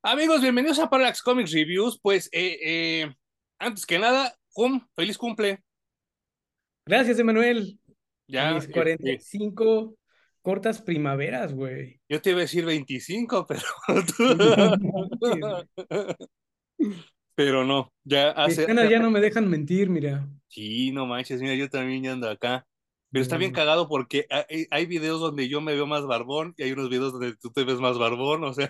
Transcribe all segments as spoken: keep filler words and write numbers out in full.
Amigos, bienvenidos a Parallax Comics Reviews. Pues, eh, eh, antes que nada, Hum, feliz cumple. Gracias, Emanuel. A Ya, mis cuarenta y este, cinco cortas primaveras, güey. yo te iba a decir veinticinco, pero No manches, güey. pero no, ya Mis hace, canas hace- ya no me dejan mentir, mira. sí, no manches, mira, yo también ya ando acá. Pero está bien No. cagado porque hay, hay videos donde yo me veo más barbón y hay unos videos donde tú te ves más barbón, o sea,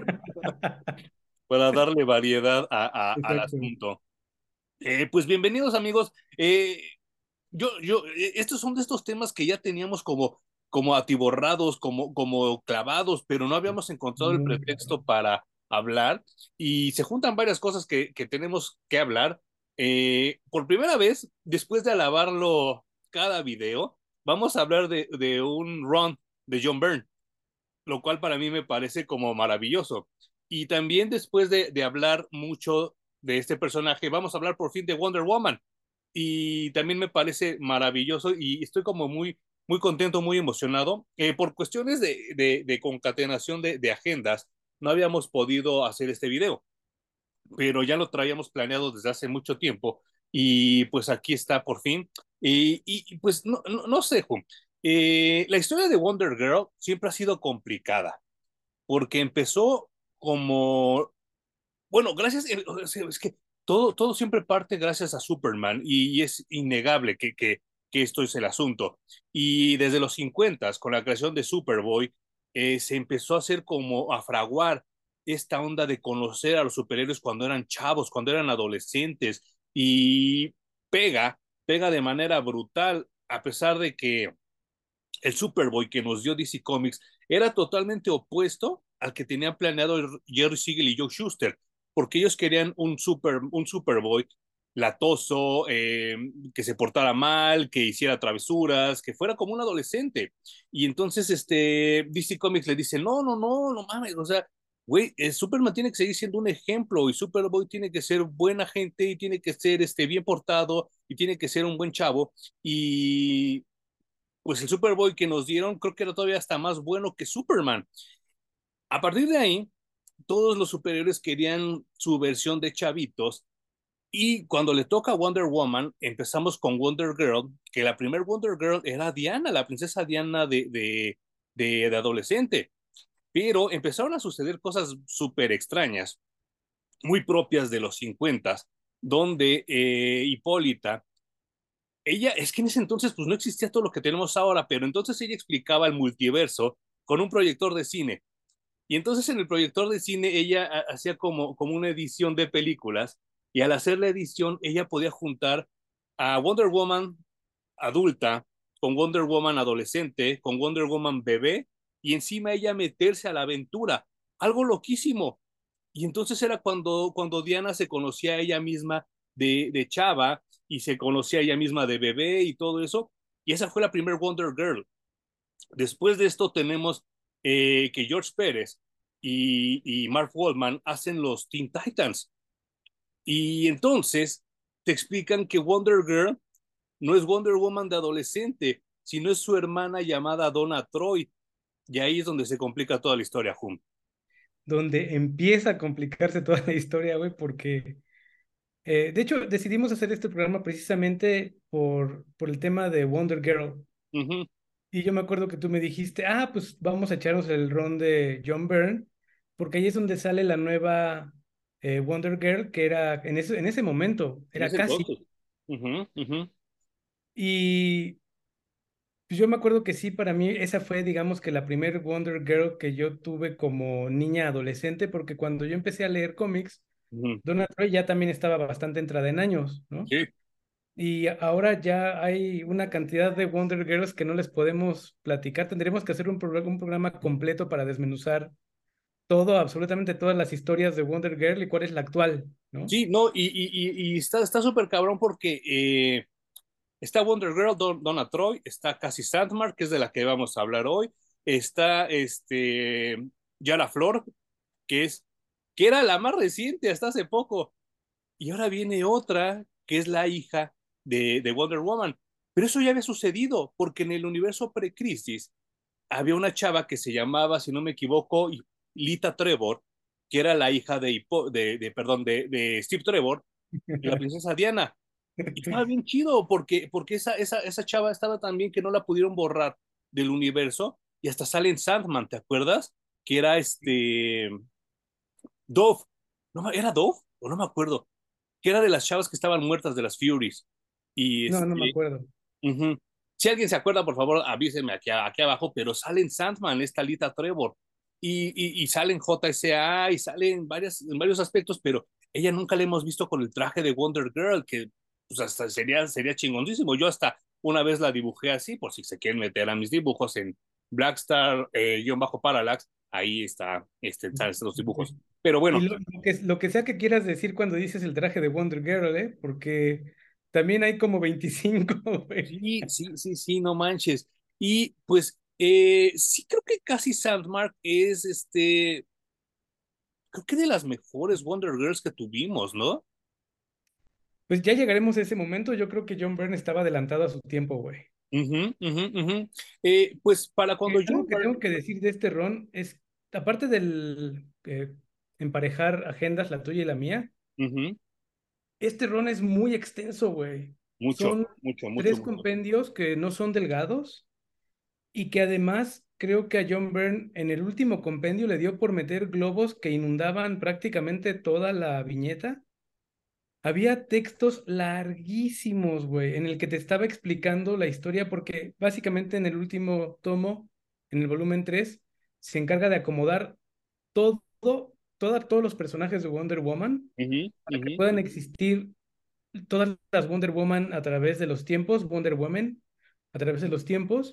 para darle variedad a, a- al Exacto. asunto. Eh, pues bienvenidos, amigos. Eh, Yo, yo, eh, estos son de estos temas que ya teníamos como, como atiborrados, como, como clavados, pero no habíamos encontrado el Muy pretexto cabrón. para hablar y se juntan varias cosas que, que tenemos que hablar. Eh, por primera vez, después de alabarlo cada video, vamos a hablar de, de un run de John Byrne, lo cual para mí me parece como maravilloso. Y también después de, de hablar mucho de este personaje, vamos a hablar por fin de Wonder Woman y también me parece maravilloso y estoy como muy, muy contento, muy emocionado. Eh, por cuestiones de, de, de concatenación de, de, agendas, no habíamos podido hacer este video, pero ya lo traíamos planeado desde hace mucho tiempo y pues aquí está por fin. Y, y pues no, no, no sé, Juan. Eh, la historia de Wonder Girl siempre ha sido complicada porque empezó como bueno, gracias, eh, o sea, es que todo, todo siempre parte gracias a Superman y, y es innegable que, que, que esto es el asunto. Y desde los cincuenta, con la creación de Superboy, eh, se empezó a hacer como a fraguar esta onda de conocer a los superhéroes cuando eran chavos, cuando eran adolescentes y pega, pega de manera brutal, a pesar de que el Superboy que nos dio D C Comics era totalmente opuesto al que tenían planeado Jerry Siegel y Joe Shuster, porque ellos querían un, super, un Superboy latoso, eh, que se portara mal, que hiciera travesuras, que fuera como un adolescente. Y entonces este, D C Comics le dice, no, no, no, no mames, o sea, güey, eh, Superman tiene que seguir siendo un ejemplo y Superboy tiene que ser buena gente y tiene que ser este, bien portado y tiene que ser un buen chavo. Y pues el Superboy que nos dieron creo que era todavía hasta más bueno que Superman. A partir de ahí, todos los superhéroes querían su versión de chavitos y cuando le toca a Wonder Woman, empezamos con Wonder Girl, que la primer Wonder Girl era Diana, la princesa Diana de, de, de, de adolescente. Pero empezaron a suceder cosas súper extrañas, muy propias de los cincuenta, donde eh, Hipólita, ella, es que en ese entonces pues no existía todo lo que tenemos ahora, pero entonces ella explicaba el multiverso con un proyector de cine. Y entonces en el proyector de cine ella ha- hacía como, como una edición de películas y al hacer la edición ella podía juntar a Wonder Woman adulta con Wonder Woman adolescente, con Wonder Woman bebé y encima ella meterse a la aventura. Algo loquísimo. Y entonces era cuando, cuando Diana se conocía a ella misma de, de chava y se conocía a ella misma de bebé y todo eso. Y esa fue la primera Wonder Girl. Después de esto tenemos eh, que George Pérez y, y Mark Waldman hacen los Teen Titans. Y entonces te explican que Wonder Girl no es Wonder Woman de adolescente, sino es su hermana llamada Donna Troy. Y ahí es donde se complica toda la historia, Jun. Donde empieza a complicarse toda la historia, güey, porque, eh, de hecho, decidimos hacer este programa precisamente por, por el tema de Wonder Girl. Uh -huh. Y yo me acuerdo que tú me dijiste, ah, pues vamos a echarnos el ron de John Byrne, porque ahí es donde sale la nueva eh, Wonder Girl, que era en ese, en ese momento, En era ese casi. entonces. Uh -huh, uh -huh. Y pues, yo me acuerdo que sí, para mí esa fue, digamos que la primer Wonder Girl que yo tuve como niña adolescente, porque cuando yo empecé a leer cómics, Uh -huh. Donna Troy ya también estaba bastante entrada en años, ¿no? Sí. Y ahora ya hay una cantidad de Wonder Girls que no les podemos platicar. Tendríamos que hacer un, programa, un programa completo para desmenuzar todo, absolutamente todas las historias de Wonder Girl y cuál es la actual, ¿no? Sí, no, y, y, y, y está está súper cabrón porque eh, está Wonder Girl, Don, Donna Troy, está Cassie Sandmark, que es de la que vamos a hablar hoy, está este, Yara Flor, que es, que era la más reciente hasta hace poco, y ahora viene otra, que es la hija de, de Wonder Woman. Pero eso ya había sucedido, porque en el universo pre-crisis había una chava que se llamaba, si no me equivoco, Lita Trevor, que era la hija de, Hippo, de, de, perdón, de, de Steve Trevor y la princesa Diana. Y estaba bien chido porque, porque esa, esa, esa chava estaba tan bien que no la pudieron borrar del universo y hasta sale en Sandman, ¿te acuerdas? Que era este Dove. No, ¿era Dove? O no me acuerdo. Que era de las chavas que estaban muertas de las Furies. Y No, no me este, acuerdo. uh-huh. Si alguien se acuerda, por favor, avísenme aquí, aquí abajo, pero sale en Sandman esta Lita Trevor. Y, y, y sale en J S A y sale en, varias, en varios aspectos, pero ella nunca la hemos visto con el traje de Wonder Girl, que pues hasta sería, sería chingoncísimo. Yo hasta una vez la dibujé así, por si se quieren meter a mis dibujos en Blackstar, eh, guión bajo Parallax, ahí está, este, están los dibujos. Pero Y bueno, lo, lo que, lo que sea que quieras decir cuando dices el traje de Wonder Girl, ¿eh? Porque también hay como veinticinco, güey. sí, sí, sí, sí, no manches. Y pues eh, sí creo que casi Sandmark es este, creo que de las mejores Wonder Girls que tuvimos, ¿no? Pues ya llegaremos a ese momento. Yo creo que John Byrne estaba adelantado a su tiempo, güey. Ujú, ujú, ujú. Eh, pues para cuando Eh, John algo que Byrne, tengo que decir de este ron es, aparte del eh, emparejar agendas, la tuya y la mía, ujú, este ron es muy extenso, güey. mucho, Son mucho, mucho, tres mucho. compendios que no son delgados y que además creo que a John Byrne en el último compendio le dio por meter globos que inundaban prácticamente toda la viñeta. Había textos larguísimos, güey, en el que te estaba explicando la historia, porque básicamente en el último tomo, en el volumen tres se encarga de acomodar todo, toda, todos los personajes de Wonder Woman Ujú, para que ujú, puedan existir todas las Wonder Woman a través de los tiempos, Wonder Woman a través de los tiempos,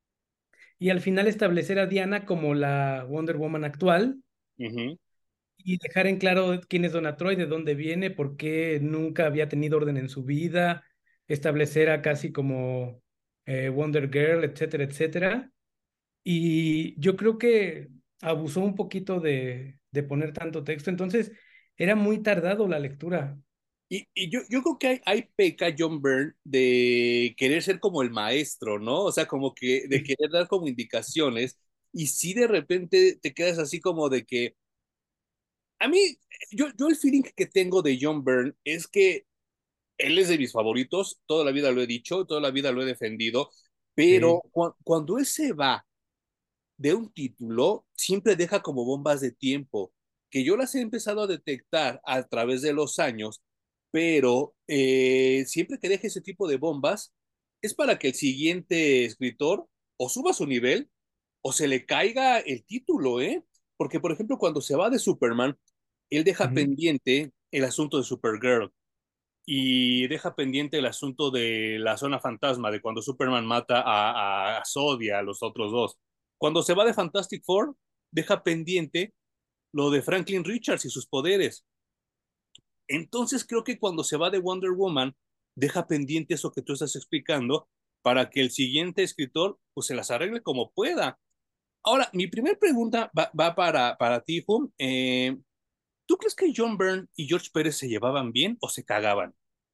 y al final establecer a Diana como la Wonder Woman actual ujú, y dejar en claro quién es Donna Troy, de dónde viene, por qué nunca había tenido orden en su vida, establecer a casi como eh, Wonder Girl, etcétera, etcétera. Y yo creo que abusó un poquito de, de poner tanto texto, entonces era muy tardado la lectura. Y, y yo, yo creo que hay, hay peca John Byrne de querer ser como el maestro, ¿no? O sea, como que de Sí, querer dar como indicaciones y si de repente te quedas así como de que, a mí, yo, yo el feeling que tengo de John Byrne es que él es de mis favoritos, toda la vida lo he dicho, toda la vida lo he defendido, pero sí. cu cuando él se va de un título, siempre deja como bombas de tiempo, que yo las he empezado a detectar a través de los años, pero eh, siempre que deje ese tipo de bombas, es para que el siguiente escritor o suba su nivel o se le caiga el título, ¿eh? Porque, por ejemplo, cuando se va de Superman, él deja Ujú. pendiente el asunto de Supergirl y deja pendiente el asunto de la zona fantasma, de cuando Superman mata a, a, a Zod y a los otros dos. Cuando se va de Fantastic Four, deja pendiente lo de Franklin Richards y sus poderes. Entonces creo que cuando se va de Wonder Woman, deja pendiente eso que tú estás explicando para que el siguiente escritor pues se las arregle como pueda. Ahora, mi primera pregunta va, va para, para ti, Hum. Eh, ¿Tú crees que John Byrne y George Pérez se llevaban bien o se cagaban?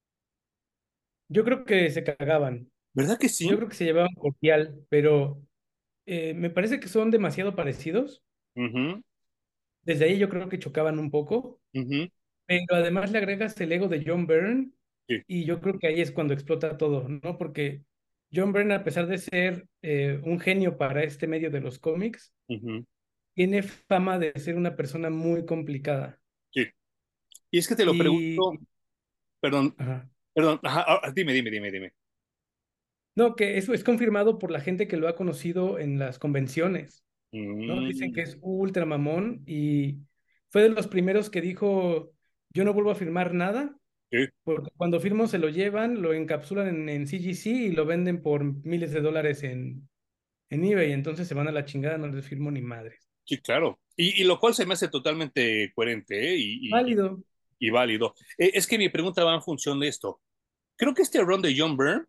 Yo creo que se cagaban, ¿Verdad que yo sí? creo que se llevaban cordial, pero eh, me parece que son demasiado parecidos. Uh -huh, Desde ahí yo creo que chocaban un poco. uh -huh. Pero además le agregas el ego de John Byrne Sí, y yo creo que ahí es cuando explota todo, ¿no? Porque John Byrne, a pesar de ser eh, un genio para este medio de los cómics, ujú, tiene fama de ser una persona muy complicada. sí. Y es que te lo Y, pregunto, perdón, ajá. perdón, ajá, ah, dime, dime, dime, dime. No, que eso es confirmado por la gente que lo ha conocido en las convenciones, ¿no? Dicen que Mm, es ultra mamón y fue de los primeros que dijo, yo no vuelvo a firmar nada. sí, Porque cuando firmo se lo llevan, lo encapsulan en, en C G C y lo venden por miles de dólares en, en eBay. Entonces se van a la chingada, no les firmo ni madres. sí, claro. Y, y lo cual se me hace totalmente coherente, ¿eh? y, y, Válido. y válido. Eh, es que mi pregunta va en función de esto. Creo que este run de John Byrne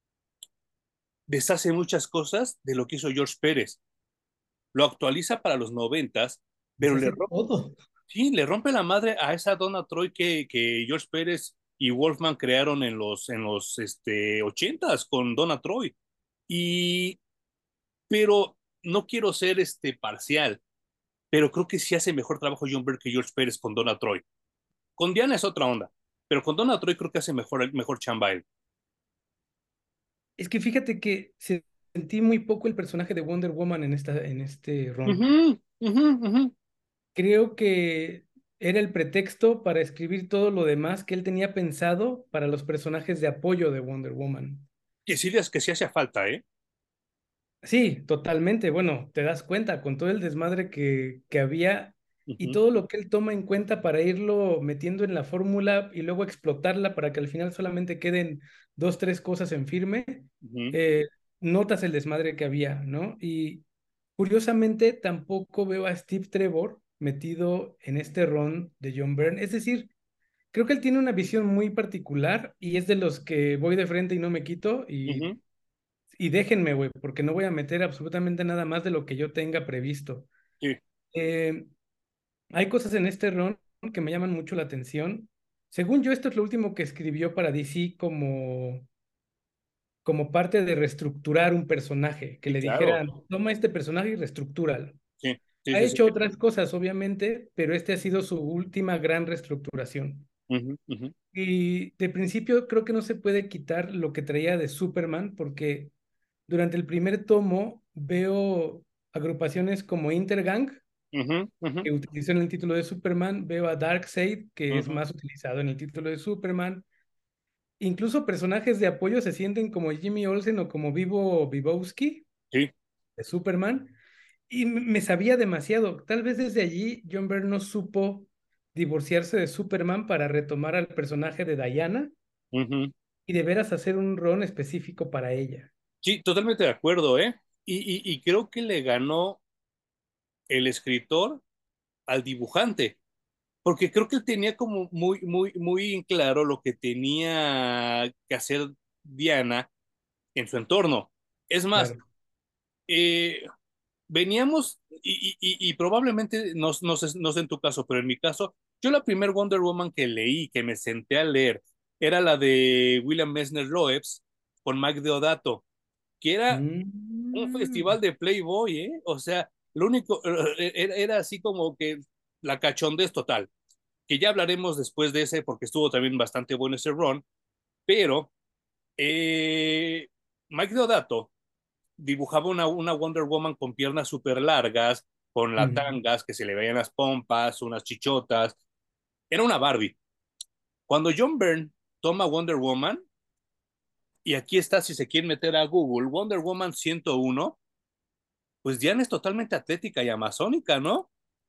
deshace muchas cosas de lo que hizo George Pérez. Lo actualiza para los noventas, Les pero le hace rompe, todo. sí, le rompe la madre a esa Donna Troy que, que George Pérez y Wolfman crearon en los, en los este, ochentas con Donna Troy. Y, pero no quiero ser este parcial, pero creo que sí hace mejor trabajo John Byrne que George Pérez con Donna Troy. Con Diana es otra onda, pero con Donna Troy creo que hace mejor, mejor chamba él. Es que fíjate que se- sentí muy poco el personaje de Wonder Woman en esta, en este run. Ujú, ujú, ujú. Creo que era el pretexto para escribir todo lo demás que él tenía pensado para los personajes de apoyo de Wonder Woman. Que sí, es que sí hacía falta, ¿eh? Sí, totalmente. Bueno, te das cuenta con todo el desmadre que, que había y Ujú, todo lo que él toma en cuenta para irlo metiendo en la fórmula y luego explotarla para que al final solamente queden dos, tres cosas en firme, ujú, eh, notas el desmadre que había, ¿no? Y curiosamente tampoco veo a Steve Trevor metido en este ron de John Byrne. Es decir, creo que él tiene una visión muy particular y es de los que voy de frente y no me quito y ujú. y déjenme, güey, porque no voy a meter absolutamente nada más de lo que yo tenga previsto. Sí, Eh, Hay cosas en este ron que me llaman mucho la atención. Según yo, esto es lo último que escribió para D C como, como parte de reestructurar un personaje, que sí, le claro. dijeran, toma este personaje y reestructúralo. Sí, sí, Ha sí, sí. hecho otras cosas, obviamente, pero este ha sido su última gran reestructuración. Ujú, ujú, Y de principio creo que no se puede quitar lo que traía de Superman, porque durante el primer tomo veo agrupaciones como Intergang, ujú, ujú, que utilizó en el título de Superman, veo a Darkseid, que es ujú. más utilizado en el título de Superman. Incluso personajes de apoyo se sienten como Jimmy Olsen o como Vivo Vivowski Sí, de Superman, y m- me sabía demasiado. Tal vez desde allí John Byrne no supo divorciarse de Superman para retomar al personaje de Diana ujú. y de veras hacer un ron específico para ella. Sí, totalmente de acuerdo, ¿eh? Y, y, y creo que le ganó el escritor al dibujante, porque creo que él tenía como muy, muy, muy en claro lo que tenía que hacer Diana en su entorno. Es más, Claro. eh, veníamos, y, y, y probablemente no, no, sé, no sé en tu caso, pero en mi caso, yo la primer Wonder Woman que leí, que me senté a leer, era la de William Messner Loebs con Mike Deodato, que era un Mm. festival de Playboy, ¿eh? O sea, lo único, eh, era, era así como que la cachondez total, que ya hablaremos después de ese, porque estuvo también bastante bueno ese run, pero eh, Mike Deodato dibujaba una, una Wonder Woman con piernas súper largas, con las Ujú. tangas, que se le veían las pompas, unas chichotas. Era una Barbie. Cuando John Byrne toma Wonder Woman, y aquí está, si se quieren meter a Google, Wonder Woman ciento uno, pues Diana es totalmente atlética y amazónica, ¿no?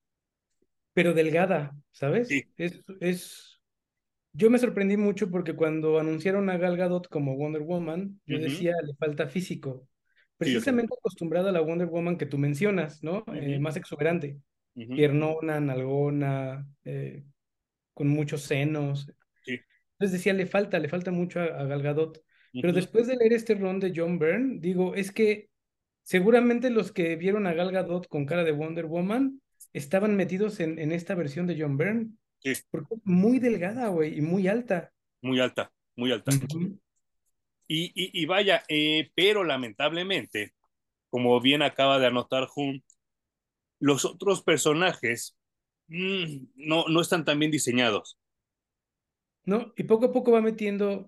Pero delgada, ¿sabes? Sí. Es, es... Yo me sorprendí mucho porque cuando anunciaron a Gal Gadot como Wonder Woman, yo Ujú. decía, le falta físico. Sí, yo también. Precisamente acostumbrada a la Wonder Woman que tú mencionas, ¿no? Eh, Ujú, más exuberante, ujú. piernona, nalgona, eh, con muchos senos. Sí. Entonces decía, le falta, le falta mucho a, a Gal Gadot. Pero Ujú. después de leer este ron de John Byrne, digo, es que seguramente los que vieron a Gal Gadot con cara de Wonder Woman estaban metidos en, en esta versión de John Byrne, Sí, porque es muy delgada, güey, y muy alta. muy alta, muy alta. Ujú. Y, y, y vaya, eh, pero lamentablemente, como bien acaba de anotar Hume, los otros personajes mm, no, no están tan bien diseñados. ¿No? Y poco a poco va metiendo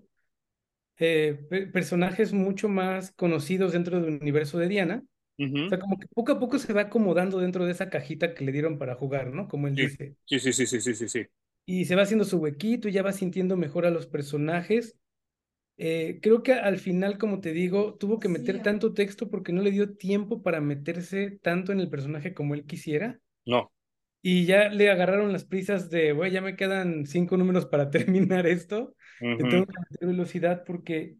eh, pe- personajes mucho más conocidos dentro del universo de Diana. O Ujú. sea, como que poco a poco se va acomodando dentro de esa cajita que le dieron para jugar, ¿no? Como él Sí, dice. sí, sí, sí, sí, sí, sí, sí. Y se va haciendo su huequito y ya va sintiendo mejor a los personajes. Eh, creo que al final, como te digo, tuvo que meter tanto texto porque no le dio tiempo para meterse tanto en el personaje como él quisiera. No. Y ya le agarraron las prisas de, güey, ya me quedan cinco números para terminar esto. Le Ujú. tengo que meter velocidad porque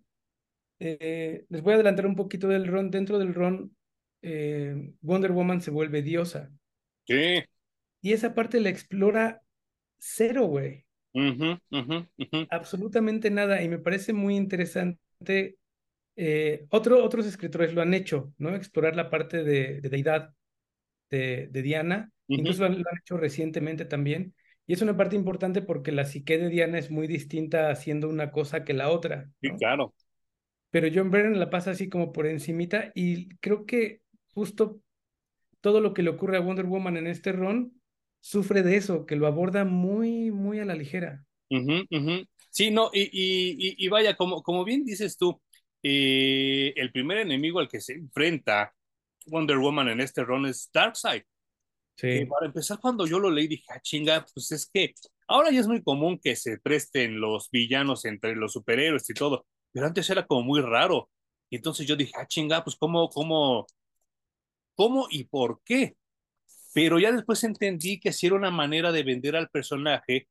eh, les voy a adelantar un poquito del ron. Dentro del ron, eh, Wonder Woman se vuelve diosa. Sí. Y esa parte la explora cero, güey. Ujú, ujú, ujú. Absolutamente nada. Y me parece muy interesante. Eh, otro, otros escritores lo han hecho, ¿no? Explorar la parte de, de deidad de, de Diana. Ujú. Incluso lo han, lo han hecho recientemente también. Y es una parte importante porque la psique de Diana es muy distinta haciendo una cosa que la otra, Sí, ¿no? claro. Pero John Byrne la pasa así como por encimita y creo que justo todo lo que le ocurre a Wonder Woman en este run sufre de eso, que lo aborda muy, muy a la ligera. Ujú, ujú. Sí, no, y, y, y, y vaya, como, como bien dices tú, eh, el primer enemigo al que se enfrenta Wonder Woman en este run es Darkseid. Que Sí. para empezar, cuando yo lo leí, dije, ah, chinga, pues es que ahora ya es muy común que se presten los villanos entre los superhéroes y todo, pero antes era como muy raro. Y entonces yo dije, ah, chinga, pues cómo, cómo, cómo y por qué. Pero ya después entendí que así era una manera de vender al personaje,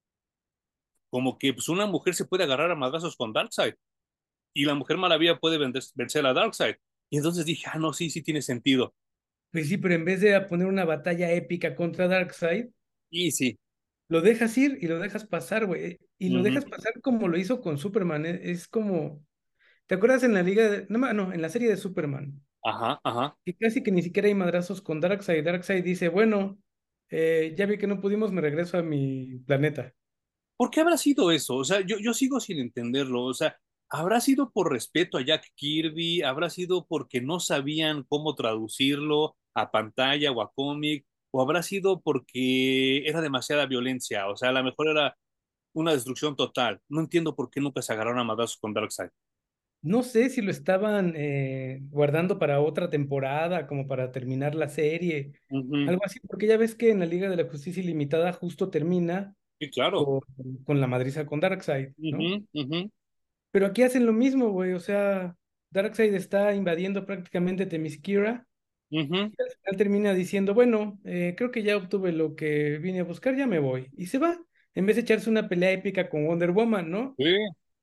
como que pues una mujer se puede agarrar a madrazos con Darkseid y la Mujer Maravilla puede vender- vencer a Darkseid. Y entonces dije, ah, no, sí, sí tiene sentido. Pues sí, pero en vez de poner una batalla épica contra Darkseid, Y sí, lo dejas ir y lo dejas pasar, güey. Y lo ujú, dejas pasar como lo hizo con Superman. e- Es como, ¿te acuerdas en la liga de, no, ma- no, en la serie de Superman? ajá, ajá. Que casi que ni siquiera hay madrazos con Darkseid. Darkseid dice, bueno, eh, ya vi que no pudimos, me regreso a mi planeta. ¿Por qué habrá sido eso? O sea, yo, yo sigo sin entenderlo. O sea, ¿habrá sido por respeto a Jack Kirby? ¿Habrá sido porque no sabían cómo traducirlo a pantalla o a cómic? ¿O habrá sido porque era demasiada violencia? O sea, a lo mejor era una destrucción total. No entiendo por qué nunca se agarraron a madrazos con Darkseid. No sé si lo estaban eh, guardando para otra temporada, como para terminar la serie, Ujú. algo así, porque ya ves que en la Liga de la Justicia Ilimitada justo termina Sí, claro. con, con la madriza con Darkseid, ¿no? Ujú, ujú, Pero aquí hacen lo mismo, güey, o sea, Darkseid está invadiendo prácticamente Themyscira ujú. y al final termina diciendo, bueno, eh, creo que ya obtuve lo que vine a buscar, ya me voy. Y se va, en vez de echarse una pelea épica con Wonder Woman, ¿no? Sí,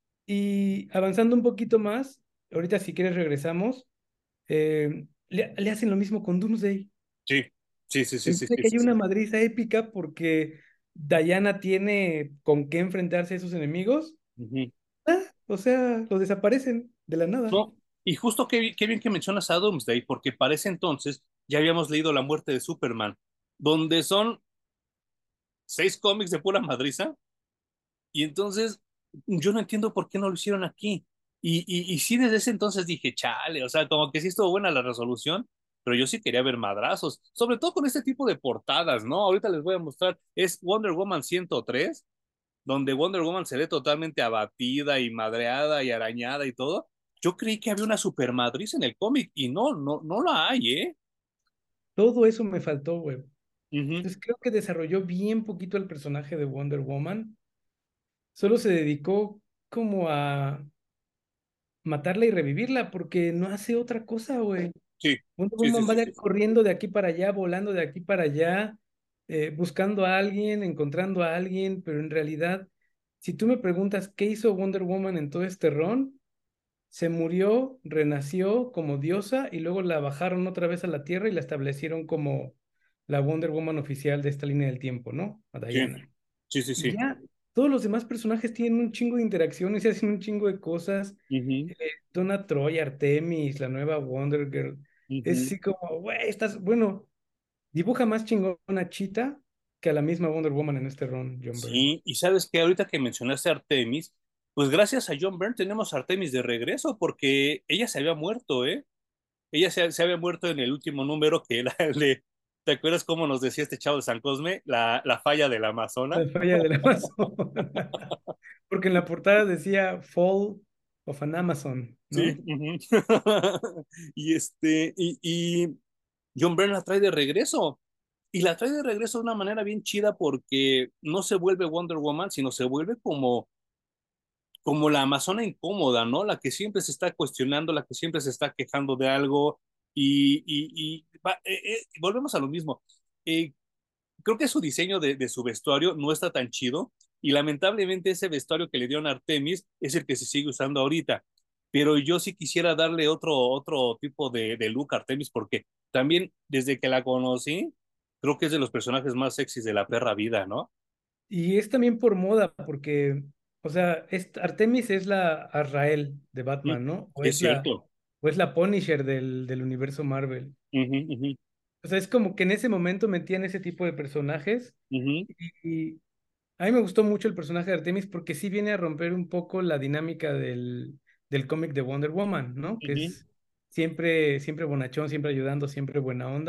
Y avanzando un poquito más, ahorita si quieres regresamos, eh, le, le hacen lo mismo con Doomsday. sí, sí, sí, sí, En sí, vez de sí, que sí, haya sí. una madriza épica porque Diana tiene con qué enfrentarse a esos enemigos, Ujú. ah, o sea, los desaparecen de la nada. No, y justo qué, qué bien que mencionas a Doomsday, porque para ese entonces ya habíamos leído La muerte de Superman, donde son seis cómics de pura madriza, y entonces yo no entiendo por qué no lo hicieron aquí. Y, y, y sí, desde ese entonces dije, chale, o sea, como que sí estuvo buena la resolución, pero yo sí quería ver madrazos, sobre todo con este tipo de portadas, ¿no? Ahorita les voy a mostrar, es Wonder Woman ciento tres, donde Wonder Woman se ve totalmente abatida y madreada y arañada y todo. Yo creí que había una supermadriz en el cómic y no, no, no la hay, ¿eh? Todo eso me faltó, güey. Ujú. Entonces creo que desarrolló bien poquito el personaje de Wonder Woman. Solo se dedicó como a matarla y revivirla porque no hace otra cosa, güey. Sí, Wonder sí, sí, Woman va sí, de- sí. corriendo de aquí para allá, volando de aquí para allá, eh, buscando a alguien, encontrando a alguien, pero en realidad, si tú me preguntas qué hizo Wonder Woman en todo este run, se murió, renació como diosa y luego la bajaron otra vez a la Tierra y la establecieron como la Wonder Woman oficial de esta línea del tiempo, ¿no? A Sí, Diana. sí, sí, Y sí. ya, todos los demás personajes tienen un chingo de interacciones y hacen un chingo de cosas. Ujú, Eh, Donna Troy, Artemis, la nueva Wonder Girl. Es ujú. así como, güey, estás, bueno, dibuja más chingón a Cheetah que a la misma Wonder Woman en este run, John Byrne. Sí, y sabes que ahorita que mencionaste a Artemis, pues gracias a John Byrne tenemos a Artemis de regreso porque ella se había muerto, ¿eh? Ella se, se había muerto en el último número que era el de, ¿te acuerdas cómo nos decía este chavo de San Cosme? La, la falla del Amazonas. La falla del Amazon. Porque en la portada decía Fall of an Amazon, Sí. ¿no? Ujú. Y este, y, y John Byrne la trae de regreso. Y la trae de regreso de una manera bien chida porque no se vuelve Wonder Woman, sino se vuelve como, como la amazona incómoda, ¿no? La que siempre se está cuestionando, la que siempre se está quejando de algo. Y, y, y va- eh, eh, volvemos a lo mismo. Eh, Creo que su diseño de, de su vestuario no está tan chido. Y lamentablemente ese vestuario que le dieron a Artemis es el que se sigue usando ahorita. Pero yo sí quisiera darle otro, otro tipo de, de look a Artemis porque también desde que la conocí, creo que es de los personajes más sexys de la perra vida, ¿no? Y es también por moda, porque, o sea, es- Artemis es la Azrael de Mm, Batman, ¿no? O es es la, cierto. o es la Punisher del, del universo Marvel. Ujú, ujú, O sea, es como que en ese momento metían ese tipo de personajes. ujú, Y, y a mí me gustó mucho el personaje de Artemis porque sí viene a romper un poco la dinámica del, del cómic de Wonder Woman, ¿no? Que ujú. es siempre, siempre bonachón, siempre ayudando, siempre buena onda.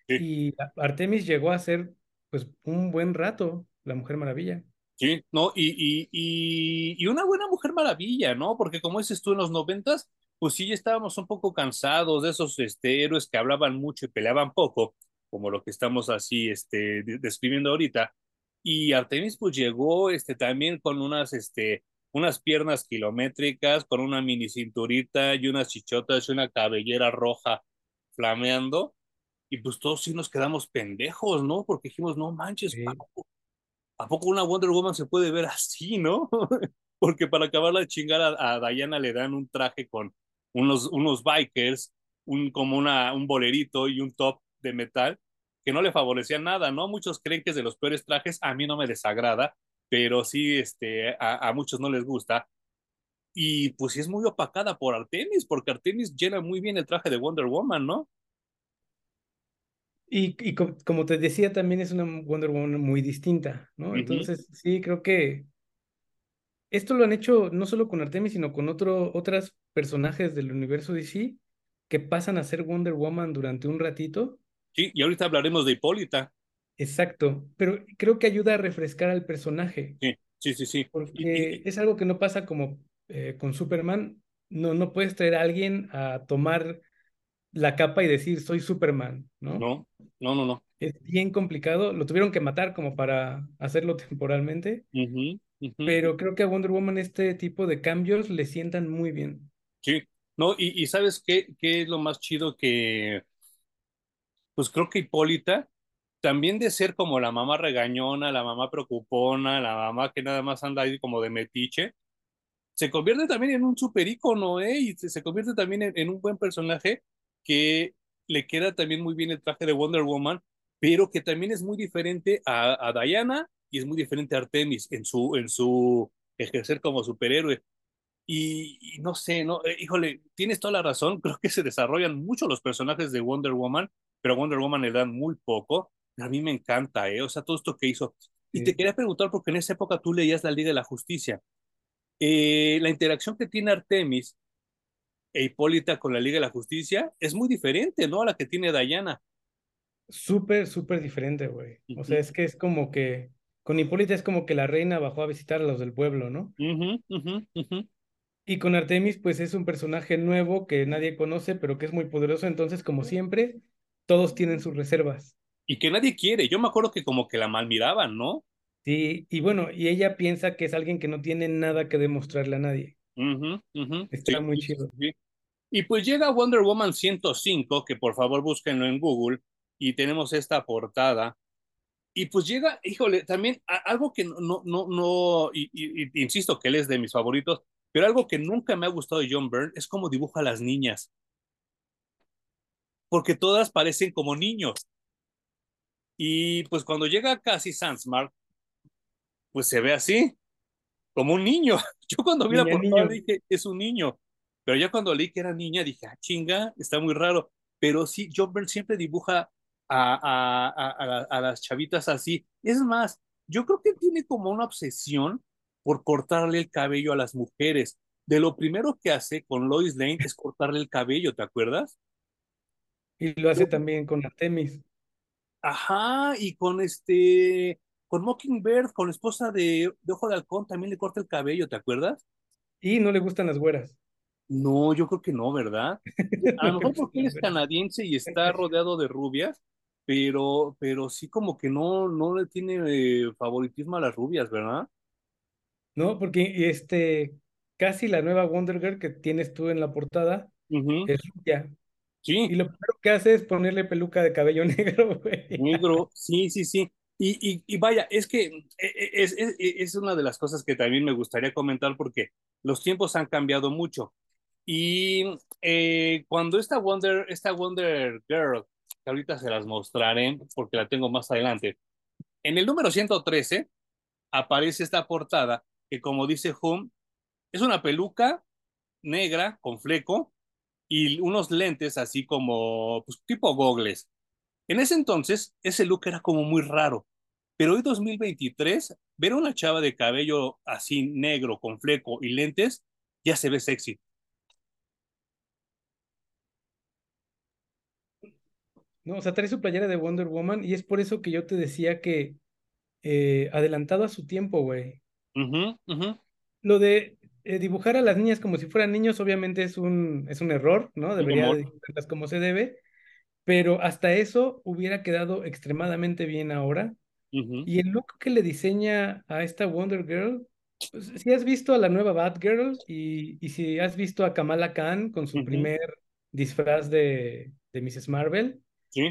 Sí, y Artemis llegó a ser pues un buen rato la Mujer Maravilla. sí, no, y, y, y, y una buena Mujer Maravilla, ¿no? Porque como dices tú, en los noventas, pues sí, ya estábamos un poco cansados de esos este, héroes que hablaban mucho y peleaban poco, como lo que estamos así este, de- describiendo ahorita. Y Artemis pues llegó este, también con unas, este, unas piernas kilométricas, con una mini cinturita y unas chichotas y una cabellera roja flameando. Y pues todos sí nos quedamos pendejos, ¿no? Porque dijimos, no manches, Sí. ¿a poco una Wonder Woman se puede ver así, no? Porque para acabarla de chingar a, a Diana le dan un traje con unos, unos bikers, un, como una, un bolerito y un top de metal que no le favorecía nada, ¿no? Muchos creen que es de los peores trajes, a mí no me desagrada, pero sí este, a, a muchos no les gusta. Y pues sí es muy opacada por Artemis, porque Artemis llena muy bien el traje de Wonder Woman, ¿no? Y, y co- como te decía, también es una Wonder Woman muy distinta, ¿no? Ujú. Entonces, sí, creo que esto lo han hecho no solo con Artemis, sino con otro, otras personajes del universo D C que pasan a ser Wonder Woman durante un ratito. Sí, y ahorita hablaremos de Hipólita. Exacto, pero creo que ayuda a refrescar al personaje, Sí, sí, sí, sí. Y, porque y, es algo que no pasa como eh, con Superman. No, no puedes traer a alguien a tomar la capa y decir soy Superman, ¿no? no, no, no, no. Es bien complicado. Lo tuvieron que matar como para hacerlo temporalmente, Ujú, ujú. pero creo que a Wonder Woman este tipo de cambios le sientan muy bien. Sí, no, y, y ¿sabes qué, qué es lo más chido? Que, pues creo que Hipólita, también de ser como la mamá regañona, la mamá preocupona, la mamá que nada más anda ahí como de metiche, se convierte también en un super ícono, ¿eh? Y se, se convierte también en, en un buen personaje que le queda también muy bien el traje de Wonder Woman, pero que también es muy diferente a, a Diana y es muy diferente a Artemis en su, en su ejercer como superhéroe. Y, y no sé, no, eh, híjole, tienes toda la razón, creo que se desarrollan mucho los personajes de Wonder Woman, pero a Wonder Woman le dan muy poco. Pero a mí me encanta, ¿eh? O sea, todo esto que hizo. Y te Sí. quería preguntar, porque en esa época tú leías la Liga de la Justicia. Eh, la interacción que tiene Artemis e Hipólita con la Liga de la Justicia es muy diferente, ¿no? A la que tiene Diana. Súper, súper diferente, güey. O sea, Ujú, es que es como que con Hipólita es como que la reina bajó a visitar a los del pueblo, ¿no? ujú, ujú, ujú. Y con Artemis, pues es un personaje nuevo que nadie conoce, pero que es muy poderoso. Entonces, como siempre, todos tienen sus reservas. Y que nadie quiere. Yo me acuerdo que como que la malmiraban, ¿no? Sí, y bueno, y ella piensa que es alguien que no tiene nada que demostrarle a nadie. Ujú, ujú. Sí, Está muy sí, sí, chido. sí. Y pues llega Wonder Woman ciento cinco, que por favor búsquenlo en Google, y tenemos esta portada. Y pues llega, híjole, también a- algo que no, no, no, no y, y- y insisto que él es de mis favoritos, pero algo que nunca me ha gustado de John Byrne es cómo dibuja a las niñas, porque todas parecen como niños. Y pues cuando llega Cassie Sandsmark, pues se ve así, como un niño. Yo cuando vi la Niña, portada niño. dije, es un niño. Pero ya cuando leí que era niña, dije, ah, chinga, está muy raro. Pero sí, John Byrne siempre dibuja a, a, a, a, la- a las chavitas así. Es más, yo creo que tiene como una obsesión por cortarle el cabello a las mujeres. De lo primero que hace con Lois Lane es cortarle el cabello, ¿te acuerdas? Y lo hace Luego- también con Artemis. Ajá, y con este, con Mockingbird, con la esposa de, de Ojo de Halcón, también le corta el cabello, ¿te acuerdas? Y no le gustan las güeras. No, yo creo que no, ¿verdad? A No lo le mejor gustan porque él las es güeras. canadiense y está rodeado de rubias, pero, pero sí como que no, no le tiene eh, favoritismo a las rubias, ¿verdad? No, porque este, casi la nueva Wonder Girl que tienes tú en la portada Ujú. es rubia. Sí, Y lo primero que hace es ponerle peluca de cabello negro, güey. negro, sí, sí, sí. Y, y, y vaya, es que eh, eh, es, es, es una de las cosas que también me gustaría comentar porque los tiempos han cambiado mucho. Y eh, cuando esta Wonder, esta Wonder Girl, que ahorita se las mostraré porque la tengo más adelante, en el número ciento trece aparece esta portada que, como dice Hum, es una peluca negra con fleco y unos lentes así como pues, tipo gogles. En ese entonces, ese look era como muy raro, pero hoy dos mil veintitrés, ver a una chava de cabello así negro con fleco y lentes ya se ve sexy. ¿no? O sea, trae su playera de Wonder Woman y es por eso que yo te decía que eh, adelantado a su tiempo, güey. Ujú, ujú. Lo de eh, dibujar a las niñas como si fueran niños, obviamente es un, es un error, ¿no? Un Debería de humor. dibujarlas como se debe, pero hasta eso hubiera quedado extremadamente bien ahora. Ujú, Y el look que le diseña a esta Wonder Girl, pues, si has visto a la nueva Batgirl y, y si has visto a Kamala Khan con su ujú. primer disfraz de, de missus Marvel, Sí,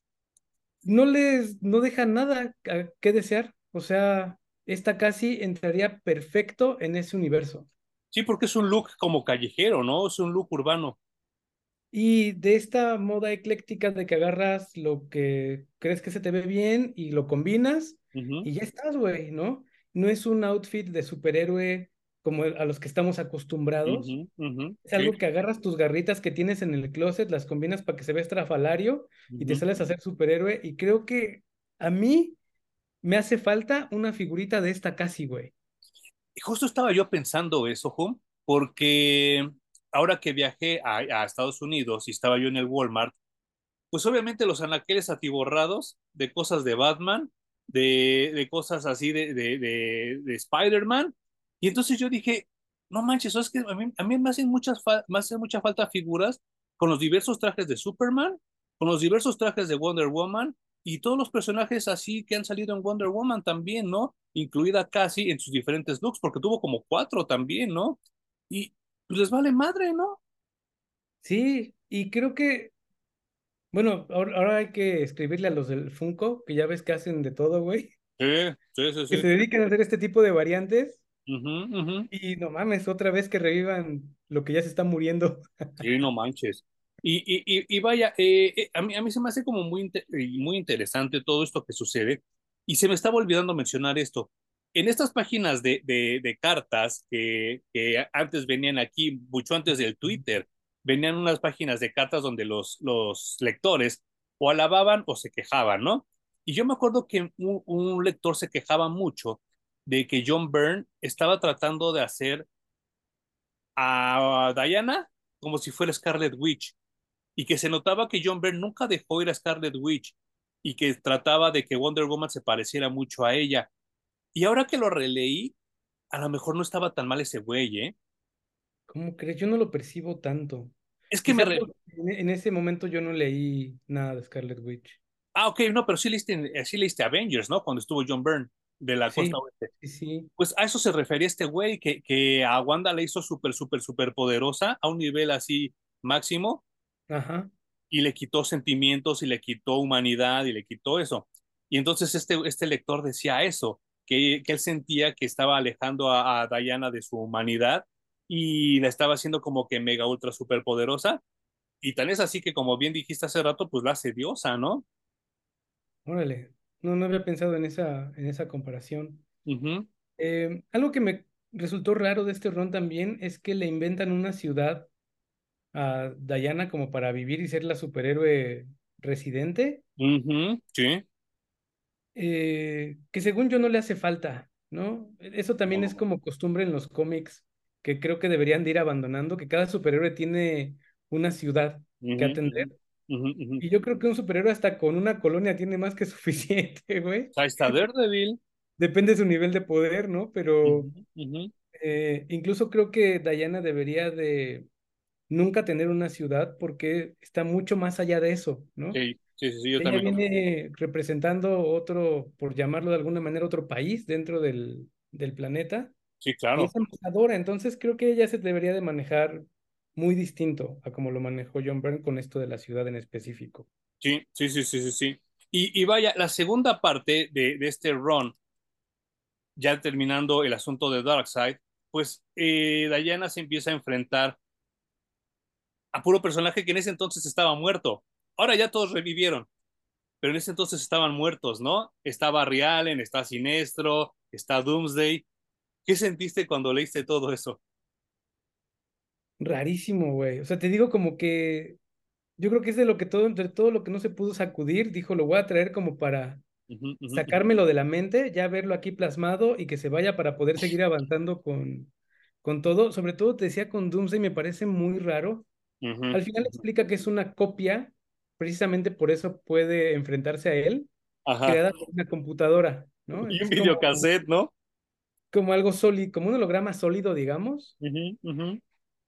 no les, no deja nada a- que desear. O sea, esta casi entraría perfecto en ese universo. sí, porque es un look como callejero, ¿no? Es un look urbano. Y de esta moda ecléctica de que agarras lo que crees que se te ve bien y lo combinas Ujú, y ya estás, güey, ¿no? No es un outfit de superhéroe como a los que estamos acostumbrados. ujú, ujú. Es Sí, algo que agarras tus garritas que tienes en el closet, las combinas para que se vea estrafalario y te ujú. sales a ser superhéroe. Y creo que a mí me hace falta una figurita de esta casi, güey. Y justo estaba yo pensando eso, Hum, porque ahora que viajé a, a Estados Unidos y estaba yo en el Walmart, pues obviamente los anaqueles atiborrados de cosas de Batman, de, de cosas así de, de, de, de Spider-Man. Y entonces yo dije, no manches, es que a mí, a mí me hacen muchas fa- me hacen mucha falta figuras con los diversos trajes de Superman, con los diversos trajes de Wonder Woman y todos los personajes así que han salido en Wonder Woman también, ¿no? Incluida Cassie en sus diferentes looks, porque tuvo como cuatro también, ¿no? Y pues les vale madre, ¿no? Sí, y creo que, bueno, ahora, ahora hay que escribirle a los del Funko, que ya ves que hacen de todo, güey, Sí, sí, sí, que sí. se dediquen a hacer este tipo de variantes. Ujú, ujú. Y no mames, otra vez que revivan lo que ya se está muriendo. Sí, no manches. Y, y, y, y vaya, eh, eh, a mí, a mí se me hace como muy, inte- eh, muy interesante todo esto que sucede. Y se me estaba olvidando mencionar esto. En estas páginas de, de, de cartas que, que antes venían aquí, mucho antes del Twitter, venían unas páginas de cartas donde los, los lectores o alababan o se quejaban, ¿no? Y yo me acuerdo que un, un lector se quejaba mucho de que John Byrne estaba tratando de hacer a Diana como si fuera Scarlet Witch y que se notaba que John Byrne nunca dejó ir a Scarlet Witch y que trataba de que Wonder Woman se pareciera mucho a ella. Y ahora que lo releí, a lo mejor no estaba tan mal ese güey, ¿eh? ¿Cómo crees? Yo no lo percibo tanto. Es que me... Quizás Re... porque en, en ese momento yo no leí nada de Scarlet Witch. Ah, ok, no, pero sí leíste, sí leíste Avengers, ¿no? Cuando estuvo John Byrne de la costa Sí, oeste. sí, sí. Pues a eso se refería este güey, que, que a Wanda le hizo súper, súper, súper poderosa a un nivel así máximo Ajá. y le quitó sentimientos y le quitó humanidad y le quitó eso. Y entonces este, este lector decía eso, que, que él sentía que estaba alejando a, a Diana de su humanidad y la estaba haciendo como que mega ultra super poderosa. Y tan es así que, como bien dijiste hace rato, pues la hace diosa, ¿no? Órale. No, no había pensado en esa, en esa comparación. Ujú, Eh, algo que me resultó raro de este ron también es que le inventan una ciudad a Diana como para vivir y ser la superhéroe residente. ujú, sí. Eh, que según yo no le hace falta, ¿no? Eso también es No. como costumbre en los cómics, que creo que deberían de ir abandonando, que cada superhéroe tiene una ciudad que Ujú, atender. ujú, ujú, ujú. Y yo creo que un superhéroe hasta con una colonia tiene más que suficiente, güey. Ahí está Daredevil. Depende de su nivel de poder, ¿no? Pero Ujú, ujú. eh, incluso creo que Diana debería de nunca tener una ciudad porque está mucho más allá de eso, ¿no? Sí, sí, sí, sí, yo Ella también lo creo. viene representando otro, por llamarlo de alguna manera, otro país dentro del, del planeta Sí, y claro. es embajadora, entonces creo que ella se debería de manejar muy distinto a como lo manejó John Byrne con esto de la ciudad en específico. Sí, sí, sí, sí, sí, sí. Y, y vaya, la segunda parte de, de este run, ya terminando el asunto de Darkseid, pues eh, Diana se empieza a enfrentar a puro personaje que en ese entonces estaba muerto. Ahora ya todos revivieron, pero en ese entonces estaban muertos, ¿no? Está Barry Allen, está Sinestro, está Doomsday. ¿Qué sentiste cuando leíste todo eso? Rarísimo, güey. O sea, te digo como que yo creo que es de lo que todo, entre todo lo que no se pudo sacudir, dijo, lo voy a traer como para Ujú, ujú, ujú, sacármelo de la mente, ya verlo aquí plasmado y que se vaya para poder seguir avanzando con, con todo. Sobre todo te decía con Doomsday, me parece muy raro. ujú, Al final ujú, explica que es una copia, precisamente por eso puede enfrentarse a él, Ajá. creada por una computadora, ¿no? Y un Es como, videocassette, ¿no? como algo sólido, como un holograma sólido, digamos, Ujú, ujú,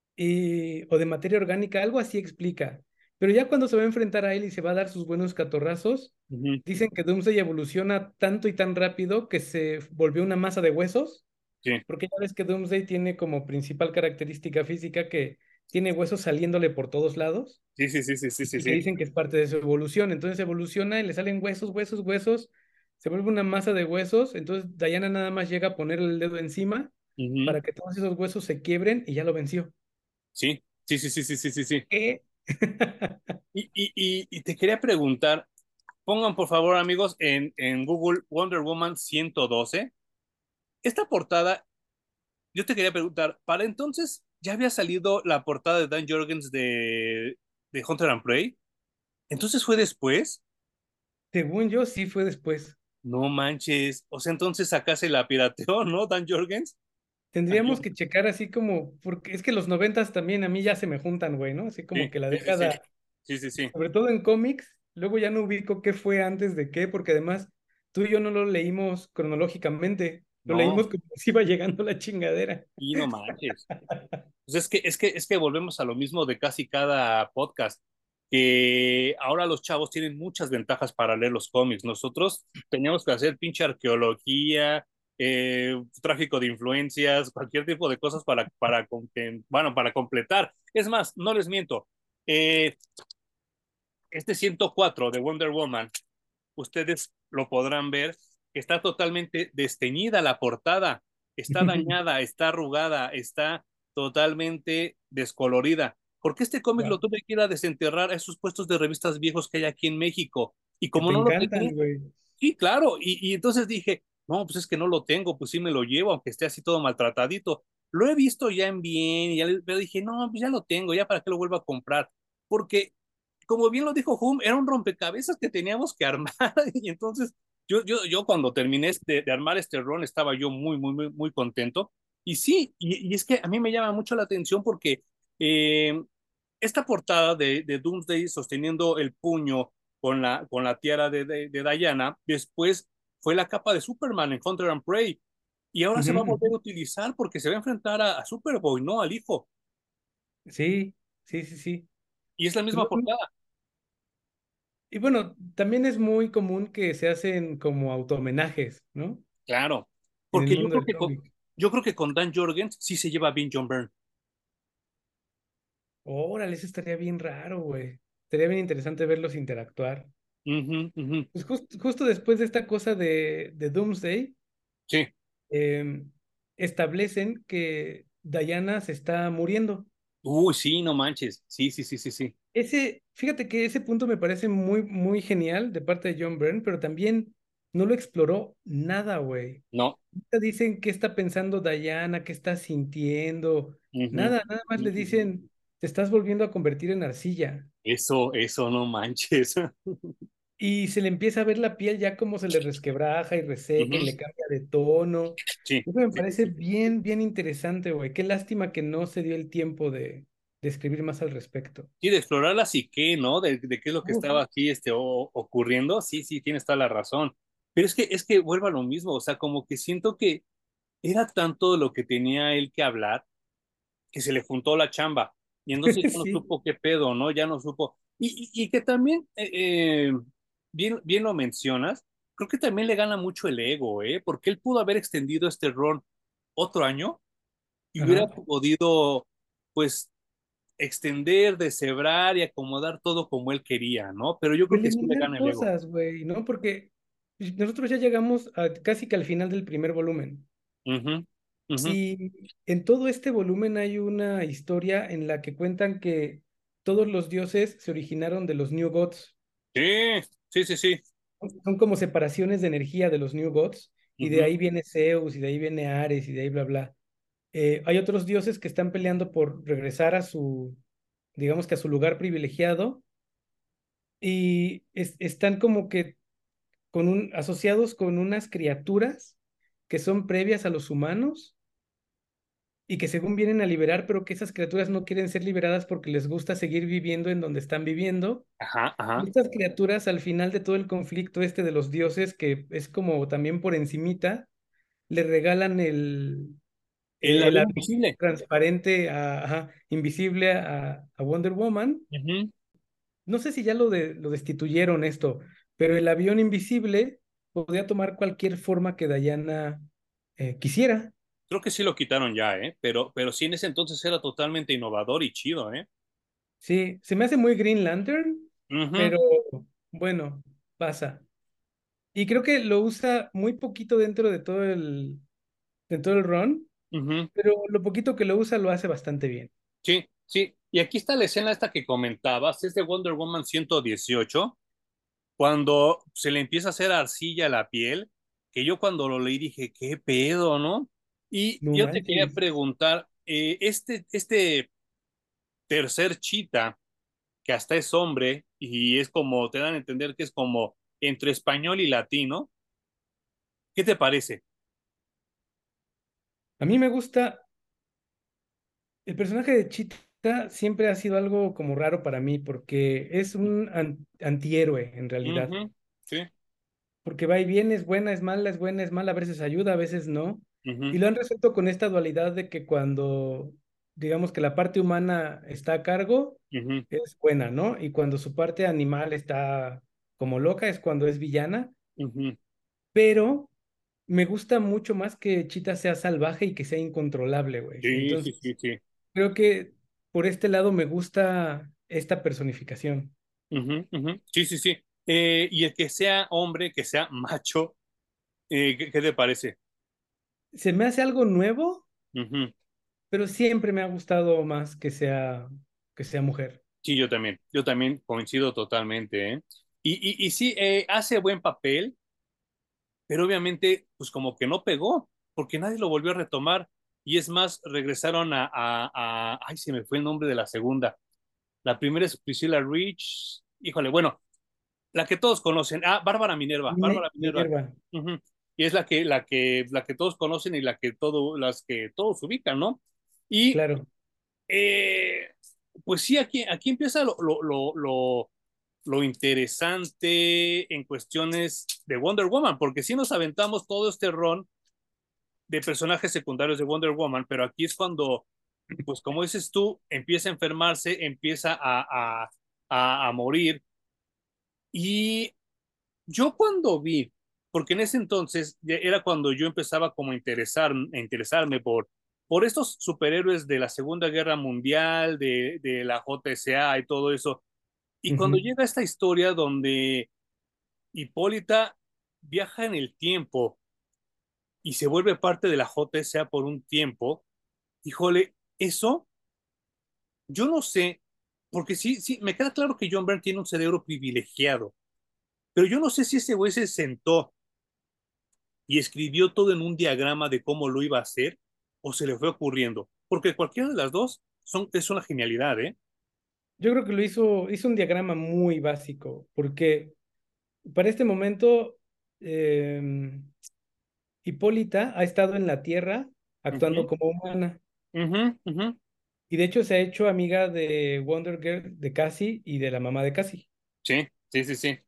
y, o de materia orgánica, algo así explica. Pero ya cuando se va a enfrentar a él y se va a dar sus buenos catorrazos, ujú. dicen que Doomsday evoluciona tanto y tan rápido que se volvió una masa de huesos, Sí, porque ya ves que Doomsday tiene como principal característica física que tiene huesos saliéndole por todos lados sí, sí, sí, sí, sí, sí, y que sí. dicen que es parte de su evolución. Entonces evoluciona y le salen huesos, huesos, huesos, se vuelve una masa de huesos. Entonces Diana nada más llega a poner el dedo encima Ujú. para que todos esos huesos se quiebren y ya lo venció. Sí, sí, sí, sí, sí, sí, sí, sí. ¿Qué? Y, y, y, y te quería preguntar, pongan por favor amigos en, en Google Wonder Woman ciento doce. Esta portada, yo te quería preguntar, para entonces ya había salido la portada de Dan Jorgens de, de Hunter and Prey. Entonces fue después. Según yo, sí fue después. No manches. O sea, entonces acá se la pirateó, ¿no? Dan Jorgens. Tendríamos que checar así como, porque es que los noventas también a mí ya se me juntan, güey, ¿no? Así Sí, como que la sí, sí, sí. década, Sí, sí, sí. sobre todo en cómics, luego ya no ubico qué fue antes de qué, porque además tú y yo no lo leímos cronológicamente, lo No, leímos como si iba llegando la chingadera. y no manches. Pues es que, es que, es que volvemos a lo mismo de casi cada podcast, que ahora los chavos tienen muchas ventajas para leer los cómics. Nosotros teníamos que hacer pinche arqueología, eh, tráfico de influencias, cualquier tipo de cosas para, para, bueno, para completar. Es más, no les miento, eh, este ciento cuatro de Wonder Woman, ustedes lo podrán ver, está totalmente desteñida la portada, está dañada, está arrugada, está totalmente descolorida. Porque este cómic lo Wow, tuve que ir a desenterrar a esos puestos de revistas viejos que hay aquí en México. Y que como te no lo tenía, encantan, güey. sí, claro, y, y entonces dije, no, pues es que no lo tengo, pues sí me lo llevo, aunque esté así todo maltratadito. Lo he visto ya en bien, y ya le- pero dije, no, pues ya lo tengo, ya para qué lo vuelvo a comprar. Porque como bien lo dijo Hum, era un rompecabezas que teníamos que armar. Y entonces, yo, yo, yo cuando terminé de, de armar este ron, estaba yo muy, muy, muy, muy contento. Y sí, y, y es que a mí me llama mucho la atención porque eh, esta portada de, de Doomsday sosteniendo el puño con la, con la tiara de, de, de Diana, después fue la capa de Superman en Hunter and Prey. Y ahora se Ujú, va a ujú. volver a utilizar porque se va a enfrentar a, a Superboy, no al hijo. Sí, sí, sí, sí. Y es la misma portada, Y bueno, también es muy común que se hacen como auto-homenajes, ¿no? claro. En el Porque yo mundo creo del que con, cómic. yo creo que con Dan Jorgens sí se lleva bien John Byrne. Órale, eso estaría bien raro, güey. Estaría bien interesante verlos interactuar. Ujú, ujú. Pues jus- justo después de esta cosa de, de Doomsday, Sí. em, establecen que Diana se está muriendo. Uy, sí, no manches. Sí, sí, sí, sí, sí. Ese, fíjate que ese punto me parece muy, muy genial de parte de John Byrne, pero también no lo exploró nada, güey. No. Nunca dicen qué está pensando Diana, qué está sintiendo, Ujú, nada, nada más le ujú. dicen, te estás volviendo a convertir en arcilla. Eso, eso, no manches. Y se le empieza a ver la piel ya como se le resquebraja y reseca y Ujú. le cambia de tono. Sí, Eso me sí, sí, parece sí, sí. bien, bien interesante, güey. Qué lástima que no se dio el tiempo de, de escribir más al respecto. Sí, de explorar la psique, ¿no? De, de qué es lo que Uf, estaba aquí este, o- ocurriendo. Sí, sí, tienes toda la razón. Pero es que, es que vuelvo a lo mismo. O sea, como que siento que era tanto de lo que tenía él que hablar que se le juntó la chamba. Y entonces ya no sí, supo qué pedo, ¿no? Ya no supo. Y, y, y que también, eh, eh, bien, bien lo mencionas, creo que también le gana mucho el ego, ¿eh? Porque él pudo haber extendido este rol otro año y hubiera ajá. podido, pues, extender, deshebrar y acomodar todo como él quería, ¿no? Pero yo O creo que sí le eliminar gana el ego. cosas, güey, ¿no? Porque nosotros ya llegamos a casi que al final del primer volumen. Ujú, ujú. Y en todo este volumen hay una historia en la que cuentan que todos los dioses se originaron de los New Gods. Sí, sí, sí, sí. Son como separaciones de energía de los New Gods, y de Ujú. ahí viene Zeus, y de ahí viene Ares, y de ahí bla, bla. Eh, hay otros dioses que están peleando por regresar a su, digamos que a su lugar privilegiado, y es- están como que con un, asociados con unas criaturas que son previas a los humanos y que según vienen a liberar, pero que esas criaturas no quieren ser liberadas porque les gusta seguir viviendo en donde están viviendo. Ajá, Y ajá. estas criaturas al final de todo el conflicto este de los dioses, que es como también por encimita, le regalan el, El el, el avión avión invisible. transparente, a, ajá, invisible a, a Wonder Woman. Ujú. No sé si ya lo, de, lo destituyeron esto, pero el avión invisible podía tomar cualquier forma que Diana eh, quisiera. Creo que sí lo quitaron ya, ¿eh? Pero, pero sí en ese entonces era totalmente innovador y chido, ¿eh? Sí, se me hace muy Green Lantern, Ujú, pero bueno, pasa. Y creo que lo usa muy poquito dentro de todo el, de todo el run, ujú. pero lo poquito que lo usa lo hace bastante bien. Sí, sí. Y aquí está la escena esta que comentabas, es de Wonder Woman ciento dieciocho, cuando se le empieza a hacer arcilla a la piel, que yo cuando lo leí dije, ¿qué pedo, no? Y No yo te quería manches. preguntar, eh, este, este tercer chita, que hasta es hombre y es como, te dan a entender que es como entre español y latino, ¿qué te parece? A mí me gusta, el personaje de Cheetah siempre ha sido algo como raro para mí, porque es un an- antihéroe en realidad. Ujú, sí, Porque va y viene, es buena, es mala, es buena, es mala, a veces ayuda, a veces no. ujú, Y lo han resuelto con esta dualidad de que cuando, digamos que la parte humana está a cargo, ujú, es buena, ¿no? Y cuando su parte animal está como loca, es cuando es villana. ujú. Pero me gusta mucho más que Chita sea salvaje y que sea incontrolable, güey. Sí, sí, sí, Entonces, sí. creo que por este lado me gusta esta personificación. Ujú, ujú. Sí, sí, sí. Eh, y el que sea hombre, que sea macho, eh, ¿qué, qué te parece? Se me hace algo nuevo, Ujú. pero siempre me ha gustado más que sea, que sea mujer. Sí, yo también, yo también coincido totalmente, ¿eh? Y, y, y sí, eh, hace buen papel, pero obviamente, pues como que no pegó, porque nadie lo volvió a retomar. Y es más, regresaron a, a, a- ay, se me fue el nombre de la segunda. La primera es Priscilla Rich, híjole, bueno, la que todos conocen, ah, Bárbara Minerva, Mi- Bárbara Minerva. Minerva, Ujú. Y es la que, la que, la que todos conocen y la que todo, las que todos ubican, ¿no? Y claro. eh, pues sí, aquí, aquí empieza lo, lo, lo, lo, lo interesante en cuestiones de Wonder Woman, porque sí nos aventamos todo este ron de personajes secundarios de Wonder Woman, pero aquí es cuando, pues como dices tú, empieza a enfermarse, empieza a, a, a, a morir. Y yo cuando vi, porque en ese entonces ya era cuando yo empezaba como a, interesar, a interesarme por, por estos superhéroes de la Segunda Guerra Mundial, de, de la J S A y todo eso. Y cuando Ujú. llega esta historia donde Hipólita viaja en el tiempo y se vuelve parte de la J S A por un tiempo, híjole, eso yo no sé, porque sí, sí, me queda claro que John Byrne tiene un cerebro privilegiado, pero yo no sé si ese güey se sentó y escribió todo en un diagrama de cómo lo iba a hacer o se le fue ocurriendo, porque cualquiera de las dos son, es una genialidad, ¿eh? Yo creo que lo hizo, hizo un diagrama muy básico, porque para este momento em, Hipólita ha estado en la Tierra actuando Ujú, como humana. ujú, ujú. Y de hecho se ha hecho amiga de Wonder Girl, de Cassie y de la mamá de Cassie. Sí, sí, sí, sí,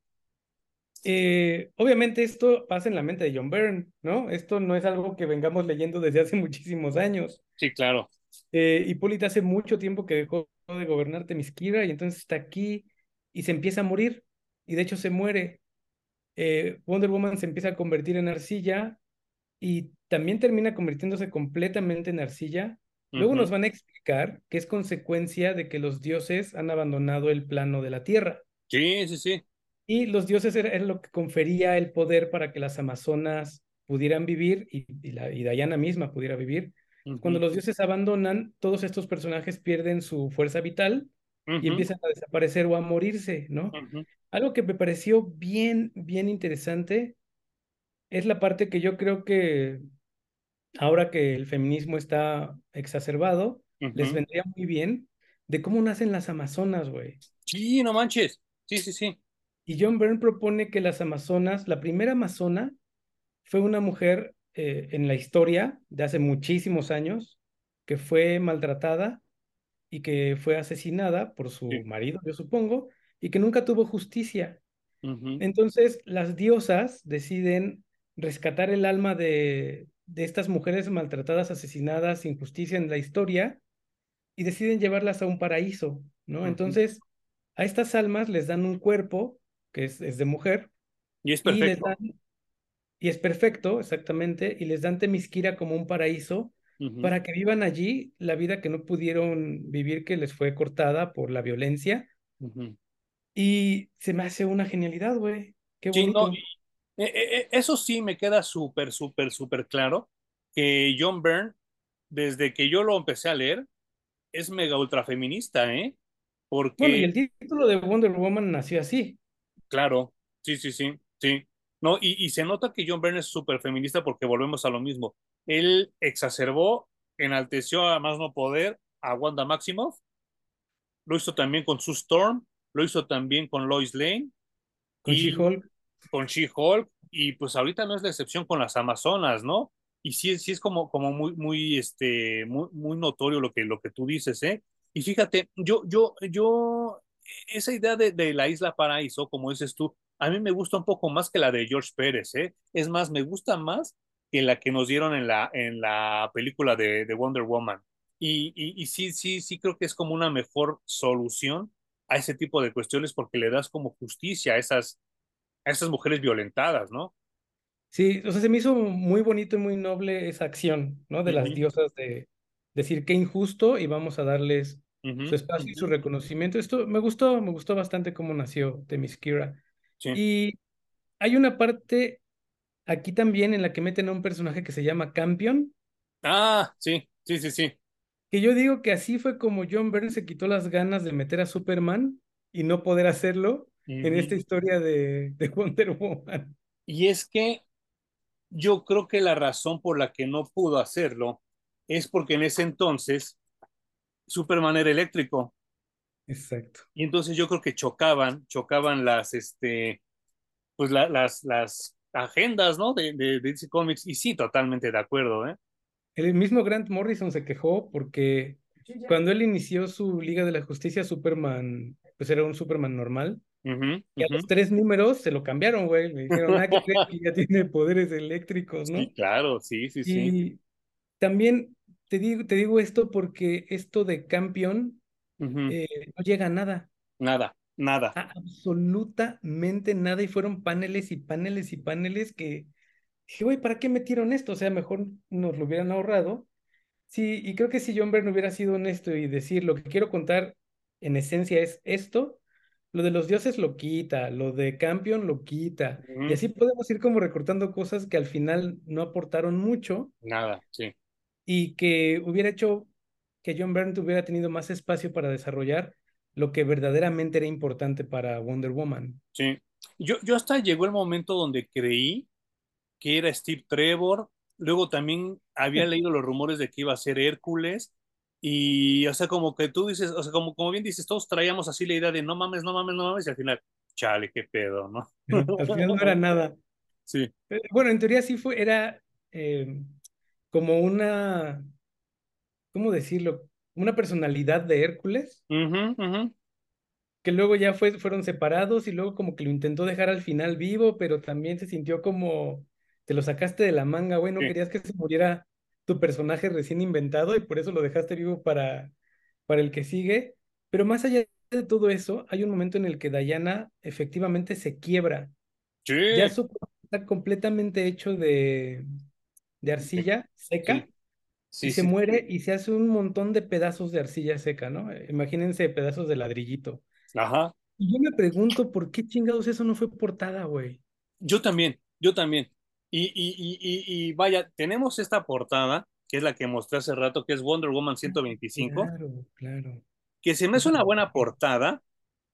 Eh, obviamente esto pasa en la mente de John Byrne, ¿no? Esto no es algo que vengamos leyendo desde hace muchísimos años. sí, claro. Eh, Hipólita hace mucho tiempo que dejó de gobernar Temisquira y entonces está aquí y se empieza a morir. Y de hecho se muere. Eh, Wonder Woman se empieza a convertir en arcilla y también termina convirtiéndose completamente en arcilla. Luego Ujú. nos van a explicar que es consecuencia de que los dioses han abandonado el plano de la tierra. Sí, sí, sí. Y los dioses era, era lo que confería el poder para que las amazonas pudieran vivir y, y, la, y Diana misma pudiera vivir. Cuando Ujú, los dioses abandonan, todos estos personajes pierden su fuerza vital y ujú, empiezan a desaparecer o a morirse, ¿no? ujú, Algo que me pareció bien, bien interesante es la parte que yo creo que ahora que el feminismo está exacerbado, les ujú. vendría muy bien de cómo nacen las amazonas, güey. Sí, no manches. Sí, sí, sí. Y John Byrne propone que las amazonas, la primera amazona fue una mujer eh, en la historia de hace muchísimos años que fue maltratada y que fue asesinada por su Sí. marido, yo supongo, y que nunca tuvo justicia. Ujú, Entonces, las diosas deciden rescatar el alma de, de estas mujeres maltratadas, asesinadas sin justicia en la historia, y deciden llevarlas a un paraíso, ¿no? ujú. Entonces, a estas almas les dan un cuerpo, que es, es de mujer, Y es y les dan, perfecto. y es perfecto, exactamente, y les dan Temisquira como un paraíso Ujú, para que vivan allí la vida que no pudieron vivir, que les fue cortada por la violencia. ujú. Y se me hace una genialidad, güey. Qué Sí, no, bonito. eh, eh, eh, eso sí me queda súper, súper, súper claro que John Byrne, desde que yo lo empecé a leer, es mega ultra feminista, ¿eh? Bueno, y Porque, el título de Wonder Woman nació así. claro, sí, sí, sí, sí. No, y, y se nota que John Byrne es súper feminista porque volvemos a lo mismo. Él exacerbó, enalteció a más no poder a Wanda Maximoff, lo hizo también con Sue Storm, lo hizo también con Lois Lane Con y She-Hulk. con She-Hulk, y pues ahorita no es la excepción con las Amazonas, ¿no? Y sí, sí es como, como muy, muy, este, muy, muy notorio lo que, lo que tú dices, ¿eh? Y fíjate, yo, yo, yo, esa idea de, de la Isla Paraíso, como dices tú, a mí me gusta un poco más que la de George Pérez, ¿eh? Es más, me gusta más que la que nos dieron en la, en la película de, de Wonder Woman. Y, y, y sí, sí, sí creo que es como una mejor solución a ese tipo de cuestiones porque le das como justicia a esas, a esas mujeres violentadas, ¿no? Sí, o sea, se me hizo muy bonito y muy noble esa acción, ¿no? De las Ujú, diosas de decir qué injusto y vamos a darles su ujú, espacio y su ujú. reconocimiento. Esto me gustó, me gustó bastante cómo nació Themyscira. Sí. Y hay una parte aquí también en la que meten a un personaje que se llama Campion, Ah, sí, sí, sí, sí. que yo digo que así fue como John Byrne se quitó las ganas de meter a Superman y no poder hacerlo en esta Ujú. historia de, de Wonder Woman. Y es que yo creo que la razón por la que no pudo hacerlo es porque en ese entonces Superman era eléctrico. Exacto. Y entonces yo creo que chocaban, chocaban las, este, pues la- las, las agendas, ¿no? De, de, de D C Comics. Y sí, totalmente de acuerdo, ¿eh? El mismo Grant Morrison se quejó porque cuando él inició su Liga de la Justicia, Superman, pues era un Superman normal. Ujú, Y a ujú. los tres números se lo cambiaron, güey. Me dijeron, ah, que crees que ya tiene poderes eléctricos, Sí, ¿no? claro, sí, sí, sí. Y también te digo, te digo esto porque esto de Campion Ujú. eh, no llega a nada, Nada, nada. a absolutamente nada. Y fueron paneles y paneles y paneles que dije, güey, ¿para qué metieron esto? O sea, mejor nos lo hubieran ahorrado. Sí, y creo que si John Byrne hubiera sido honesto y decir lo que quiero contar en esencia es esto, lo de los dioses lo quita, lo de Campion lo quita, y Ujú. así podemos ir como recortando cosas que al final no aportaron mucho Nada, sí. y que hubiera hecho que John Byrne hubiera tenido más espacio para desarrollar lo que verdaderamente era importante para Wonder Woman. Sí. Yo, yo hasta llegó el momento donde creí que era Steve Trevor. Luego también había leído los rumores de que iba a ser Hércules. Y, o sea, como que tú dices, o sea, como, como bien dices, todos traíamos así la idea de no mames, no mames, no mames, y al final, chale, qué pedo, ¿no? Al final no era nada. Sí. Eh, Bueno, en teoría sí fue, era eh, como una, ¿cómo decirlo? Una personalidad de Hércules, Ujú, ujú. que luego ya fue, fueron separados y luego como que lo intentó dejar al final vivo, pero también se sintió como, te lo sacaste de la manga, güey, no Sí. querías que se muriera tu personaje recién inventado y por eso lo dejaste vivo para, para el que sigue. Pero más allá de todo eso, hay un momento en el que Diana efectivamente se quiebra. Sí. Ya su cuerpo está completamente hecho de, de arcilla Sí, seca y sí, se sí. muere y se hace un montón de pedazos de arcilla seca, ¿no? Eh, Imagínense pedazos de ladrillito. Ajá. Y yo me pregunto por qué chingados eso no fue portada, güey. Yo también, yo también. Y, y, y, y, y vaya, tenemos esta portada, que es la que mostré hace rato, que es Wonder Woman ciento veinticinco, Claro, claro. que se me hace Esa una la- buena portada,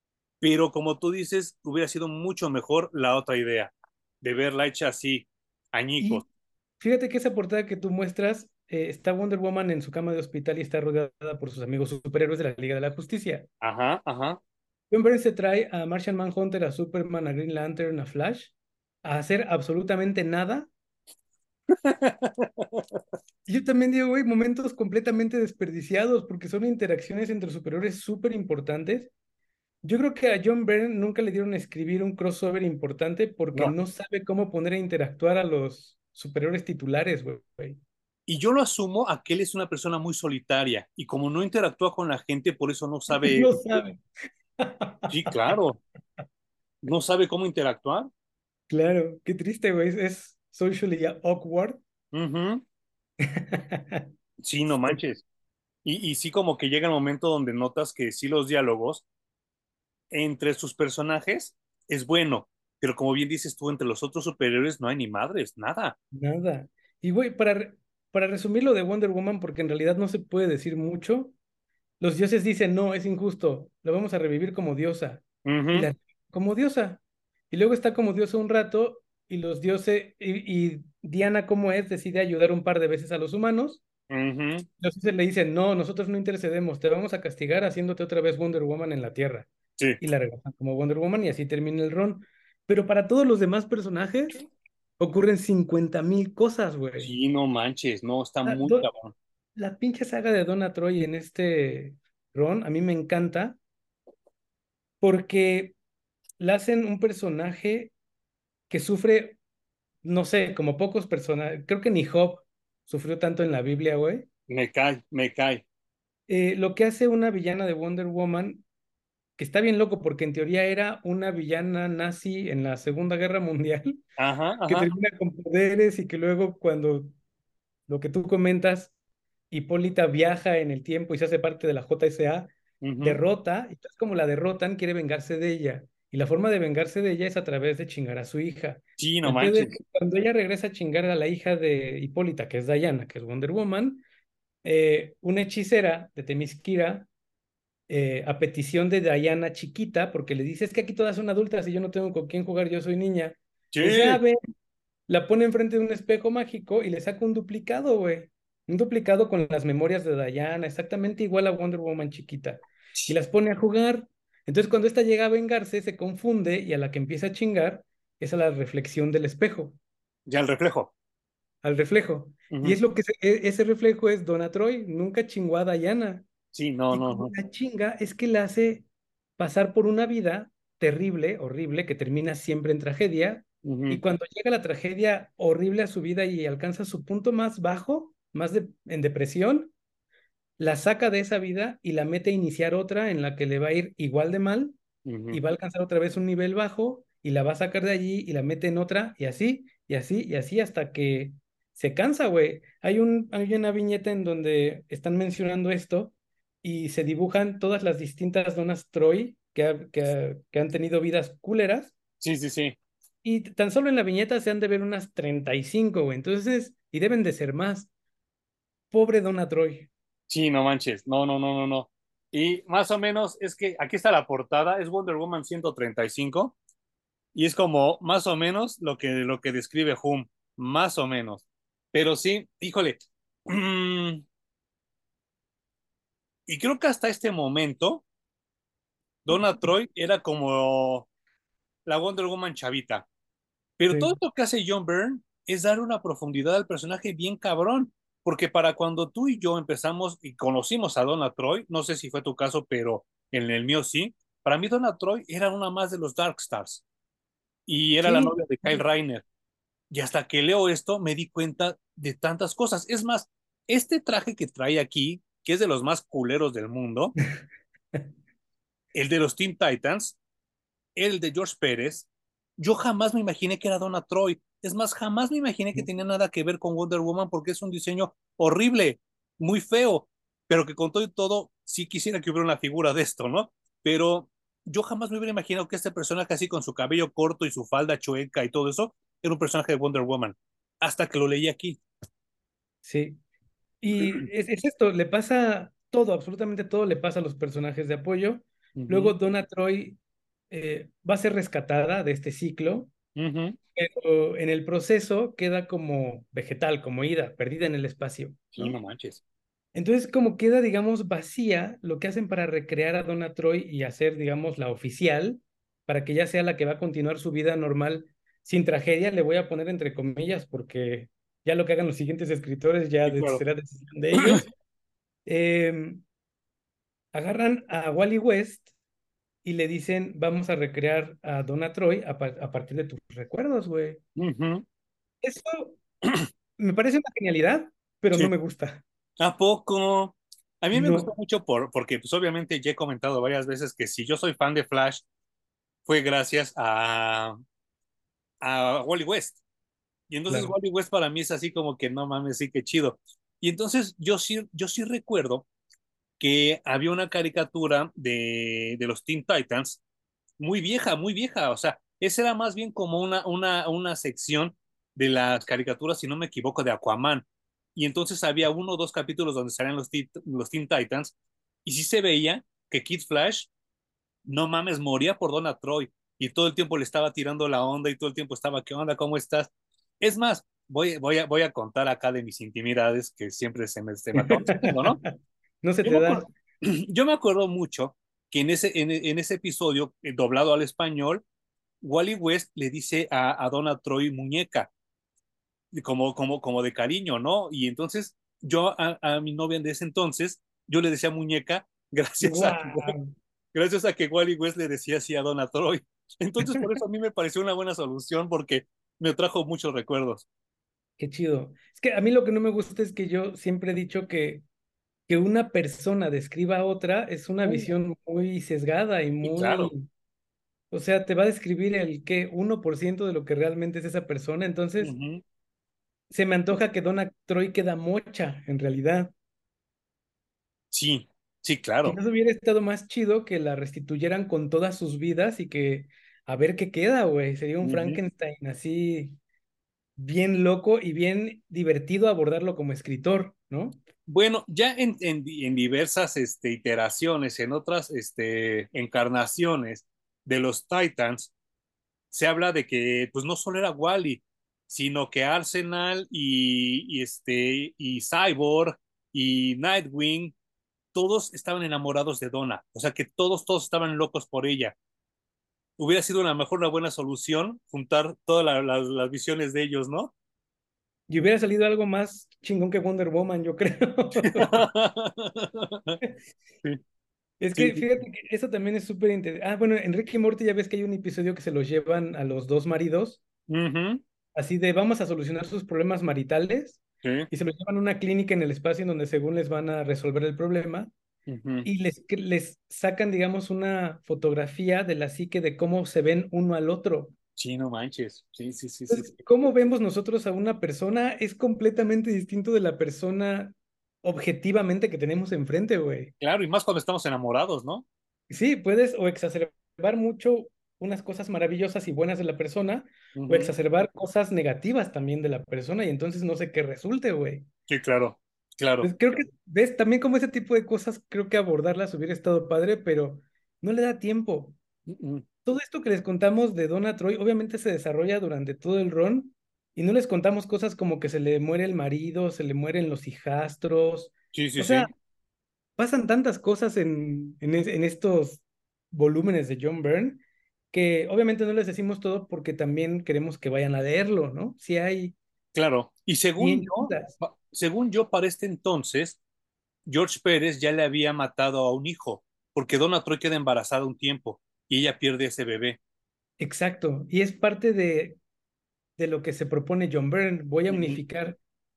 pero como tú dices, hubiera sido mucho mejor la otra idea, de verla hecha así, añicos. Y fíjate que esa portada que tú muestras, eh, está Wonder Woman en su cama de hospital y está rodeada por sus amigos superhéroes de la Liga de la Justicia. Ajá, ajá. John Byrne se trae a Martian Manhunter, a Superman, a Green Lantern, a Flash, a hacer absolutamente nada Y yo también digo, güey, momentos completamente desperdiciados porque son interacciones entre superiores súper importantes. Yo creo que a John Byrne nunca le dieron a escribir un crossover importante porque No. no sabe cómo poner a interactuar a los superiores titulares, güey. Y yo lo asumo a que él es una persona muy solitaria y como no interactúa con la gente, por eso no sabe, No sabe. sí, claro, no sabe cómo interactuar. Claro, qué triste, güey. Es socially awkward. Ujú. Sí, no manches. Y, y sí como que llega el momento donde notas que sí los diálogos entre sus personajes es bueno, pero como bien dices tú, entre los otros superiores no hay ni madres, nada. Nada. Y, güey, para, re- para resumir lo de Wonder Woman, porque en realidad no se puede decir mucho, los dioses dicen, no, es injusto, lo vamos a revivir como diosa. Y Ujú, la como diosa. Y luego está como diosa un rato, y los dioses, y, y Diana, como es, decide ayudar un par de veces a los humanos. ujú. Los dioses le dicen, no, nosotros no intercedemos, te vamos a castigar haciéndote otra vez Wonder Woman en la Tierra. Sí, Y la regresan como Wonder Woman y así termina el run. Pero para todos los demás personajes ocurren cincuenta mil cosas, güey. sí, no manches, no, está La, muy do- cabrón. la pinche saga de Donna Troy en este run a mí me encanta porque la hacen un personaje que sufre, no sé, como pocos personajes. Creo que ni Job sufrió tanto en la Biblia, güey. Me cae, me cae. Eh, lo que hace una villana de Wonder Woman, que está bien loco porque en teoría era una villana nazi en la Segunda Guerra Mundial, Ajá, que ajá. termina con poderes y que luego cuando lo que tú comentas, Hipólita viaja en el tiempo y se hace parte de la J S A, Ujú. derrota, y entonces como la derrotan, quiere vengarse de ella. Y la forma de vengarse de ella es a través de chingar a su hija. Sí, no El pedo es manches. que cuando ella regresa a chingar a la hija de Hipólita, que es Diana, que es Wonder Woman, eh, una hechicera de Temisquira, eh, a petición de Diana chiquita, porque le dice, es que aquí todas son adultas y yo no tengo con quién jugar, yo soy niña. Sí, Le dice, ah, ve, la pone enfrente de un espejo mágico y le saca un duplicado, güey. Un duplicado con las memorias de Diana, exactamente igual a Wonder Woman chiquita. Y las pone a jugar. Entonces, cuando esta llega a vengarse, se confunde y a la que empieza a chingar es a la reflexión del espejo, ya el reflejo. al reflejo. Y Ujú. es lo que se- e- ese reflejo es Donna Troy, nunca chingó a Diana. Sí, no, Y no, como no. la chinga es que la hace pasar por una vida terrible, horrible, que termina siempre en tragedia. Y Ujú, cuando llega la tragedia horrible a su vida y alcanza su punto más bajo, más de- en depresión, la saca de esa vida y la mete a iniciar otra en la que le va a ir igual de mal y ujú. va a alcanzar otra vez un nivel bajo y la va a sacar de allí y la mete en otra y así, y así, y así hasta que se cansa, güey. Hay un, hay una viñeta en donde están mencionando esto y se dibujan todas las distintas donas Troy que, ha- que, ha- que han tenido vidas culeras Sí, sí, sí. y tan solo en la viñeta se han de ver unas treinta y cinco, güey. Entonces, y deben de ser más. Pobre Donna Troy. Sí, no manches. No, no, no, no, no. Y más o menos es que aquí está la portada, es Wonder Woman ciento treinta y cinco y es como más o menos lo que, lo que describe Hum, más o menos. Pero sí, híjole. mm, y creo que hasta este momento, Donna Troy era como la Wonder Woman chavita. Pero todo Sí, lo que hace John Byrne es dar una profundidad al personaje bien cabrón, porque para cuando tú y yo empezamos y conocimos a Donna Troy, no sé si fue tu caso, pero en el mío sí, para mí Donna Troy era una más de los Dark Stars y era la sí, novia de Kyle Reiner. Y hasta que leo esto me di cuenta de tantas cosas. Es más, este traje que trae aquí, que es de los más culeros del mundo, el de los Teen Titans, el de George Pérez, yo jamás me imaginé que era Donna Troy. Es más, jamás me imaginé que tenía nada que ver con Wonder Woman porque es un diseño horrible, muy feo, pero que con todo y todo, sí quisiera que hubiera una figura de esto, ¿no? Pero yo jamás me hubiera imaginado que este personaje así con su cabello corto y su falda chueca y todo eso, era un personaje de Wonder Woman. Hasta que lo leí aquí. sí. Y es, es esto, le pasa todo, absolutamente todo le pasa a los personajes de apoyo. Luego Ujú, Donna Troy eh, va a ser rescatada de este ciclo, ujú. pero en el proceso queda como vegetal, como ida, perdida en el espacio, Sí, ¿no? no manches. Entonces como queda, digamos, vacía, lo que hacen para recrear a Donna Troy y hacer, digamos, la oficial, para que ya sea la que va a continuar su vida normal sin tragedia, le voy a poner entre comillas, porque Ya lo que hagan los siguientes escritores ya Sí, de- claro. será decisión de ellos. Em, agarran a Wally West y le dicen, vamos a recrear a Donna Troy a, pa- a partir de tus recuerdos, güey. Ujú. Eso me parece una genialidad, pero no Sí. me gusta. ¿A poco? A mí me gustó No, mucho por, porque pues obviamente ya he comentado varias veces que si yo soy fan de Flash fue gracias a, a Wally West. Y entonces claro. Wally West para mí es así como que no mames, sí que chido. Y entonces yo sí, yo sí recuerdo que había una caricatura de, de los Teen Titans muy vieja, muy vieja. O sea, esa era más bien como una, una, una sección de las caricaturas, si no me equivoco, de Aquaman. Y entonces había uno o dos capítulos donde salían los, teen, los Teen Titans y sí se veía que Kid Flash, no mames, moría por Donna Troy y todo el tiempo le estaba tirando la onda y todo el tiempo estaba, ¿qué onda? ¿Cómo estás? Es más, voy, voy, a, voy a contar acá de mis intimidades que siempre se me, se me acaban saliendo, ¿no? No se Yo te me da. acuerdo, yo me acuerdo mucho que en ese, en, en ese episodio, eh, doblado al español, Wally West le dice a, a Donna Troy muñeca, como, como, como de cariño, ¿no? Y entonces yo a, a mi novia de ese entonces, yo le decía muñeca gracias a que, ¡Guau! gracias a que Wally West le decía así a Donna Troy. Entonces por eso a mí me pareció una buena solución porque me trajo muchos recuerdos. Qué chido. Es que a mí lo que no me gusta es que yo siempre he dicho que, que una persona describa a otra es una Uh, visión muy sesgada y y claro. muy, o sea, te va a describir el qué, uno por ciento de lo que realmente es esa persona. Entonces, Ujú. se me antoja que Donna Troy queda mocha, en realidad. Sí, sí, claro. Quizás hubiera estado más chido que la restituyeran con todas sus vidas y que a ver qué queda, güey. Sería un Ujú. Frankenstein así bien loco y bien divertido abordarlo como escritor, ¿no? Bueno, ya en, en, en diversas este, iteraciones, en otras este, encarnaciones de los Titans, se habla de que pues no solo era Wally, sino que Arsenal y, y, este, y Cyborg y Nightwing, todos estaban enamorados de Donna. O sea que todos, todos estaban locos por ella. Hubiera sido una mejor, una buena solución juntar todas la, la, las visiones de ellos, ¿no? Y hubiera salido algo más chingón que Wonder Woman, yo creo. Sí, Es sí, que sí. fíjate que eso también es súper interesante. Ah, bueno, en Rick y Morty ya ves que hay un episodio que se los llevan a los dos maridos, Ujú, así de vamos a solucionar sus problemas maritales, sí, y se los llevan a una clínica en el espacio en donde según les van a resolver el problema, ujú. y les, cre- les sacan, digamos, una fotografía de la psique de cómo se ven uno al otro. Sí, no manches. Sí, sí, sí, sí, Entonces, sí. cómo vemos nosotros a una persona es completamente distinto de la persona objetivamente que tenemos enfrente, güey. Claro, y más cuando estamos enamorados, ¿no? Sí, puedes o exacerbar mucho unas cosas maravillosas y buenas de la persona, o Ujú. exacerbar cosas negativas también de la persona, y entonces no sé qué resulte, güey. Sí, claro, claro. Pues creo que, ves, también como ese tipo de cosas, creo que abordarlas hubiera estado padre, pero no le da tiempo. Ujú. Todo esto que les contamos de Donna Troy, obviamente se desarrolla durante todo el run, y no les contamos cosas como que se le muere el marido, se le mueren los hijastros. Sí, sí, O sea, sí. pasan tantas cosas en, en, es- en estos volúmenes de John Byrne que obviamente no les decimos todo porque también queremos que vayan a leerlo, ¿no? Si hay Claro. Y según cien yo, vidas. pa- según yo, para este entonces, George Pérez ya le había matado a un hijo, porque Donna Troy queda embarazada un tiempo y ella pierde ese bebé. Exacto. Y es parte de, de lo que se propone John Byrne. Voy a Ujú. unificar.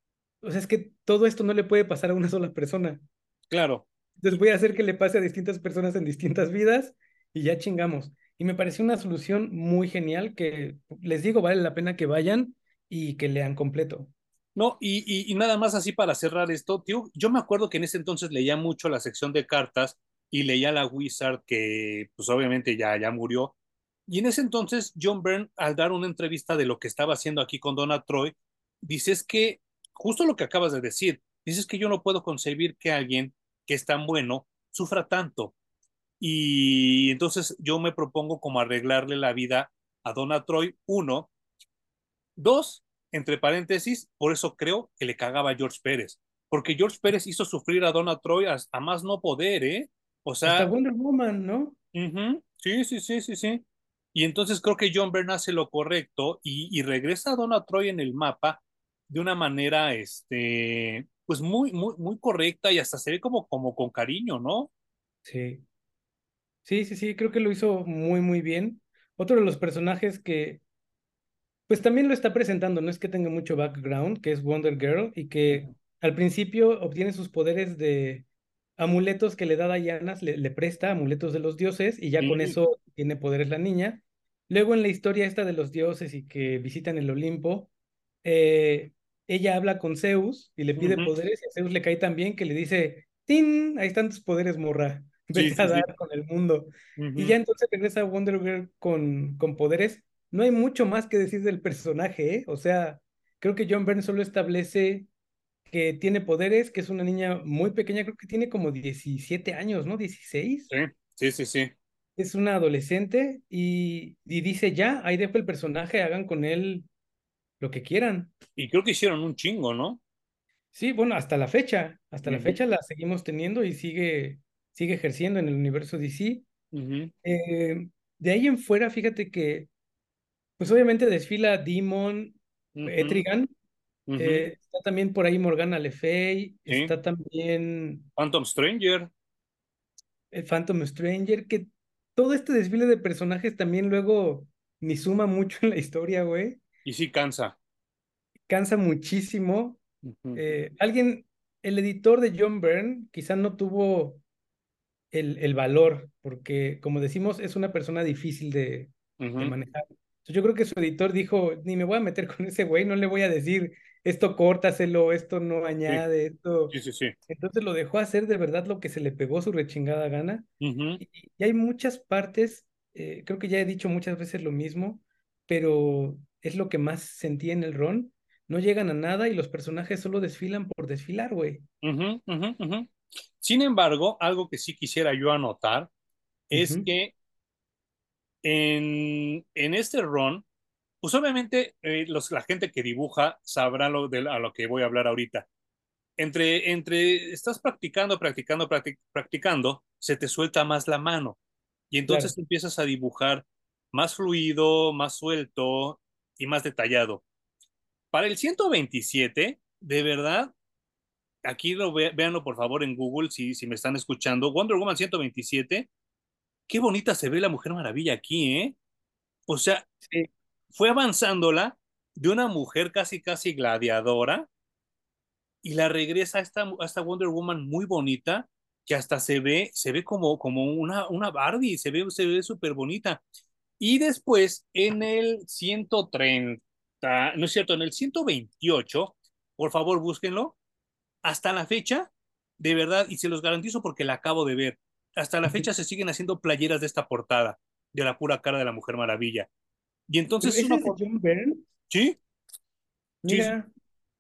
O sea, es que todo esto no le puede pasar a una sola persona. Claro. Entonces voy a hacer que le pase a distintas personas en distintas vidas y ya chingamos. Y me pareció una solución muy genial que les digo, vale la pena que vayan y que lean completo. No, y, y, y nada más así para cerrar esto, tío, yo me acuerdo que en ese entonces leía mucho la sección de cartas y leía la Wizard que pues obviamente ya, ya murió. Y en ese entonces John Byrne, al dar una entrevista de lo que estaba haciendo aquí con Donna Troy, dices que justo lo que acabas de decir, dices que yo no puedo concebir que alguien que es tan bueno sufra tanto. Y entonces yo me propongo como arreglarle la vida a Donna Troy, uno. Dos, entre paréntesis, por eso creo que le cagaba a George Pérez, porque George Pérez hizo sufrir a Donna Troy a, a más no poder, ¿eh? O Hasta sea, Wonder Woman, ¿no? ujú, sí, sí, sí, sí, sí. Y entonces creo que John Byrne hace lo correcto y, y regresa a Donna Troy en el mapa de una manera, este, pues muy, muy, muy correcta y hasta se ve como, como con cariño, ¿no? Sí, sí, sí, sí, creo que lo hizo muy, muy bien. Otro de los personajes que pues también lo está presentando, no es que tenga mucho background, que es Wonder Girl, y que Ujú. al principio obtiene sus poderes de amuletos que le da Diana, le, le presta amuletos de los dioses, y ya con Sí, eso tiene poderes la niña. Luego en la historia esta de los dioses y que visitan el Olimpo, eh, ella habla con Zeus y le pide ujú. poderes, y a Zeus le cae tan bien que le dice, ¡Tin! Ahí están tus poderes, morra, Sí, vete sí, a sí. dar con el mundo. Y Ujú. ya entonces regresa Wonder Girl con, con poderes. No hay mucho más que decir del personaje, ¿eh? O sea, creo que John Byrne solo establece que tiene poderes, que es una niña muy pequeña, creo que tiene como diecisiete años, ¿no? Dieciséis. Sí, sí, sí, sí. Es una adolescente y, y dice, ya, ahí dejo el personaje, hagan con él lo que quieran. Y creo que hicieron un chingo, ¿no? Sí, bueno, hasta la fecha, hasta la Ujú, fecha la seguimos teniendo y sigue, sigue ejerciendo en el universo D C. ujú, Eh, de ahí en fuera, fíjate que, pues obviamente desfila Demon, ujú, Etrigan. ujú. Eh, está también por ahí Morgana Le Fay, Sí. está también Phantom Stranger. el Phantom Stranger, que todo este desfile de personajes también luego ni suma mucho en la historia, güey. Y sí cansa. Cansa muchísimo. Ujú, Eh, alguien, el editor de John Byrne, quizá no tuvo el, el valor, porque como decimos, es una persona difícil de, de ujú. manejar. Entonces, yo creo que su editor dijo, ni me voy a meter con ese güey, no le voy a decir, esto córtaselo, esto no Sí, añade, esto. sí, sí, sí. Entonces lo dejó hacer de verdad lo que se le pegó su rechingada gana. Ujú, Y, y hay muchas partes, eh, creo que ya he dicho muchas veces lo mismo, pero es lo que más sentí en el Ron. No llegan a nada y los personajes solo desfilan por desfilar, güey. ujú, ujú, ujú. Sin embargo, algo que sí quisiera yo anotar es Ujú, que en, en este run, pues obviamente eh, los, la gente que dibuja sabrá lo de, a lo que voy a hablar ahorita. Entre, entre estás practicando, practicando, practic- practicando, se te suelta más la mano y claro. entonces empiezas a dibujar más fluido, más suelto y más detallado. Para el ciento veintisiete, de verdad, aquí lo ve, véanlo por favor en Google si, si me están escuchando, Wonder Woman ciento veintisiete, qué bonita se ve la Mujer Maravilla aquí, ¿eh? O sea, Sí. fue avanzándola de una mujer casi, casi gladiadora y la regresa a esta, a esta Wonder Woman muy bonita que hasta se ve, se ve como, como una, una Barbie, se ve, se ve súper bonita. Y después en el ciento treinta, no es cierto, en el ciento veintiocho, por favor búsquenlo, hasta la fecha, de verdad, y se los garantizo porque la acabo de ver, hasta la fecha se siguen haciendo playeras de esta portada, de la pura cara de la Mujer Maravilla. Y Pero entonces es ese una... es de John Byrne. Sí, sí, sí. Mira,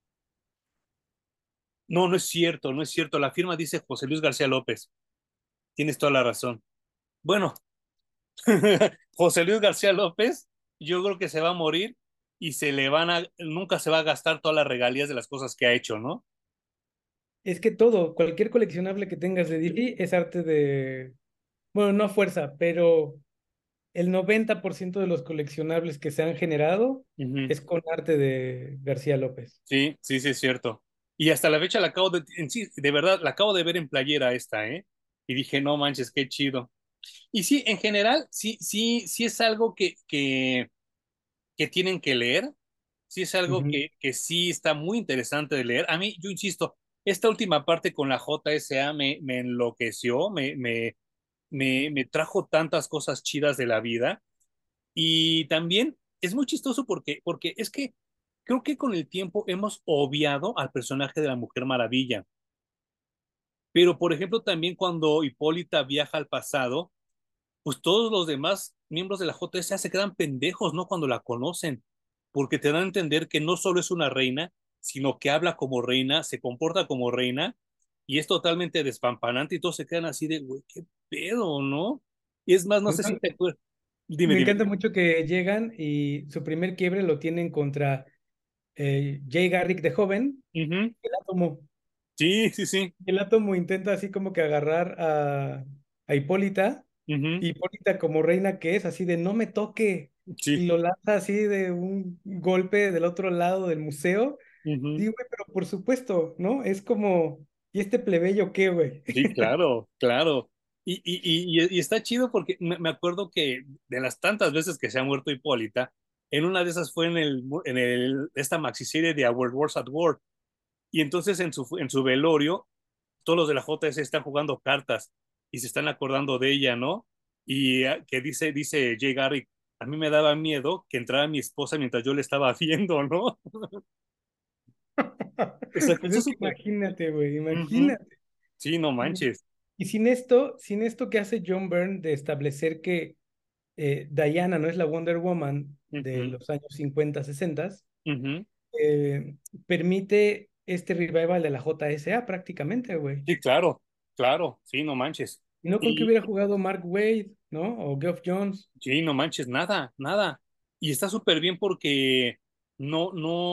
No, no es cierto, no es cierto. La firma dice José Luis García López. Tienes toda la razón. Bueno, José Luis García López, yo creo que se va a morir y se le van a, nunca se va a gastar todas las regalías de las cosas que ha hecho, ¿no? es que todo, cualquier coleccionable que tengas de D C es arte de, bueno, no a fuerza, pero el noventa por ciento de los coleccionables que se han generado Ujú. es con arte de García López. Sí, sí, sí, es cierto. Y hasta la fecha la acabo de, en sí, de verdad, la acabo de ver en playera esta, ¿eh? Y dije, no manches, qué chido. Y sí, en general, sí, sí, sí es algo que, que, que tienen que leer. Sí es algo Ujú. que, que sí está muy interesante de leer. A mí, yo insisto, esta última parte con la J S A me, me enloqueció, me, me, me, me trajo tantas cosas chidas de la vida. Y también es muy chistoso porque, porque es que creo que con el tiempo hemos obviado al personaje de la Mujer Maravilla. Pero, por ejemplo, también cuando Hipólita viaja al pasado, pues todos los demás miembros de la J S A se quedan pendejos, ¿no? Cuando la conocen, porque te dan a entender que no solo es una reina, sino que habla como reina, se comporta como reina, y es totalmente despampanante, y todos se quedan así de, güey, qué pedo, ¿no? Y es más, no sé si te acuerdas. Dime, Me dime. encanta mucho que llegan y su primer quiebre lo tienen contra eh, Jay Garrick de joven, Ujú. el átomo. Sí, sí, sí. El átomo intenta así como que agarrar a, a Hipólita, Ujú. y Hipólita como reina que es, así de no me toque, Sí, y lo lanza así de un golpe del otro lado del museo, Ujú. Digo, güey, pero por supuesto, ¿no? Es como, ¿y este plebeyo qué, güey? Sí, claro, claro. Y, y, y, y y está chido porque me, me acuerdo que de las tantas veces que se ha muerto Hipólita, en una de esas fue en el, en el, esta maxiserie de Our Wars at War. Y entonces en su, en su velorio, todos los de la J S están jugando cartas y se están acordando de ella, ¿no? Y uh, que dice, dice Jay Garrick, a mí me daba miedo que entrara mi esposa mientras yo le estaba viendo, ¿no? O sea, Pues justo es que súper. imagínate, güey, Ujú. imagínate. Sí, no Y, manches. y sin esto, sin esto que hace John Byrne de establecer que eh, Diana no es la Wonder Woman de Ujú, los años cincuenta sesenta, ujú. eh, permite este revival de la J S A prácticamente, güey. Sí, claro, claro, sí, no manches. Y no con que Y hubiera jugado Mark Wade, ¿no? O Geoff Jones. sí, no manches, nada, nada. Y está súper bien porque no,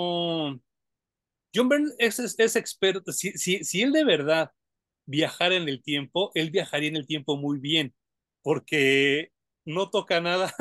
no. John Byrne es, es, es experto. Si, si, si él de verdad viajara en el tiempo, él viajaría en el tiempo muy bien, porque no toca nada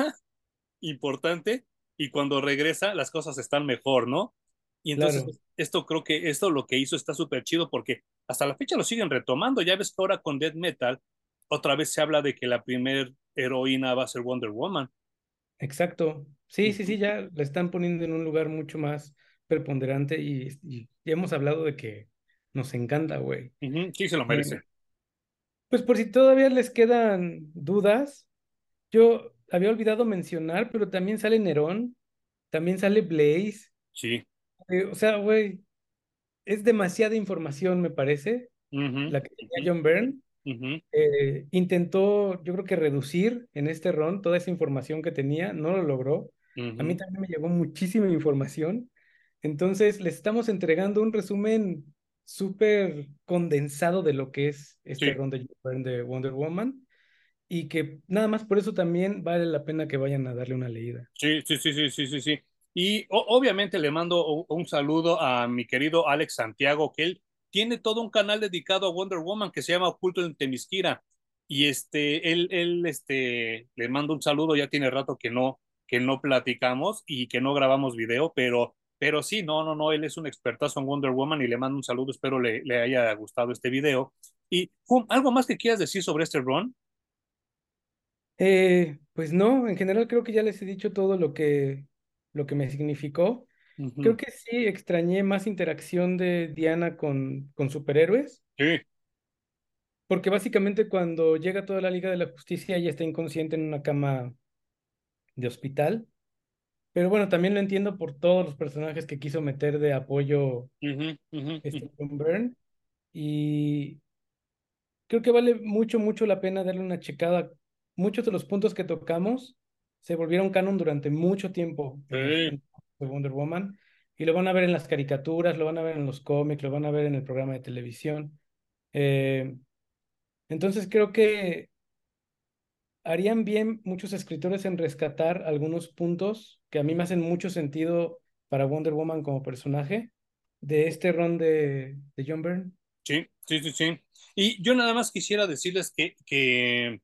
importante y cuando regresa las cosas están mejor, ¿no? Y entonces Claro, esto creo que esto lo que hizo está súper chido porque hasta la fecha lo siguen retomando. Ya ves que ahora con Death Metal otra vez se habla de que la primer heroína va a ser Wonder Woman. exacto. Sí, sí, Ujú, sí, ya la están poniendo en un lugar mucho más preponderante y, y ya hemos hablado de que nos encanta, güey. ujú, sí, se lo Eh, merece. pues por si todavía les quedan dudas, yo había olvidado mencionar, pero también sale Nerón, también sale Blaze. Sí. Eh, o sea, güey, es demasiada información, me parece, Ujú, la que ujú, tenía John Byrne. ujú, Eh, intentó, yo creo que reducir en este ron toda esa información que tenía, no lo logró. A mí ujú. también me llegó muchísima información. Entonces, les estamos entregando un resumen súper condensado de lo que es este Sí, ron de, de Wonder Woman y que nada más por eso también vale la pena que vayan a darle una leída. sí, sí, sí, sí, sí, sí, sí. Y o- obviamente le mando u- un saludo a mi querido Alex Santiago, que él tiene todo un canal dedicado a Wonder Woman que se llama Oculto en Temisquira. Y este, él, él, este, le mando un saludo, ya tiene rato que no, que no platicamos y que no grabamos video, pero, pero sí, no, no, no, él es un expertazo en Wonder Woman y le mando un saludo, espero le, le haya gustado este video. Y, Jum, ¿algo más que quieras decir sobre este run? Eh, pues no, en general creo que ya les he dicho todo lo que, lo que me significó. Ujú. Creo que sí extrañé más interacción de Diana con, con superhéroes, Sí. porque básicamente cuando llega toda la Liga de la Justicia ella está inconsciente en una cama de hospital. Pero bueno, también lo entiendo por todos los personajes que quiso meter de apoyo Ujú, ujú, ujú. este John Byrne. Y creo que vale mucho, mucho la pena darle una checada. Muchos de los puntos que tocamos se volvieron canon durante mucho tiempo en los Sí. en de Wonder Woman. Y lo van a ver en las caricaturas, lo van a ver en los cómics, lo van a ver en el programa de televisión. Eh, entonces creo que harían bien muchos escritores en rescatar algunos puntos que a mí me hacen mucho sentido para Wonder Woman como personaje de este ron de, de John Byrne. Sí, sí, sí, sí. Y yo nada más quisiera decirles que, que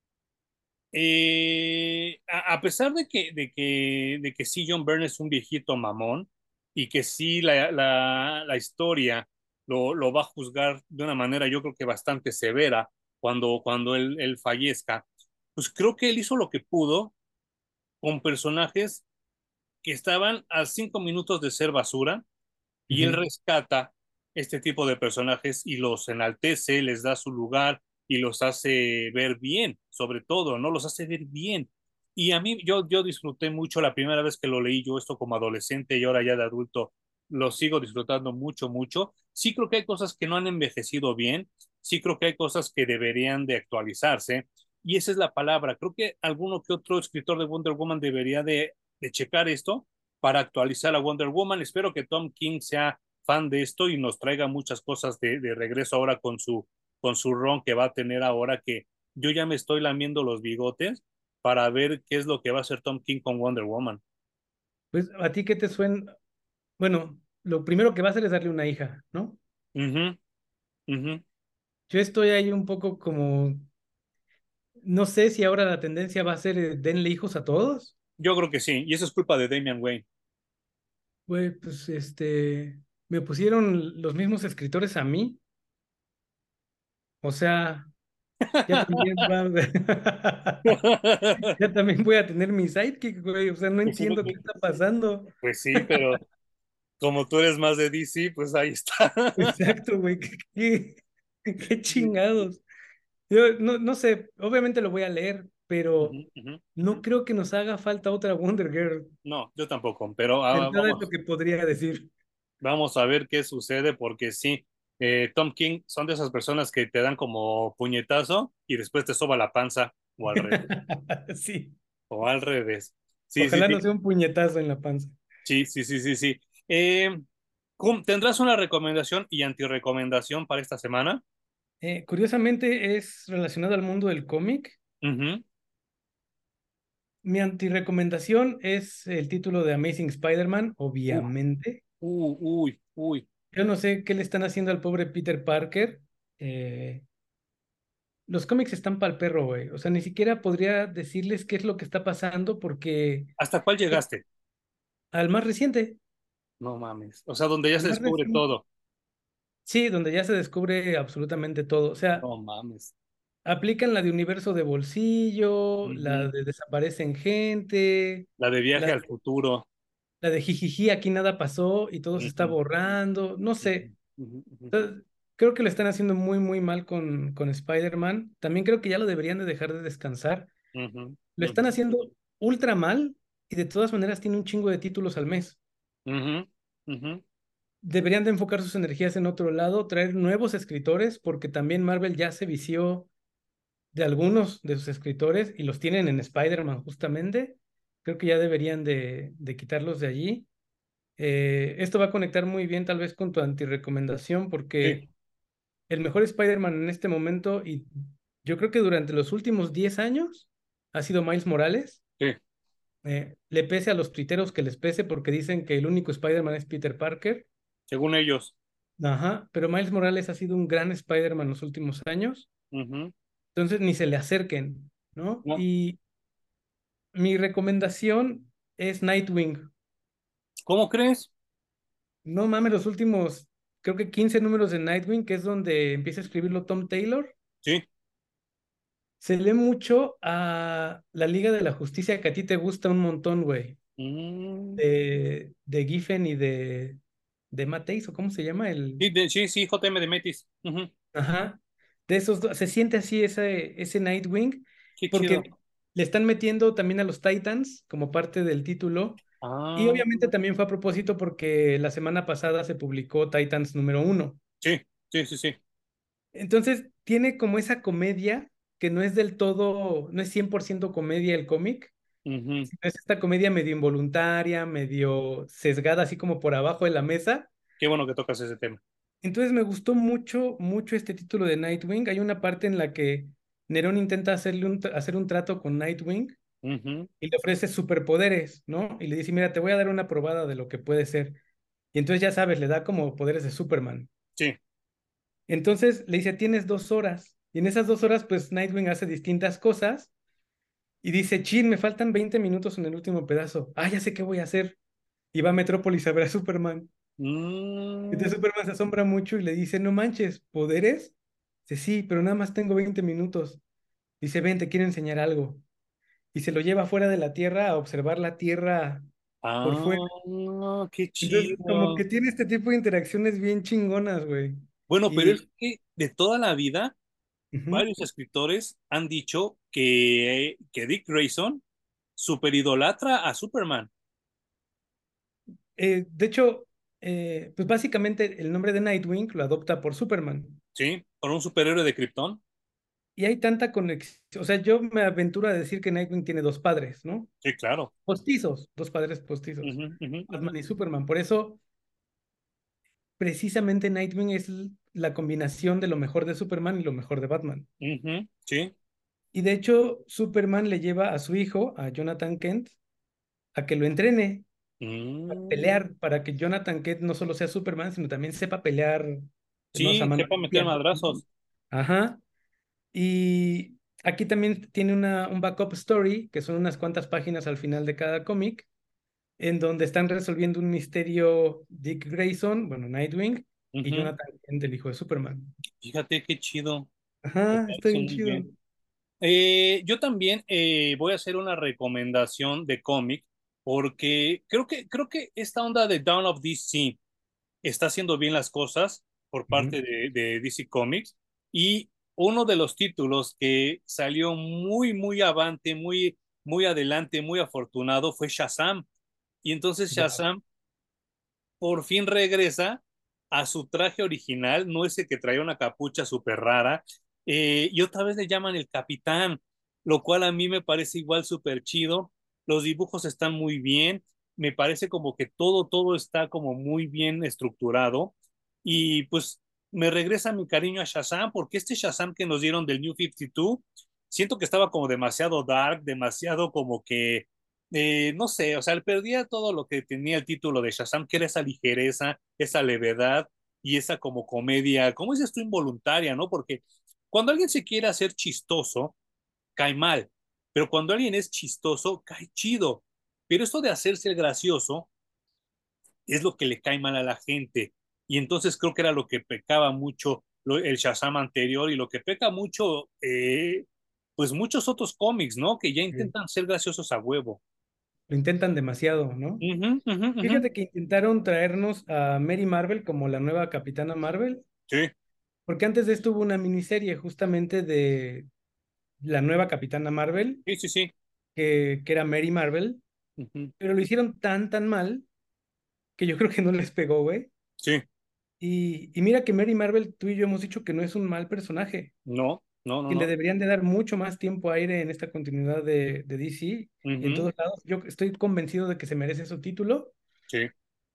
eh, a, a pesar de que, de que, de que sí, John Byrne es un viejito mamón y que sí, la, la, la historia lo, lo va a juzgar de una manera, yo creo que bastante severa cuando, cuando él, él fallezca, pues creo que él hizo lo que pudo con personajes que estaban a cinco minutos de ser basura y él Ujú. rescata este tipo de personajes y los enaltece, les da su lugar y los hace ver bien, sobre todo, ¿no? Los hace ver bien. Y a mí, yo, yo disfruté mucho la primera vez que lo leí yo esto como adolescente y ahora ya de adulto, lo sigo disfrutando mucho, mucho. Sí creo que hay cosas que no han envejecido bien, sí creo que hay cosas que deberían de actualizarse y esa es la palabra. Creo que alguno que otro escritor de Wonder Woman debería de, de checar esto para actualizar a Wonder Woman. Espero que Tom King sea fan de esto y nos traiga muchas cosas de, de regreso ahora con su, con su ron que va a tener ahora que yo ya me estoy lamiendo los bigotes para ver qué es lo que va a hacer Tom King con Wonder Woman. Pues a ti qué te suena, bueno, lo primero que va a hacer es darle una hija, ¿no? Ujú, ujú. Yo estoy ahí un poco como, no sé si ahora la tendencia va a ser eh, denle hijos a todos. Yo creo que sí, y eso es culpa de Damian Wayne. Güey, pues este. me pusieron los mismos escritores a mí. O sea, ya también va- ya también voy a tener mi sidekick, güey. O sea, no Pues sí, entiendo qué está pasando. pues sí, pero como tú eres más de D C, pues ahí está. Exacto, güey. ¿Qué, qué, qué chingados? Yo no, no sé, obviamente lo voy a leer, pero Ujú, ujú. no creo que nos haga falta otra Wonder Girl. No, yo tampoco, pero De ah, entrada es lo vamos, que podría decir. vamos a ver qué sucede, porque sí, eh, Tom King son de esas personas que te dan como puñetazo y después te soba la panza, o al revés, Sí, o al revés. Sí, sí, ojalá no sí, sea un puñetazo en la panza. sí, sí, sí, sí, sí. Eh, ¿cómo- ¿tendrás una recomendación y antirecomendación para esta semana? Eh, curiosamente es relacionado al mundo del cómic. Ujú. Mi antirecomendación es el título de Amazing Spider-Man, Uh, obviamente. uh, uy, uy. Yo no sé qué le están haciendo al pobre Peter Parker. Eh, los cómics están para el perro, güey. O sea, ni siquiera podría decirles qué es lo que está pasando porque ¿Hasta cuál llegaste? al más reciente, No mames. O sea, donde ya al se más descubre reciente, todo. sí, donde ya se descubre absolutamente todo. O sea, No mames. aplican la de universo de bolsillo, la Ujú. de desaparecen gente, La de la, viaje al futuro. la de jijiji, aquí nada pasó y todo se está Ujú, borrando. No ujú, sé. ujú, ujú, Entonces, creo que lo están haciendo muy, muy mal con, con Spider-Man. También creo que ya lo deberían de dejar de descansar. ujú, Lo están ujú, haciendo ultra mal y de todas maneras tiene un chingo de títulos al mes. ujú, ujú, Deberían de enfocar sus energías en otro lado, traer nuevos escritores, porque también Marvel ya se vició de algunos de sus escritores y los tienen en Spider-Man justamente. Creo que ya deberían de, de quitarlos de allí. Eh, esto va a conectar muy bien tal vez con tu antirecomendación porque sí, el mejor Spider-Man en este momento y yo creo que durante los últimos diez años ha sido Miles Morales. sí. Eh, le pese a los tuiteros que les pese porque dicen que el único Spider-Man es Peter Parker. Según ellos. Ajá, pero Miles Morales ha sido un gran Spider-Man en los últimos años. Ujú. Entonces ni se le acerquen, ¿no? No. Y mi recomendación es Nightwing. ¿Cómo crees? No mames, los últimos, creo que quince números de Nightwing, que es donde empieza a escribirlo Tom Taylor. Sí. Se lee mucho a la Liga de la Justicia que a ti te gusta un montón, güey. Mm. De, de Giffen y de, de Matt Hays, o cómo se llama el. Sí, de- sí, sí, J M de Metis. Ujú. Ajá. De esos dos. Se siente así ese, ese Nightwing, Qué chido. porque le están metiendo también a los Titans como parte del título. Y Ah, obviamente también fue a propósito porque la semana pasada se publicó Titans número uno. sí, sí, sí, sí. Entonces tiene como esa comedia que no es del todo, no es cien por ciento comedia el cómic. Ujú. Es esta comedia medio involuntaria, medio sesgada, así como por abajo de la mesa. Qué bueno que tocas ese tema. Entonces me gustó mucho, mucho este título de Nightwing. Hay una parte en la que Nerón intenta hacerle un, tra- hacer un trato con Nightwing Ujú. y le ofrece superpoderes, ¿no? Y le dice, mira, te voy a dar una probada de lo que puede ser. Y entonces ya sabes, le da como poderes de Superman. Sí. Entonces le dice, tienes dos horas. Y en esas dos horas, pues Nightwing hace distintas cosas y dice, chin, me faltan veinte minutos en el último pedazo. Ah, ya sé qué voy a hacer. Y va a Metrópolis a ver a Superman. Mm. Entonces Superman se asombra mucho y le dice, no manches, ¿poderes? Dice, sí, pero nada más tengo veinte minutos. Dice, ven, te quiero enseñar algo. Y se lo lleva fuera de la Tierra a observar la Tierra por fuera. Ah, qué Entonces, como chido. que tiene este tipo de interacciones bien chingonas, güey. Bueno, pero Y es que de toda la vida, ujú. varios escritores han dicho que, que Dick Grayson superidolatra a Superman. Eh, de hecho, eh, pues básicamente el nombre de Nightwing lo adopta por Superman. ¿Sí? Por un superhéroe de Krypton. Y hay tanta conexión. O sea, yo me aventuro a decir que Nightwing tiene dos padres, ¿no? Sí, claro. Postizos, dos padres postizos. Ujú, ujú, Batman y Superman. Por eso, precisamente Nightwing es l- la combinación de lo mejor de Superman y lo mejor de Batman. ujú, sí. Y de hecho, Superman le lleva a su hijo, a Jonathan Kent, a que lo entrene a Mm. pelear para que Jonathan Kent no solo sea Superman, sino también sepa pelear, vamos, a Sí, mano sepa meter limpia. madrazos. Ajá. Y aquí también tiene una, un backup story, que son unas cuantas páginas al final de cada cómic, en donde están resolviendo un misterio Dick Grayson, bueno, Nightwing, y Ujú. Jonathan Kent, el hijo de Superman. Fíjate qué chido. Me Ajá, está parece bien muy chido. bien. Eh, yo también eh, voy a hacer una recomendación de cómic porque creo que, creo que esta onda de Dawn of D C está haciendo bien las cosas por Ujú. parte de, de D C Comics y uno de los títulos que salió muy, muy avante, muy, muy adelante, muy afortunado fue Shazam. Y entonces Wow. Shazam por fin regresa a su traje original, no ese que traía una capucha súper rara, eh, y otra vez le llaman el capitán, lo cual a mí me parece igual súper chido. Los dibujos están muy bien, me parece como que todo, todo está como muy bien estructurado, y pues me regresa mi cariño a Shazam, porque este Shazam que nos dieron del New cincuenta y dos, siento que estaba como demasiado dark, demasiado como que eh, no sé, o sea, él perdía todo lo que tenía el título de Shazam, que era esa ligereza, esa levedad y esa como comedia, ¿cómo dices tú? Involuntaria, ¿no? Porque cuando alguien se quiere hacer chistoso, cae mal, pero cuando alguien es chistoso, cae chido. Pero esto de hacerse el gracioso es lo que le cae mal a la gente. Y entonces creo que era lo que pecaba mucho lo, el Shazam anterior y lo que peca mucho, eh, pues muchos otros cómics, ¿no? Que ya Sí. intentan ser graciosos a huevo. Lo intentan demasiado, ¿no? Ujú, ujú, ujú. Fíjate que intentaron traernos a Mary Marvel como la nueva Capitana Marvel, Sí, porque antes de esto hubo una miniserie justamente de la nueva Capitana Marvel, sí, sí, sí. que, que era Mary Marvel, Ujú. pero lo hicieron tan, tan mal que yo creo que no les pegó, güey. Sí, Y, y mira que Mary Marvel, tú y yo hemos dicho que no es un mal personaje, no, no, no, que le no. deberían de dar mucho más tiempo aire en esta continuidad de, de D C y en Ujú. todos lados. Yo estoy convencido de que se merece su título, Sí,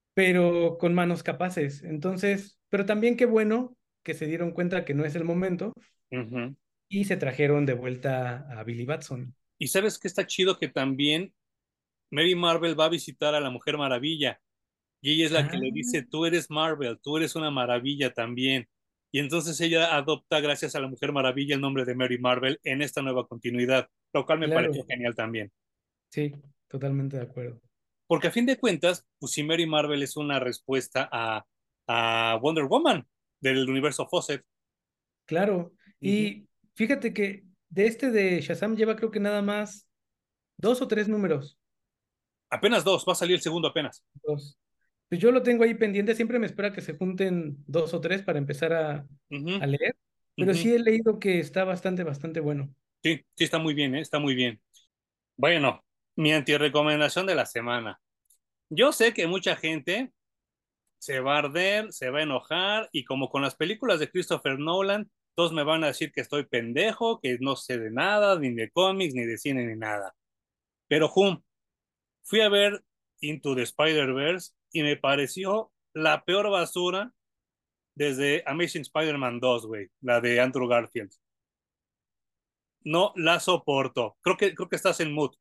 pero con manos capaces. Entonces, pero también qué bueno que se dieron cuenta que no es el momento ujú. y se trajeron de vuelta a Billy Batson. Y sabes que está chido que también Mary Marvel va a visitar a la Mujer Maravilla y ella es la que Ah, le dice, tú eres Marvel, tú eres una maravilla también. Y entonces ella adopta, gracias a la Mujer Maravilla, el nombre de Mary Marvel en esta nueva continuidad, lo cual me pareció claro, genial también. sí, totalmente de acuerdo. Porque a fin de cuentas, pues si Mary Marvel es una respuesta a, a Wonder Woman del universo Fawcett. Claro, Ujú. y fíjate que de este de Shazam lleva creo que nada más dos o tres números. Apenas dos, va a salir el segundo apenas. Dos. Pues yo lo tengo ahí pendiente, siempre me espera que se junten dos o tres para empezar a, Ujú, a leer, pero ujú. sí he leído que está bastante, bastante bueno. Sí, sí, está muy bien, ¿eh? Está muy bien. Bueno, mi antirecomendación de la semana. Yo sé que mucha gente se va a arder, se va a enojar, y como con las películas de Christopher Nolan, todos me van a decir que estoy pendejo, que no sé de nada, ni de cómics, ni de cine, ni nada. Pero, hum, fui a ver Into the Spider-Verse y me pareció la peor basura desde Amazing Spider-Man dos, güey, la de Andrew Garfield. No la soporto. Creo que, creo que estás en mood.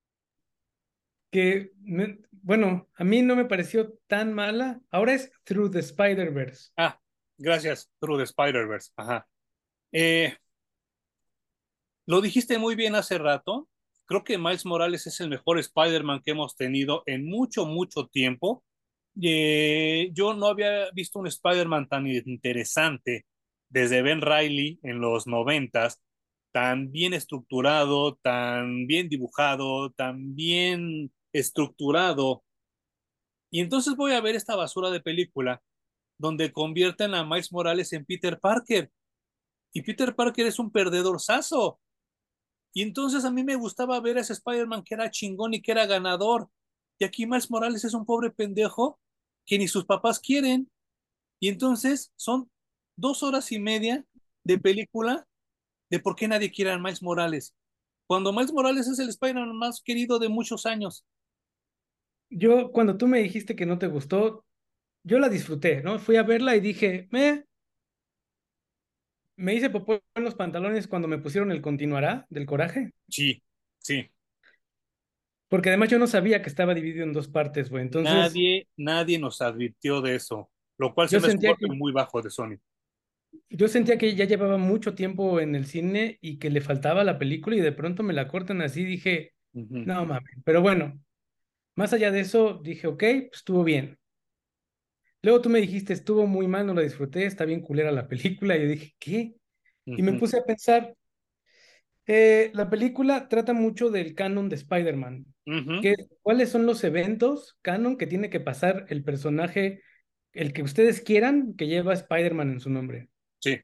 Que, me- bueno, a mí no me pareció tan mala. Ahora es Through the Spider-Verse. Ah, gracias, Through the Spider-Verse. Ajá. Eh, lo dijiste muy bien hace rato. Creo que Miles Morales es el mejor Spider-Man que hemos tenido en mucho, mucho tiempo. Eh, yo no había visto un Spider-Man tan interesante desde Ben Reilly en los noventas, tan bien estructurado, tan bien dibujado, tan bien estructurado. Y entonces voy a ver esta basura de película donde convierten a Miles Morales en Peter Parker. Y Peter Parker es un perdedor saso. Y entonces a mí me gustaba ver a ese Spider-Man que era chingón y que era ganador. Y aquí Miles Morales es un pobre pendejo que ni sus papás quieren. Y entonces son dos horas y media de película de por qué nadie quiere a Miles Morales. Cuando Miles Morales es el Spider-Man más querido de muchos años. Yo, cuando tú me dijiste que no te gustó, yo la disfruté, ¿no? Fui a verla y dije, me, me hice popó en los pantalones cuando me pusieron el continuará del Coraje, Sí, sí. porque además yo no sabía que estaba dividido en dos partes, güey. Entonces, Nadie, nadie nos advirtió de eso, lo cual se yo me hace un sentía golpe que, muy bajo de Sony. yo sentía que ya llevaba mucho tiempo en el cine y que le faltaba la película y de pronto me la cortan así, dije, Ujú. no mames, pero bueno. Más allá de eso, dije, ok, pues estuvo bien. Luego tú me dijiste, estuvo muy mal, no la disfruté, está bien culera la película. Y yo dije, ¿qué? Y me Ujú, puse a pensar, eh, la película trata mucho del canon de Spider-Man. ujú, ¿Qué- ¿Cuáles son los eventos canon que tiene que pasar el personaje, el que ustedes quieran, que lleva Spider-Man en su nombre? sí,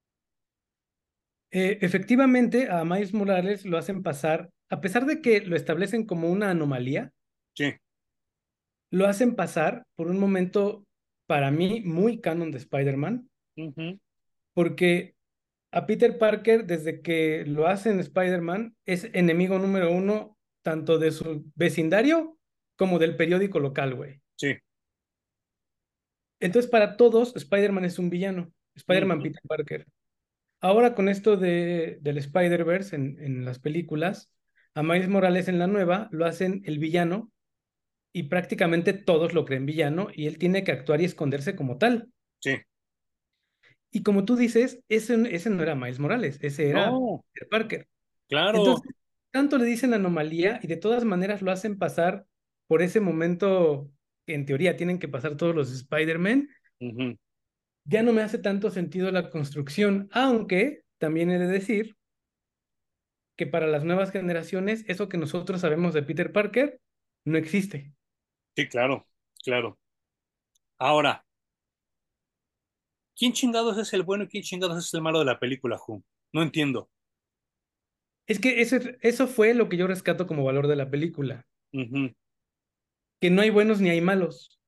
Eh, efectivamente, a Miles Morales lo hacen pasar, a pesar de que lo establecen como una anomalía, sí. lo hacen pasar por un momento, para mí, muy canon de Spider-Man, Ujú, porque a Peter Parker, desde que lo hacen Spider-Man, es enemigo número uno tanto de su vecindario como del periódico local, güey. sí. Entonces, para todos, Spider-Man es un villano. Spider-Man Ujú, Peter Parker. Ahora con esto de, del Spider-Verse en, en las películas, a Miles Morales en la nueva lo hacen el villano y prácticamente todos lo creen villano y él tiene que actuar y esconderse como tal. sí. Y como tú dices, ese, ese no era Miles Morales, ese era No, Peter Parker. claro. Entonces, tanto le dicen anomalía y de todas maneras lo hacen pasar por ese momento que en teoría tienen que pasar todos los Spider-Man, Ujú, ya no me hace tanto sentido la construcción, aunque también he de decir que para las nuevas generaciones eso que nosotros sabemos de Peter Parker no existe. sí, claro, claro. Ahora, ¿quién chingados es el bueno y quién chingados es el malo de la película, Ju? No entiendo. Es que eso, eso fue lo que yo rescato como valor de la película, Ujú, que no hay buenos ni hay malos,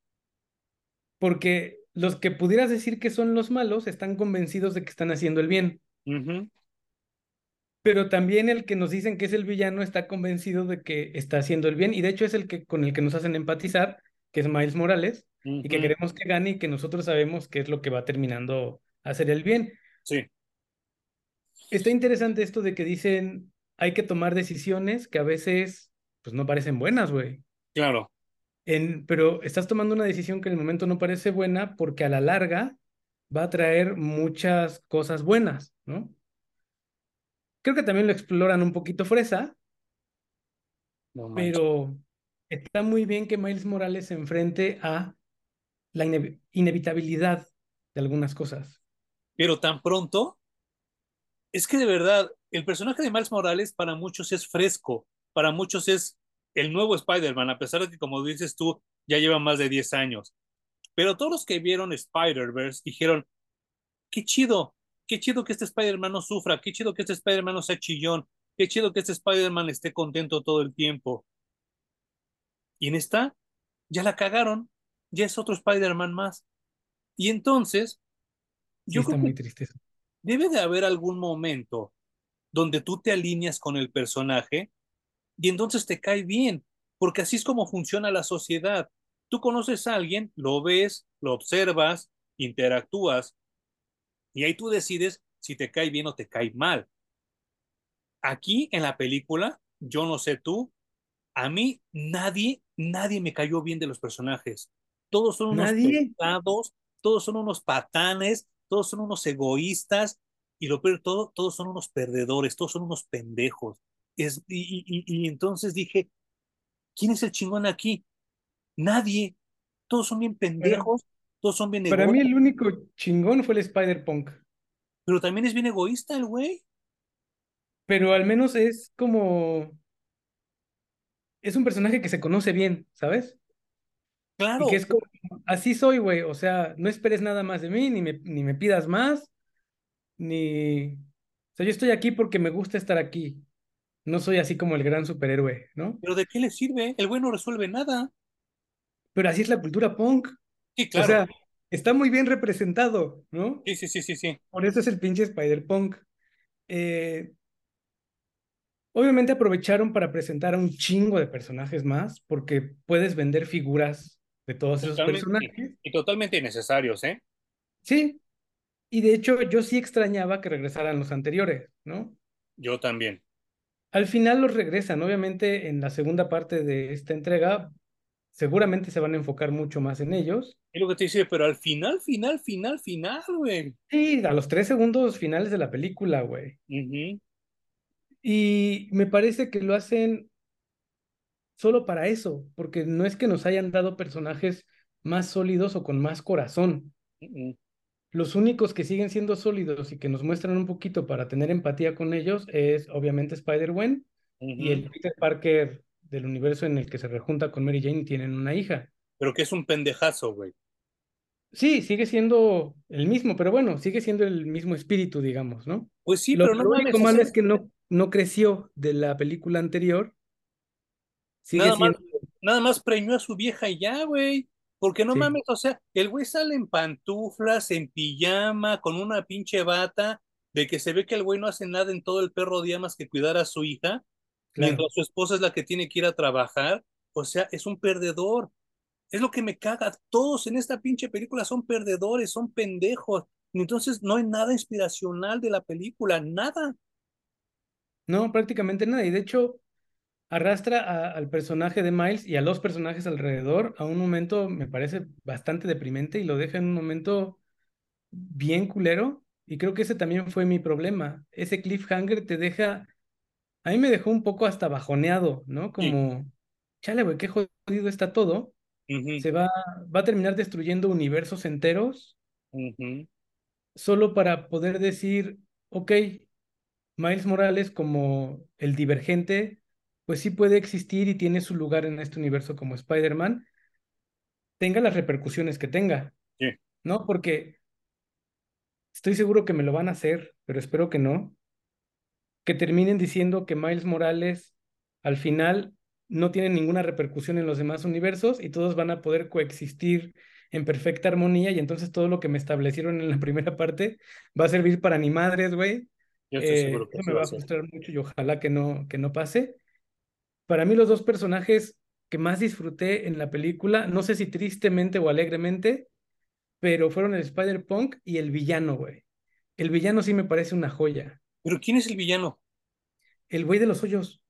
porque los que pudieras decir que son los malos están convencidos de que están haciendo el bien. ujú, Pero también el que nos dicen que es el villano está convencido de que está haciendo el bien y de hecho es el que con el que nos hacen empatizar, que es Miles Morales, y que ujú, queremos que gane y que nosotros sabemos que es lo que va terminando a hacer el bien. sí, Está interesante esto de que dicen hay que tomar decisiones que a veces pues no parecen buenas, güey. claro. En, pero estás tomando una decisión que en el momento no parece buena porque a la larga va a traer muchas cosas buenas, ¿no? Creo que también lo exploran un poquito fresa, No manches. pero está muy bien que Miles Morales se enfrente a la ine- inevitabilidad de algunas cosas. Pero tan pronto, es que de verdad, el personaje de Miles Morales para muchos es fresco, para muchos es el nuevo Spider-Man, a pesar de que, como dices tú, ya lleva más de diez años. Pero todos los que vieron Spider-Verse dijeron, qué chido, qué chido que este Spider-Man no sufra, qué chido que este Spider-Man no sea chillón, qué chido que este Spider-Man esté contento todo el tiempo. Y en esta, ya la cagaron, ya es otro Spider-Man más. Y entonces, Sí, yo está creo que muy triste eso. debe de haber algún momento donde tú te alineas con el personaje y entonces te cae bien, porque así es como funciona la sociedad. Tú conoces a alguien, lo ves, lo observas, interactúas y ahí tú decides si te cae bien o te cae mal. Aquí en la película, yo no sé tú, a mí nadie, nadie me cayó bien de los personajes. Todos son unos Nadie. pesados, todos son unos patanes, todos son unos egoístas y lo peor de todo, todos son unos perdedores, todos son unos pendejos. Es, y, y, y entonces dije, ¿quién es el chingón aquí? Nadie. Todos son bien Bueno, pendejos, todos son bien para mí egoístas, el único chingón fue el Spider-Punk, pero también es bien egoísta el güey. pero al menos es como, es un personaje que se conoce bien, ¿sabes? Y que Claro, es como, así soy, güey, o sea, no esperes nada más de mí, ni me, ni me pidas más, ni... O sea, yo estoy aquí porque me gusta estar aquí, no soy así como el gran superhéroe, ¿no? pero ¿de qué le sirve? El güey no resuelve nada. Pero así es la cultura punk. Sí, O claro. sea, está muy bien representado, ¿no? Sí, sí, sí, sí, sí. Por eso es el pinche Spider-Punk. Eh, obviamente aprovecharon para presentar a un chingo de personajes más, porque puedes vender figuras de todos esos Totalmente, y, personajes. y totalmente innecesarios, ¿eh? Sí, y de hecho yo sí extrañaba que regresaran los anteriores, ¿no? Yo también. Al final los regresan, obviamente en la segunda parte de esta entrega seguramente se van a enfocar mucho más en ellos. Es lo que te dice, pero al final, final, final, final, güey. Sí, a los tres segundos finales de la película, güey. Ujú, Y me parece que lo hacen, solo para eso, porque no es que nos hayan dado personajes más sólidos o con más corazón. Mm, Los únicos que siguen siendo sólidos y que nos muestran un poquito para tener empatía con ellos es obviamente Spider-Gwen y ujú. el Peter Parker del universo en el que se rejunta con Mary Jane y tienen una hija. Pero que es un pendejazo, güey. Sí, sigue siendo el mismo, pero bueno, sigue siendo el mismo espíritu, digamos, ¿no? Pues sí, Lo, pero no lo único mames, o malo sea, es que no, no creció de la película anterior, sigue nada más, siendo, nada más preñó a su vieja y ya, güey. Porque no sí, mames, o sea, el güey sale en pantuflas, en pijama, con una pinche bata, de que se ve que el güey no hace nada en todo el perro día más que cuidar a su hija, claro. mientras su esposa es la que tiene que ir a trabajar. O sea, es un perdedor. Es lo que me caga. Todos en esta pinche película son perdedores, son pendejos. Y entonces no hay nada inspiracional de la película, nada. No, prácticamente nada. Y de hecho, arrastra a- al personaje de Miles y a los personajes alrededor a un momento, me parece bastante deprimente y lo deja en un momento bien culero. Y creo que ese también fue mi problema. Ese cliffhanger te deja, a mí me dejó un poco hasta bajoneado, ¿no? Sí. Como, chale, güey, qué jodido está todo. Ujú, Se va, va a terminar destruyendo universos enteros ujú. solo para poder decir, ok, Miles Morales como el divergente, pues sí puede existir y tiene su lugar en este universo como Spider-Man, tenga las repercusiones que tenga, Sí. ¿no? Porque estoy seguro que me lo van a hacer, pero espero que no, que terminen diciendo que Miles Morales al final no tiene ninguna repercusión en los demás universos y todos van a poder coexistir en perfecta armonía y entonces todo lo que me establecieron en la primera parte va a servir para ni madres, güey. Yo estoy Eh, seguro que eso así me va a va a ser. frustrar mucho y ojalá que no, que no pase. Para mí los dos personajes que más disfruté en la película, no sé si tristemente o alegremente, pero fueron el Spider-Punk y el villano, güey. El villano sí me parece una joya. Pero ¿quién es el villano? El güey de los hoyos,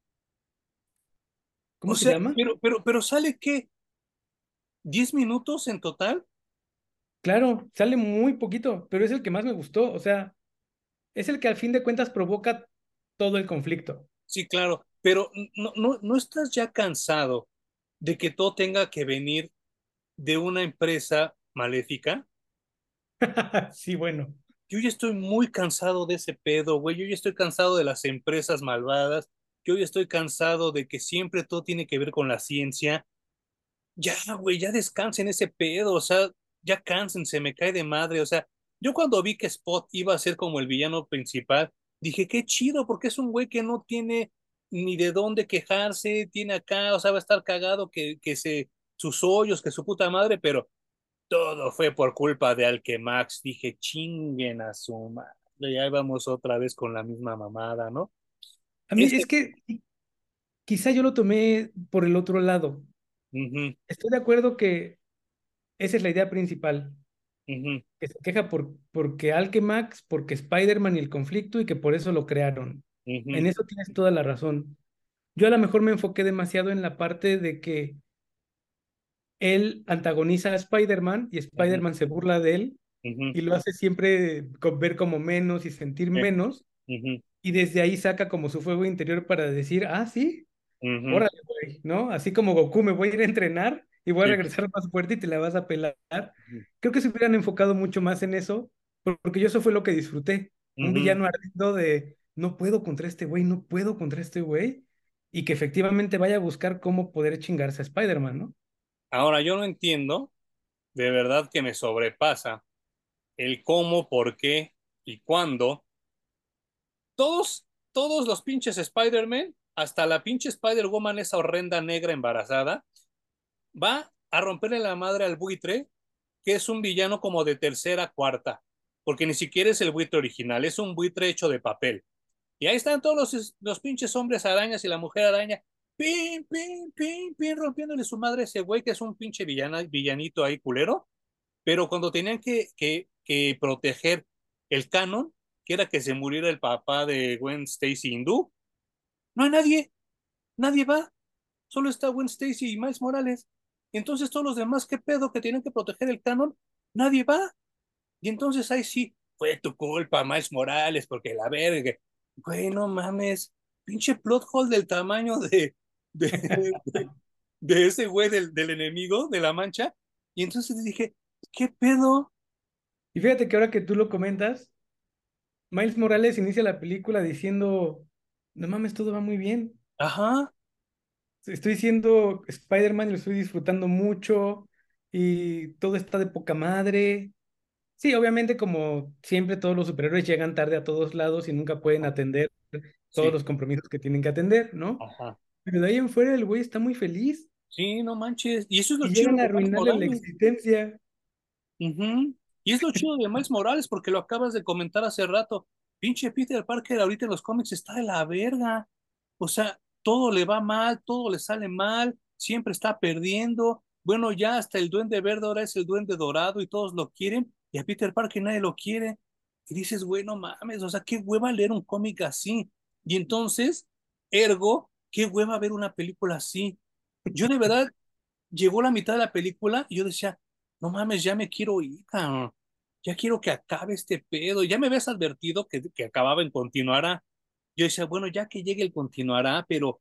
O ¿cómo se sea, llama? pero, pero, pero sale ¿qué? ¿Diez minutos en total? Claro, sale muy poquito, pero es el que más me gustó. O sea, es el que al fin de cuentas provoca todo el conflicto. Sí, claro. Pero no, no, ¿no estás ya cansado de que todo tenga que venir de una empresa maléfica? Sí, bueno. Yo ya estoy muy cansado de ese pedo, güey. Yo ya estoy cansado de las empresas malvadas. Yo ya estoy cansado de que siempre todo tiene que ver con la ciencia. Ya, güey, ya descansen ese pedo, o sea, ya cánsense, me cae de madre, o sea, yo cuando vi que Spot iba a ser como el villano principal, dije, qué chido, porque es un güey que no tiene ni de dónde quejarse, tiene acá, o sea, va a estar cagado que, que se, sus hoyos, que su puta madre, pero todo fue por culpa de Alquemax, dije, chinguen a su madre, ya vamos otra vez con la misma mamada, ¿no? A mí Este, es que quizá yo lo tomé por el otro lado. ujú, Estoy de acuerdo que esa es la idea principal, ujú, que se queja por, porque Alchemax, porque Spider-Man y el conflicto y que por eso lo crearon. En ujú, eso tienes toda la razón. Yo a lo mejor me enfoqué demasiado en la parte de que él antagoniza a Spider-Man y ujú, Spider-Man se burla de él ujú, y lo hace siempre co- ver como menos y sentir eh, menos ujú, y desde ahí saca como su fuego interior para decir, ah, sí, ujú. órale, güey, ¿no? Así como Goku, me voy a ir a entrenar y voy a Sí. regresar más fuerte y te la vas a pelar. Ujú, Creo que se hubieran enfocado mucho más en eso, porque yo eso fue lo que disfruté. Un ujú. villano ardido de no puedo contra este güey, no puedo contra este güey, y que efectivamente vaya a buscar cómo poder chingarse a Spider-Man, ¿no? Ahora, yo no entiendo, de verdad que me sobrepasa el cómo, por qué y cuándo. Todos, todos los pinches Spider-Man, hasta la pinche Spider-Woman, esa horrenda negra embarazada, va a romperle la madre al buitre, que es un villano como de tercera, cuarta, porque ni siquiera es el buitre original, es un buitre hecho de papel. Y ahí están todos los, los pinches hombres arañas y la mujer araña, pin, pin, pin, pin, rompiéndole su madre a ese güey que es un pinche villana, villanito ahí culero. Pero cuando tenían que, que, que proteger el canon, que era que se muriera el papá de Gwen Stacy hindú, no hay nadie, nadie va, solo está Gwen Stacy y Miles Morales. Y entonces todos los demás, ¿qué pedo que tienen que proteger el canon? Nadie va. Y entonces ahí sí, fue tu culpa, Miles Morales, porque la verga, güey, no mames, pinche plot hole del tamaño de, de, de, de ese güey del, del enemigo, de la mancha. Y entonces dije, ¿qué pedo? Y fíjate que ahora que tú lo comentas, Miles Morales inicia la película diciendo, no mames, todo va muy bien. Ajá, Estoy siendo Spider-Man y lo estoy disfrutando mucho y todo está de poca madre. Sí, obviamente como siempre todos los superhéroes llegan tarde a todos lados y nunca pueden atender todos sí, los compromisos que tienen que atender, ¿no? ajá. Pero de ahí en fuera el güey está muy feliz Sí, no manches. Y eso es lo y chido llegan a de Miles arruinarle la Morales. existencia. Ujú. Y es lo chido de Miles Morales, porque lo acabas de comentar hace rato. Pinche Peter Parker ahorita en los cómics está de la verga. O sea, todo le va mal, todo le sale mal, siempre está perdiendo. Bueno, ya hasta el Duende Verde ahora es el Duende Dorado y todos lo quieren, y a Peter Parker nadie lo quiere. Y dices, bueno, mames, o sea, qué hueva leer un cómic así. Y entonces, ergo, qué hueva ver una película así. Yo de verdad llegó la mitad de la película y yo decía, no mames, ya me quiero ir, cabrón. Ya quiero que acabe este pedo. Ya me habías advertido que, que acababa en continuará. Yo decía, bueno, ya que llegue el continuará, pero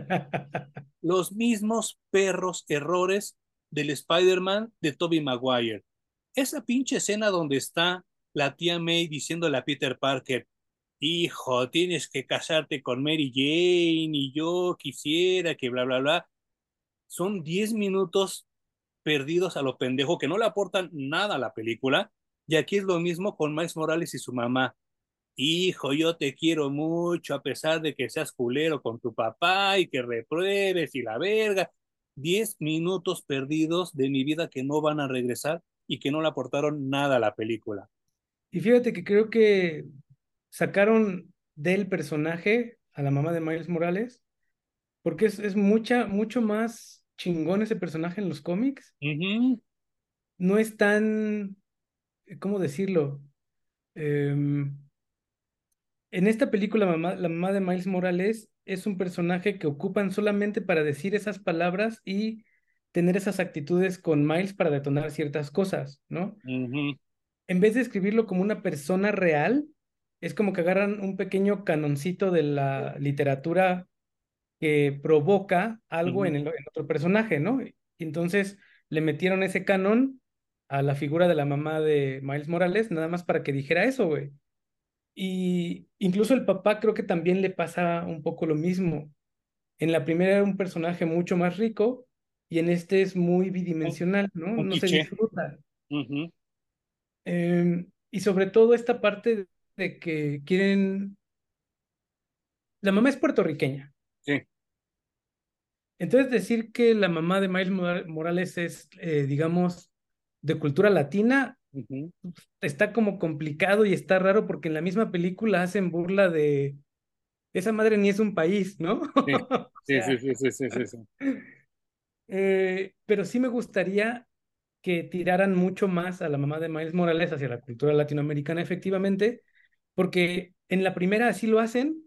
los mismos perros errores del Spider-Man de Tobey Maguire. Esa pinche escena donde está la tía May diciéndole a Peter Parker, hijo, tienes que casarte con Mary Jane y yo quisiera que bla, bla, bla. Son diez minutos perdidos a lo pendejo que no le aportan nada a la película. Y aquí es lo mismo con Miles Morales y su mamá. Hijo, yo te quiero mucho a pesar de que seas culero con tu papá y que repruebes y la verga. Diez minutos perdidos de mi vida que no van a regresar y que no le aportaron nada a la película. Y fíjate que creo que sacaron del personaje a la mamá de Miles Morales, porque es, es mucha, mucho más chingón ese personaje en los cómics. Ujú, No es tan, ¿cómo decirlo? Em, en esta película, mamá- la mamá de Miles Morales es un personaje que ocupan solamente para decir esas palabras y tener esas actitudes con Miles para detonar ciertas cosas, ¿no? ujú, En vez de escribirlo como una persona real, es como que agarran un pequeño canoncito de la literatura que provoca algo en, ujú. el, en otro personaje, ¿no? Y entonces le metieron ese canon a la figura de la mamá de Miles Morales, nada más para que dijera eso, güey. Y incluso el papá creo que también le pasa un poco lo mismo. En la primera era un personaje mucho más rico y en este es muy Un, bidimensional, ¿no? un No se cliché. disfruta. Ujú, Em, y sobre todo esta parte de que quieren... La mamá es puertorriqueña. sí. Entonces decir que la mamá de Miles Mora- Morales es, eh, digamos, de cultura latina, Ujú, está como complicado y está raro porque en la misma película hacen burla de esa madre ni es un país, ¿no? sí. O Sí, sí, sea, sí, sí, sí, sí, sí. eh, pero sí me gustaría que tiraran mucho más a la mamá de Miles Morales hacia la cultura latinoamericana, efectivamente, porque en la primera así lo hacen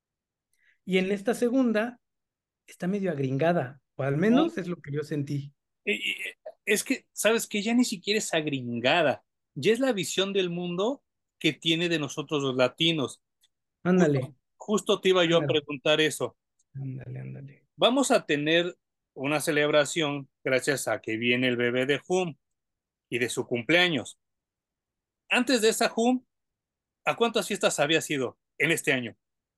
y en esta segunda está medio agringada, o al No, menos es lo que yo sentí. y- y- es que, ¿sabes que ya ni siquiera es agringada, ya es la visión del mundo que tiene de nosotros los latinos. Justo, Ándale, justo te iba yo a ándale, preguntar eso. ándale, ándale. Vamos a tener una celebración gracias a que viene el bebé de Hum y de su cumpleaños. Antes de esa Hum, ¿a cuántas fiestas había sido en este año?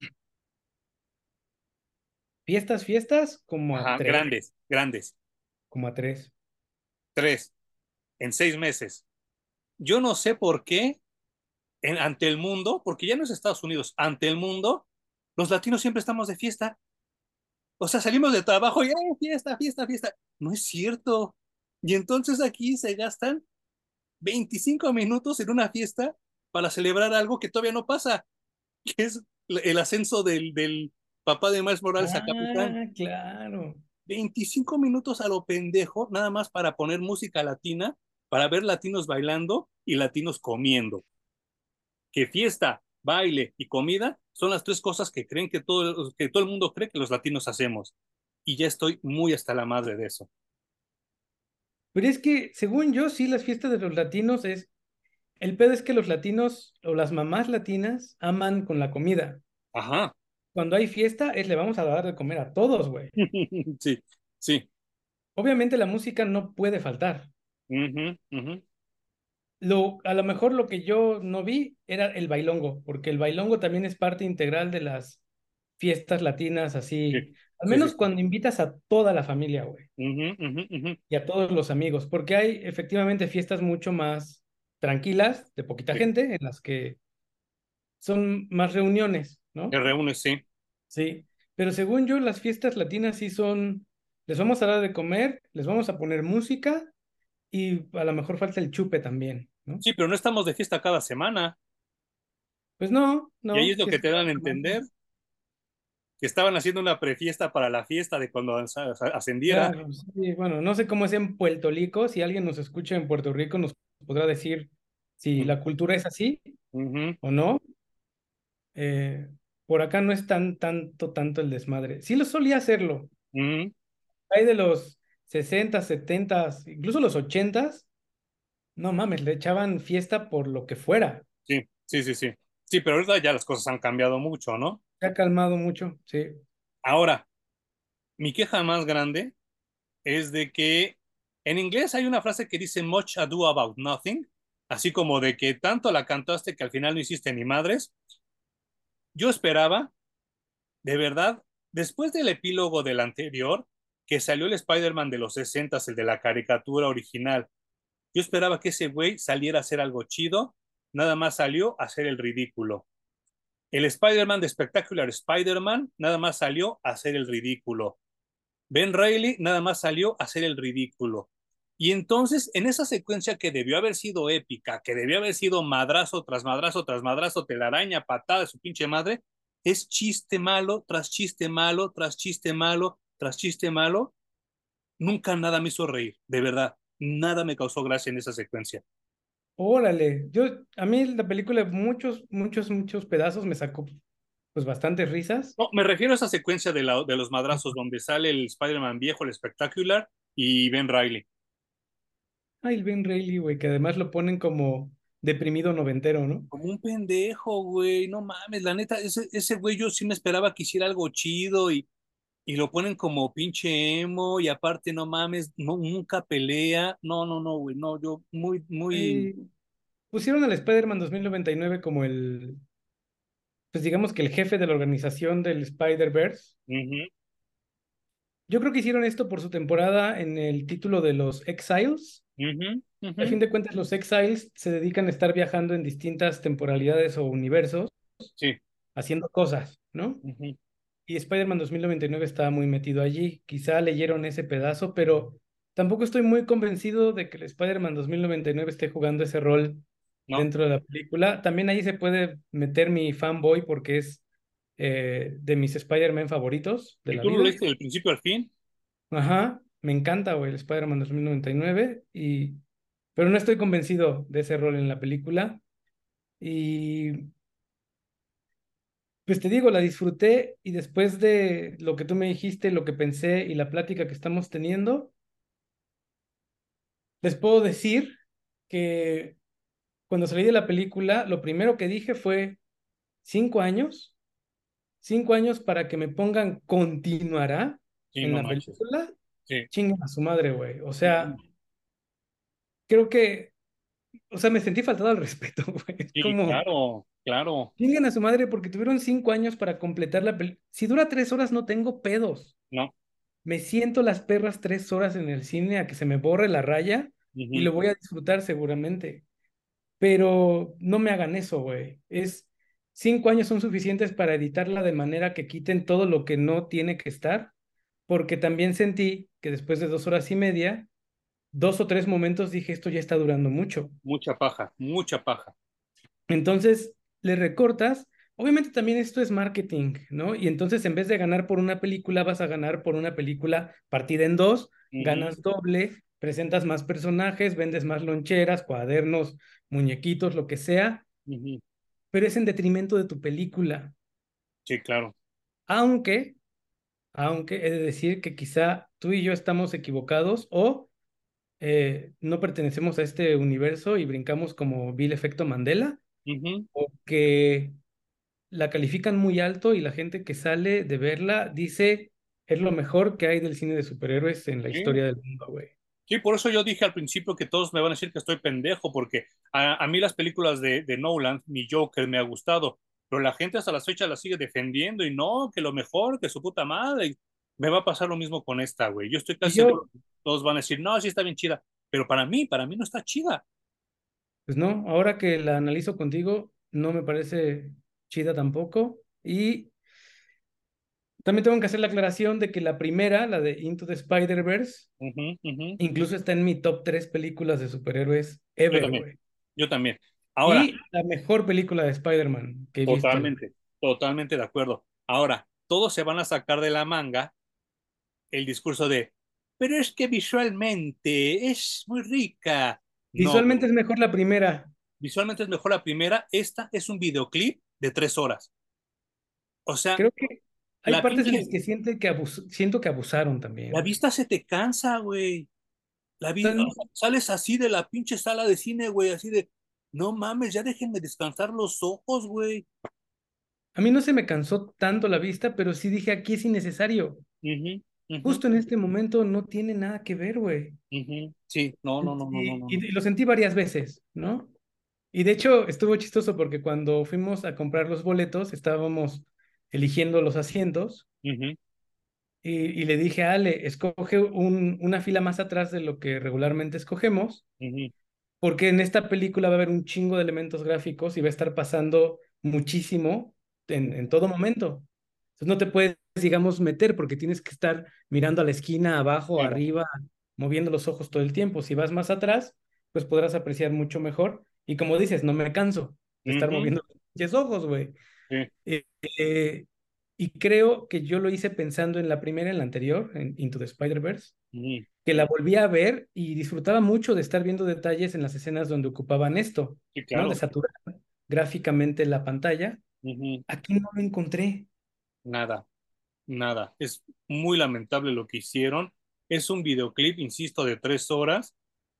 Fiestas, fiestas, como a Ajá, tres, grandes, grandes. como a tres. Tres, en seis meses. Yo no sé por qué en- ante el mundo, porque ya no es Estados Unidos, ante el mundo, los latinos siempre estamos de fiesta. O sea, salimos de trabajo y ¡eh, fiesta, fiesta, fiesta! No es cierto. Y entonces aquí se gastan veinticinco minutos en una fiesta para celebrar algo que todavía no pasa, que es el ascenso del, del papá de Miles Morales a capitán. Ah, claro. Veinticinco minutos a lo pendejo, nada más para poner música latina, para ver latinos bailando y latinos comiendo. Que fiesta, baile y comida son las tres cosas que creen que todo, que todo el mundo cree que los latinos hacemos. Y ya estoy muy hasta la madre de eso. Pero es que, según yo, sí, las fiestas de los latinos es... El pedo es que los latinos o las mamás latinas aman con la comida. Ajá. cuando hay fiesta es le vamos a dar de comer a todos, güey. Sí, sí. Obviamente la música no puede faltar. Ujú, ujú. Lo, a lo mejor lo que yo no vi era el bailongo, porque el bailongo también es parte integral de las fiestas latinas, Sí, así, al sí, sí. menos cuando invitas a toda la familia, güey, Ujú, ujú, ujú. y a todos los amigos, porque hay efectivamente fiestas mucho más tranquilas, de poquita Sí. gente, en las que son más reuniones, Te ¿no? reúnes, sí. Sí, pero según yo, las fiestas latinas sí son, les vamos a dar de comer, les vamos a poner música y a lo mejor falta el chupe también, ¿no? Sí, pero no estamos de fiesta cada semana. Pues no, Y ahí no, es lo sí que es te cada dan a semana. entender, que estaban haciendo una prefiesta para la fiesta de cuando as- ascendiera. Claro, sí, bueno, no sé cómo es en Puerto Rico, si alguien nos escucha en Puerto Rico nos podrá decir si Ujú, la cultura es así ujú, o no. Eh, por acá no es tan tanto, tanto el desmadre. Sí lo solía hacerlo. ujú. Hay de los sesenta, setenta, incluso los ochenta, no mames, le echaban fiesta por lo que fuera. Sí, sí, sí, sí. Sí, pero ahorita ya las cosas han cambiado mucho, ¿no? Se ha calmado mucho, sí. Ahora, mi queja más grande es de que en inglés hay una frase que dice much ado about nothing, así como de que tanto la cantaste que al final no hiciste ni madres. Yo esperaba, de verdad, después del epílogo del anterior, que salió el Spider-Man de los sesenta, el de la caricatura original, yo esperaba que ese güey saliera a hacer algo chido, nada más salió a hacer el ridículo. El Spider-Man de Spectacular Spider-Man nada más salió a hacer el ridículo. Ben Reilly nada más salió a hacer el ridículo. Y entonces, en esa secuencia que debió haber sido épica, que debió haber sido madrazo tras madrazo tras madrazo, telaraña, patada de su pinche madre, es chiste malo tras chiste malo, tras chiste malo, tras chiste malo. Nunca nada me hizo reír, de verdad. Nada me causó gracia en esa secuencia. Órale, yo, a mí la película, muchos, muchos, muchos pedazos me sacó pues bastantes risas. No, me refiero a esa secuencia de, la, de los madrazos donde sale el Spider-Man viejo, el espectacular, y Ben Reilly. Ay, el Ben Reilly, güey, que además lo ponen como deprimido noventero, ¿no? Como un pendejo, güey, no mames, la neta, ese, ese güey yo sí me esperaba que hiciera algo chido y, y lo ponen como pinche emo y aparte no mames, no, nunca pelea, no, no, no, güey, no, yo muy, muy, Y pusieron al Spider-Man dos mil noventa y nueve como el, pues digamos que el jefe de la organización del Spider-Verse. ujú, Yo creo que hicieron esto por su temporada en el título de los Exiles. ujú, A ujú, fin de cuentas, los Exiles se dedican a estar viajando en distintas temporalidades o universos sí, haciendo cosas, ¿no? ujú, Y Spider-Man dos mil noventa y nueve estaba muy metido allí. Quizá leyeron ese pedazo, pero tampoco estoy muy convencido de que el Spider-Man dos mil noventa y nueve esté jugando ese rol no, dentro de la película. También ahí se puede meter mi fanboy porque es eh, de mis Spider-Man favoritos de y la tú lo vida. leíste del principio al fin, Ajá, me encanta, güey, el Spider-Man dos mil noventa y nueve, y... pero no estoy convencido de ese rol en la película. Y pues te digo, la disfruté y después de lo que tú me dijiste, lo que pensé y la plática que estamos teniendo, les puedo decir que cuando salí de la película, lo primero que dije fue cinco años, cinco años para que me pongan continuará sí, en no la manches, película, sí, chinguen a su madre, güey. O ujú, sea, creo que, o sea, me sentí faltado al respeto, güey. Es sí, como, claro, claro, chinguen a su madre porque tuvieron cinco años para completar la película. Si dura tres horas, no tengo pedos. no, Me siento las perras tres horas en el cine a que se me borre la raya y ujú, lo voy a disfrutar seguramente. Pero no me hagan eso, güey. Es cinco años son suficientes para editarla de manera que quiten todo lo que no tiene que estar, porque también sentí que después de dos horas y media, dos o tres momentos dije, esto ya está durando mucho. mucha paja, mucha paja, Entonces, le recortas. Obviamente también esto es marketing, ¿no? Y entonces en vez de ganar por una película, vas a ganar por una película partida en dos, ujú, ganas doble, presentas más personajes, vendes más loncheras, cuadernos, muñequitos, lo que sea, ujú, pero es en detrimento de tu película. sí, claro, Aunque, aunque he de decir que quizá tú y yo estamos equivocados o eh, no pertenecemos a este universo y brincamos como vil efecto Mandela, ujú, o que la califican muy alto y la gente que sale de verla dice es lo mejor que hay del cine de superhéroes en la Sí, historia del mundo, güey. sí, por eso yo dije al principio que todos me van a decir que estoy pendejo, porque a, a mí las películas de, de Nolan, mi Joker, me ha gustado, pero la gente hasta las fechas la sigue defendiendo y no, que lo mejor, que su puta madre. Y me va a pasar lo mismo con esta, güey. Yo estoy Y casi seguro yo, que todos van a decir, no, sí está bien chida, pero para mí, para mí no está chida. pues no, ahora que la analizo contigo, no me parece chida tampoco. Y también tengo que hacer la aclaración de que la primera, la de Into the Spider-Verse, Ujú, ujú. incluso está en mi top tres películas de superhéroes Yo ever, también, güey. yo también. Ahora, Y la mejor película de Spider-Man que he visto. totalmente, totalmente de acuerdo. Ahora, todos se van a sacar de la manga el discurso de, pero es que visualmente es muy rica. No, Visualmente güey. es mejor la primera. Visualmente es mejor la primera. Esta es un videoclip de tres horas. O sea, Creo que hay la partes en las pinche, que siente que abus- siento que abusaron también, la güey. vista se te cansa, güey. La O sea, vi- o sea, sales así de la pinche sala de cine, güey, así de, no mames, ya déjenme descansar los ojos, güey. a mí no se me cansó tanto la vista, pero sí dije aquí es innecesario. Ujú, ujú, Justo en este momento no tiene nada que ver, güey. ujú. Sí, no, no, no, no, no, Y, no, no. y lo sentí varias veces, ¿no? Y de hecho estuvo chistoso porque cuando fuimos a comprar los boletos estábamos eligiendo los asientos Ujú, y, y le dije a Ale, escoge un, una fila más atrás de lo que regularmente escogemos, ujú, porque en esta película va a haber un chingo de elementos gráficos y va a estar pasando muchísimo en, en todo momento. Entonces no te puedes, digamos, meter porque tienes que estar mirando a la esquina, abajo, claro. arriba, moviendo los ojos todo el tiempo. Si vas más atrás, pues podrás apreciar mucho mejor. Y como dices, no me canso de estar Ujú, moviendo los ojos, güey. sí, Eh, eh, y creo que yo lo hice pensando en la primera, en la anterior, en Into the Spider-Verse, ujú, que la volví a ver y disfrutaba mucho de estar viendo detalles en las escenas donde ocupaban esto, sí, ¿no? De claro. saturar gráficamente la pantalla. Ujú. Aquí no lo encontré. Nada, nada. Es muy lamentable lo que hicieron. Es un videoclip, insisto, de tres horas.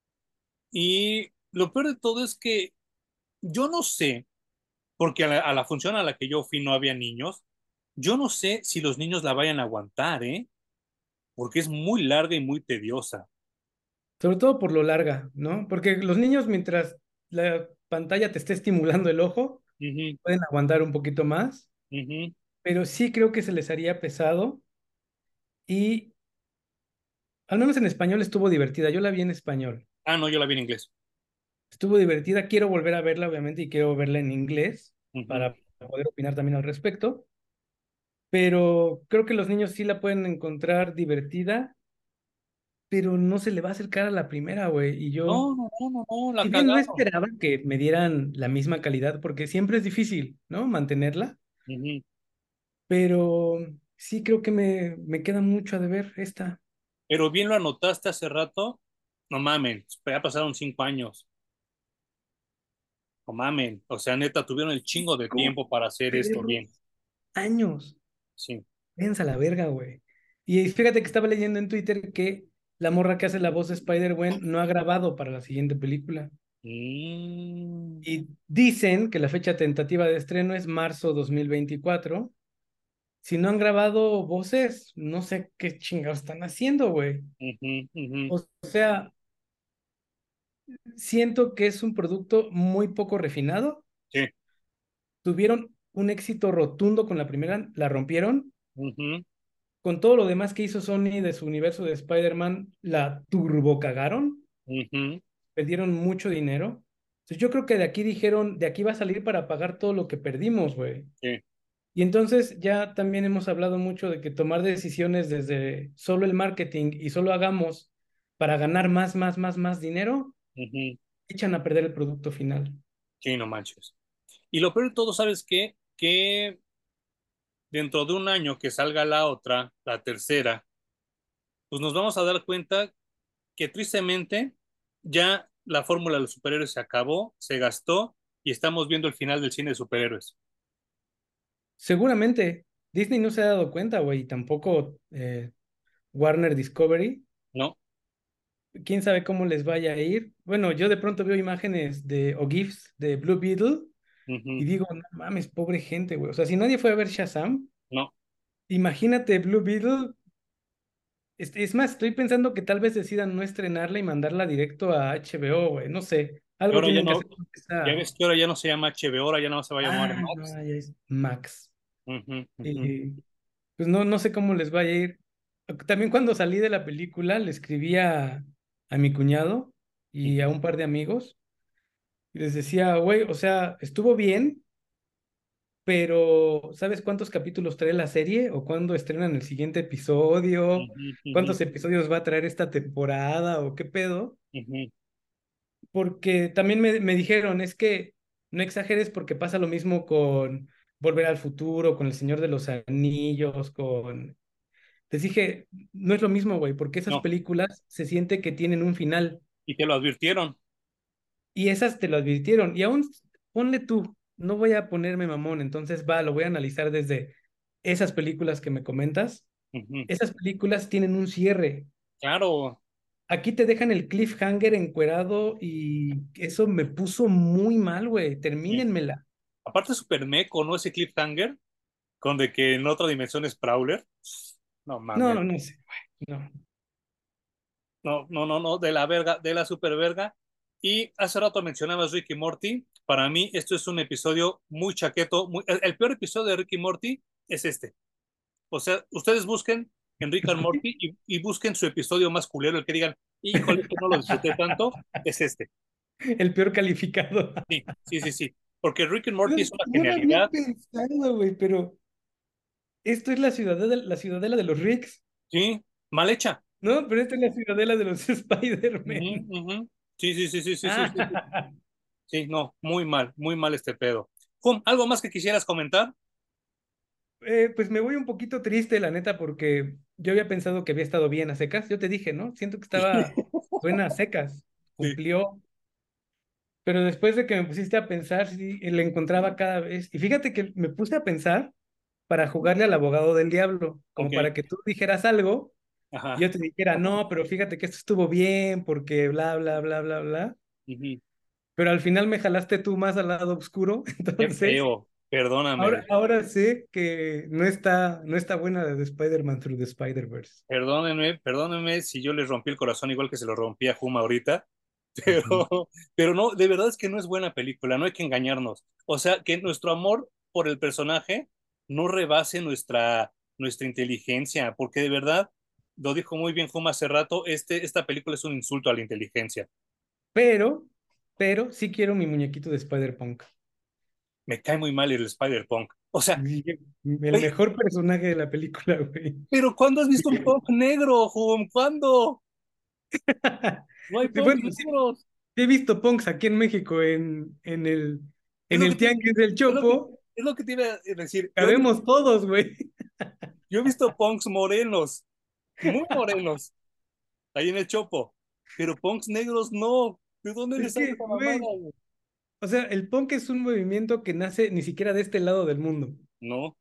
Y lo peor de todo es que yo no sé, porque a la, a la función a la que yo fui no había niños. Yo no sé si los niños la vayan a aguantar, ¿eh? Porque es muy larga y muy tediosa. Sobre todo por lo larga, ¿no? Porque los niños, mientras la pantalla te esté estimulando el ojo, Ujú, pueden aguantar un poquito más, ujú. pero sí creo que se les haría pesado y al menos en español estuvo divertida. Yo la vi en español. Ah, no, yo la vi en inglés. Estuvo divertida. Quiero volver a verla, obviamente, y quiero verla en inglés Ujú. para poder opinar también al respecto. Pero creo que los niños sí la pueden encontrar divertida, pero no se le va a acercar a la primera, güey. Y yo, No, no, no, no, no, la si bien no cagaron. esperaba que me dieran la misma calidad, porque siempre es difícil, ¿no? Mantenerla, Ujú. pero sí creo que me, me queda mucho a deber esta. Pero bien lo anotaste hace rato. No mamen, ya pasaron cinco años. No mamen. O sea, neta, tuvieron el chingo de Cinco tiempo para hacer esto perros bien. años. Sí. Véanse a la verga, güey. Y fíjate que estaba leyendo en Twitter que la morra que hace la voz de Spider-Gwen no ha grabado para la siguiente película. Mm. Y dicen que la fecha tentativa de estreno es marzo dos mil veinticuatro. Si no han grabado voces, no sé qué chingados están haciendo, güey. Ujú, ujú. O sea, siento que es un producto muy poco refinado. Sí. Tuvieron un éxito rotundo con la primera, la rompieron. Ujú, Con todo lo demás que hizo Sony de su universo de Spider-Man, la turbo cagaron, ujú. perdieron mucho dinero. Entonces yo creo que de aquí dijeron, de aquí va a salir para pagar todo lo que perdimos, güey. Sí. Y entonces ya también hemos hablado mucho de que tomar decisiones desde solo el marketing y solo hagamos para ganar más, más, más, más dinero, Ujú. echan a perder el producto final. Sí, no manches. Y lo peor de todo, ¿sabes qué? Que dentro de un año que salga la otra, la tercera, pues nos vamos a dar cuenta que tristemente ya la fórmula de los superhéroes se acabó, se gastó y estamos viendo el final del cine de superhéroes. Seguramente Disney no se ha dado cuenta, güey, y tampoco eh, Warner Discovery. ¿No? Quién sabe cómo les vaya a ir. Bueno, yo de pronto veo imágenes de o GIFs de Blue Beetle Y Ujú. digo, no mames, pobre gente, güey. O sea, si nadie fue a ver Shazam, No, imagínate Blue Beetle. Es, es más, estoy pensando que tal vez decidan no estrenarla y mandarla directo a H B O, güey. No sé. y Algo ahora ya tienen que no, hacer con ya esa. ves que ahora ya no se llama H B O, ahora ya no se va a llamar Ah, no, Max. ya es Max. Ujú, ujú, Y pues no, no sé cómo les vaya a ir. También cuando salí de la película, le escribí a, a mi cuñado y a un par de amigos y les decía, güey, o sea, estuvo bien, pero ¿sabes cuántos capítulos trae la serie? ¿O cuándo estrenan el siguiente episodio? ujú, ujú, ¿Cuántos episodios va a traer esta temporada? ¿O qué pedo? ujú. Porque también me, me dijeron, es que no exageres porque pasa lo mismo con Volver al Futuro, con El Señor de los Anillos, con... Les dije, no es lo mismo, güey, porque esas No, películas se siente que tienen un final y te lo advirtieron. y esas te lo advirtieron. Y aún ponle tú, no voy a ponerme mamón, entonces va, lo voy a analizar desde esas películas que me comentas. Ujú. Esas películas tienen un cierre. Claro, Aquí te dejan el cliffhanger encuerado y eso me puso muy mal, güey. sí. Termínenmela. Aparte super meco, ¿no? Ese cliffhanger, con de que en otra dimensión es Prowler. No mames. No, no sé, güey. No. No, no, no, no, de la verga, de la super verga. Y hace rato mencionabas Ricky Morty. Para mí, esto es un episodio muy chaqueto. Muy, el, el peor episodio de Ricky Morty es este. O sea, ustedes busquen en Rick and Morty y, y busquen su episodio más culero, el que digan, híjole, este no lo disfruté tanto, es este. El peor calificado. Sí, sí, sí, sí. Porque Rick and Morty No, es una no lo había genialidad. pensado, güey, pero esto es la ciudadela, la ciudadela de los Ricks. Sí, mal hecha. No, pero esta es la ciudadela de los Ujú, Spider-Man. ujú. Sí, sí, sí, sí, sí, sí, sí, sí. Ah, Sí, no, muy mal, muy mal este pedo. Pum, ¿algo más que quisieras comentar? eh, pues me voy un poquito triste, la neta, porque yo había pensado que había estado bien a secas. Yo te dije, ¿no? Siento que estaba buena a secas. Sí, Cumplió. Pero después de que me pusiste a pensar, sí, le encontraba cada vez. Y fíjate que me puse a pensar para jugarle al abogado del diablo, ok, como para que tú dijeras algo y ajá. yo te dijera, no, pero fíjate que esto estuvo bien porque bla, bla, bla, bla, bla. Ujú. Pero al final me jalaste tú más al lado oscuro, Qué entonces feo, perdóname, ahora, ahora sé que no está, no está buena la de Spider-Man Through the Spider-Verse. perdónenme, perdónenme si yo les rompí el corazón igual que se lo rompí a Juma ahorita, Ujú. pero, pero no, de verdad es que no es buena película, no hay que engañarnos. O sea, que nuestro amor por el personaje no rebase nuestra, nuestra inteligencia, porque de verdad, lo dijo muy bien Juma hace rato, este, esta película es un insulto a la inteligencia. Pero, pero sí quiero mi muñequito de Spider-Punk. Me cae muy mal el Spider-Punk. O sea, Sí, el güey, mejor personaje de la película, güey. pero ¿cuándo has visto un punk negro, Jum? ¿Cuándo? No hay Sí, punks bueno, sí, negros. he visto punks aquí en México, en, en el, Es en lo que el te, Tianguis del es lo que, Chopo, es lo que te iba a decir. Yo he visto, cabemos todos, güey. yo he visto punks morenos, muy morenos, ahí en el Chopo, pero punks negros no. ¿De dónde Es les sale que, esa mamada, güey, güey? o sea, el punk es un movimiento que nace ni siquiera de este lado del mundo. No,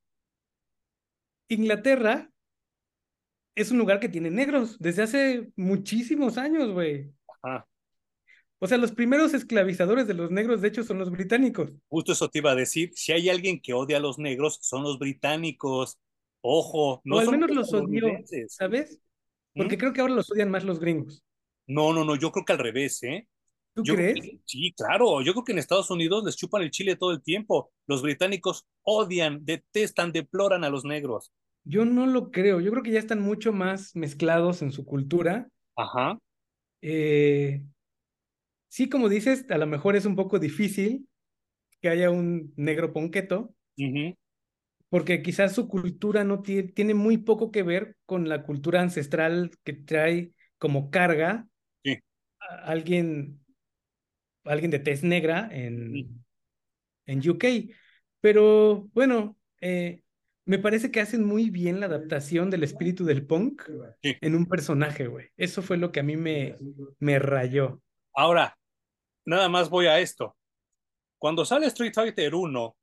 Inglaterra es un lugar que tiene negros desde hace muchísimos años, güey. ajá. O sea, los primeros esclavizadores de los negros, de hecho, son los británicos, Justo eso te iba a decir. Si hay alguien que odia a los negros, son los británicos. Ojo, o no al son los menos los odió, estadounidenses. ¿sabes? ¿Mm? Porque creo que ahora los odian más los gringos. No, no, no, yo creo que al revés, ¿eh? ¿Tú Yo creo crees? que, sí, claro, yo creo que en Estados Unidos les chupan el chile todo el tiempo. Los británicos odian, detestan, deploran a los negros. Yo no lo creo. Yo creo que ya están mucho más mezclados en su cultura. Ajá, Eh, sí, como dices, a lo mejor es un poco difícil que haya un negro ponqueto, ujú, porque quizás su cultura no tiene, tiene muy poco que ver con la cultura ancestral que trae como carga sí, a alguien, alguien de tez negra ujú, en, en U K. Pero bueno, eh, me parece que hacen muy bien la adaptación del espíritu del punk sí. en un personaje, güey. Eso fue lo que a mí me, me rayó. Ahora, nada más voy a esto. Cuando sale Street Fighter uno,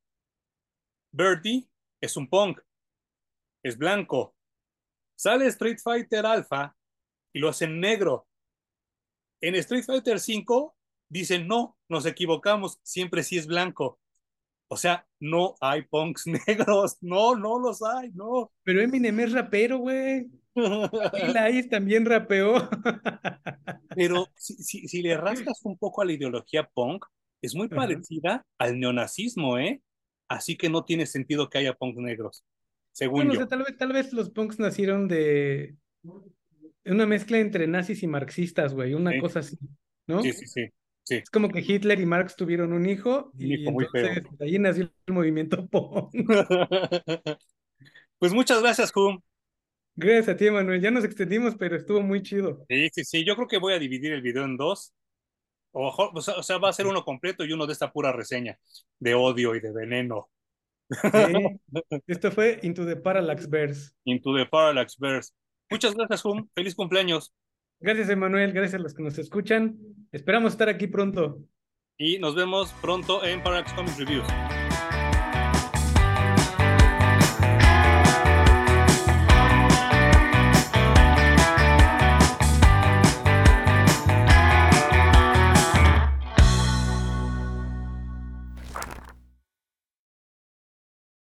Birdie es un punk, es blanco. Sale Street Fighter Alpha y lo hacen negro. En Street Fighter cinco dicen, no, nos equivocamos, siempre sí es blanco. O sea, no hay punks negros, no, no los hay, no. Pero Eminem es rapero, güey. Vanilla Ice también rapeó. Pero si, si, si le rascas un poco a la ideología punk, es muy Ajá. parecida al neonazismo, ¿eh? Así que no tiene sentido que haya punks negros, Yo según no yo. sé, tal vez, tal vez los punks nacieron de una mezcla entre nazis y marxistas, güey, una Sí, cosa así, sí, ¿no? sí, sí, sí. Es como que Hitler y Marx tuvieron un hijo Un y hijo muy feo. entonces de ahí nació el movimiento punk. Pues muchas gracias, Hum. Gracias a ti, Manuel. Ya nos extendimos, pero estuvo muy chido. Sí, sí, sí. Yo creo que voy a dividir el video en dos. O, ojo- o sea, o sea, va a ser uno completo y uno de esta pura reseña de odio y de veneno. Sí, esto fue Into the Parallax Verse. Into the Parallax Verse. Muchas gracias, Hum. Feliz cumpleaños. Gracias, Emanuel. Gracias a los que nos escuchan. Esperamos estar aquí pronto. Y nos vemos pronto en Parallax Comics Reviews.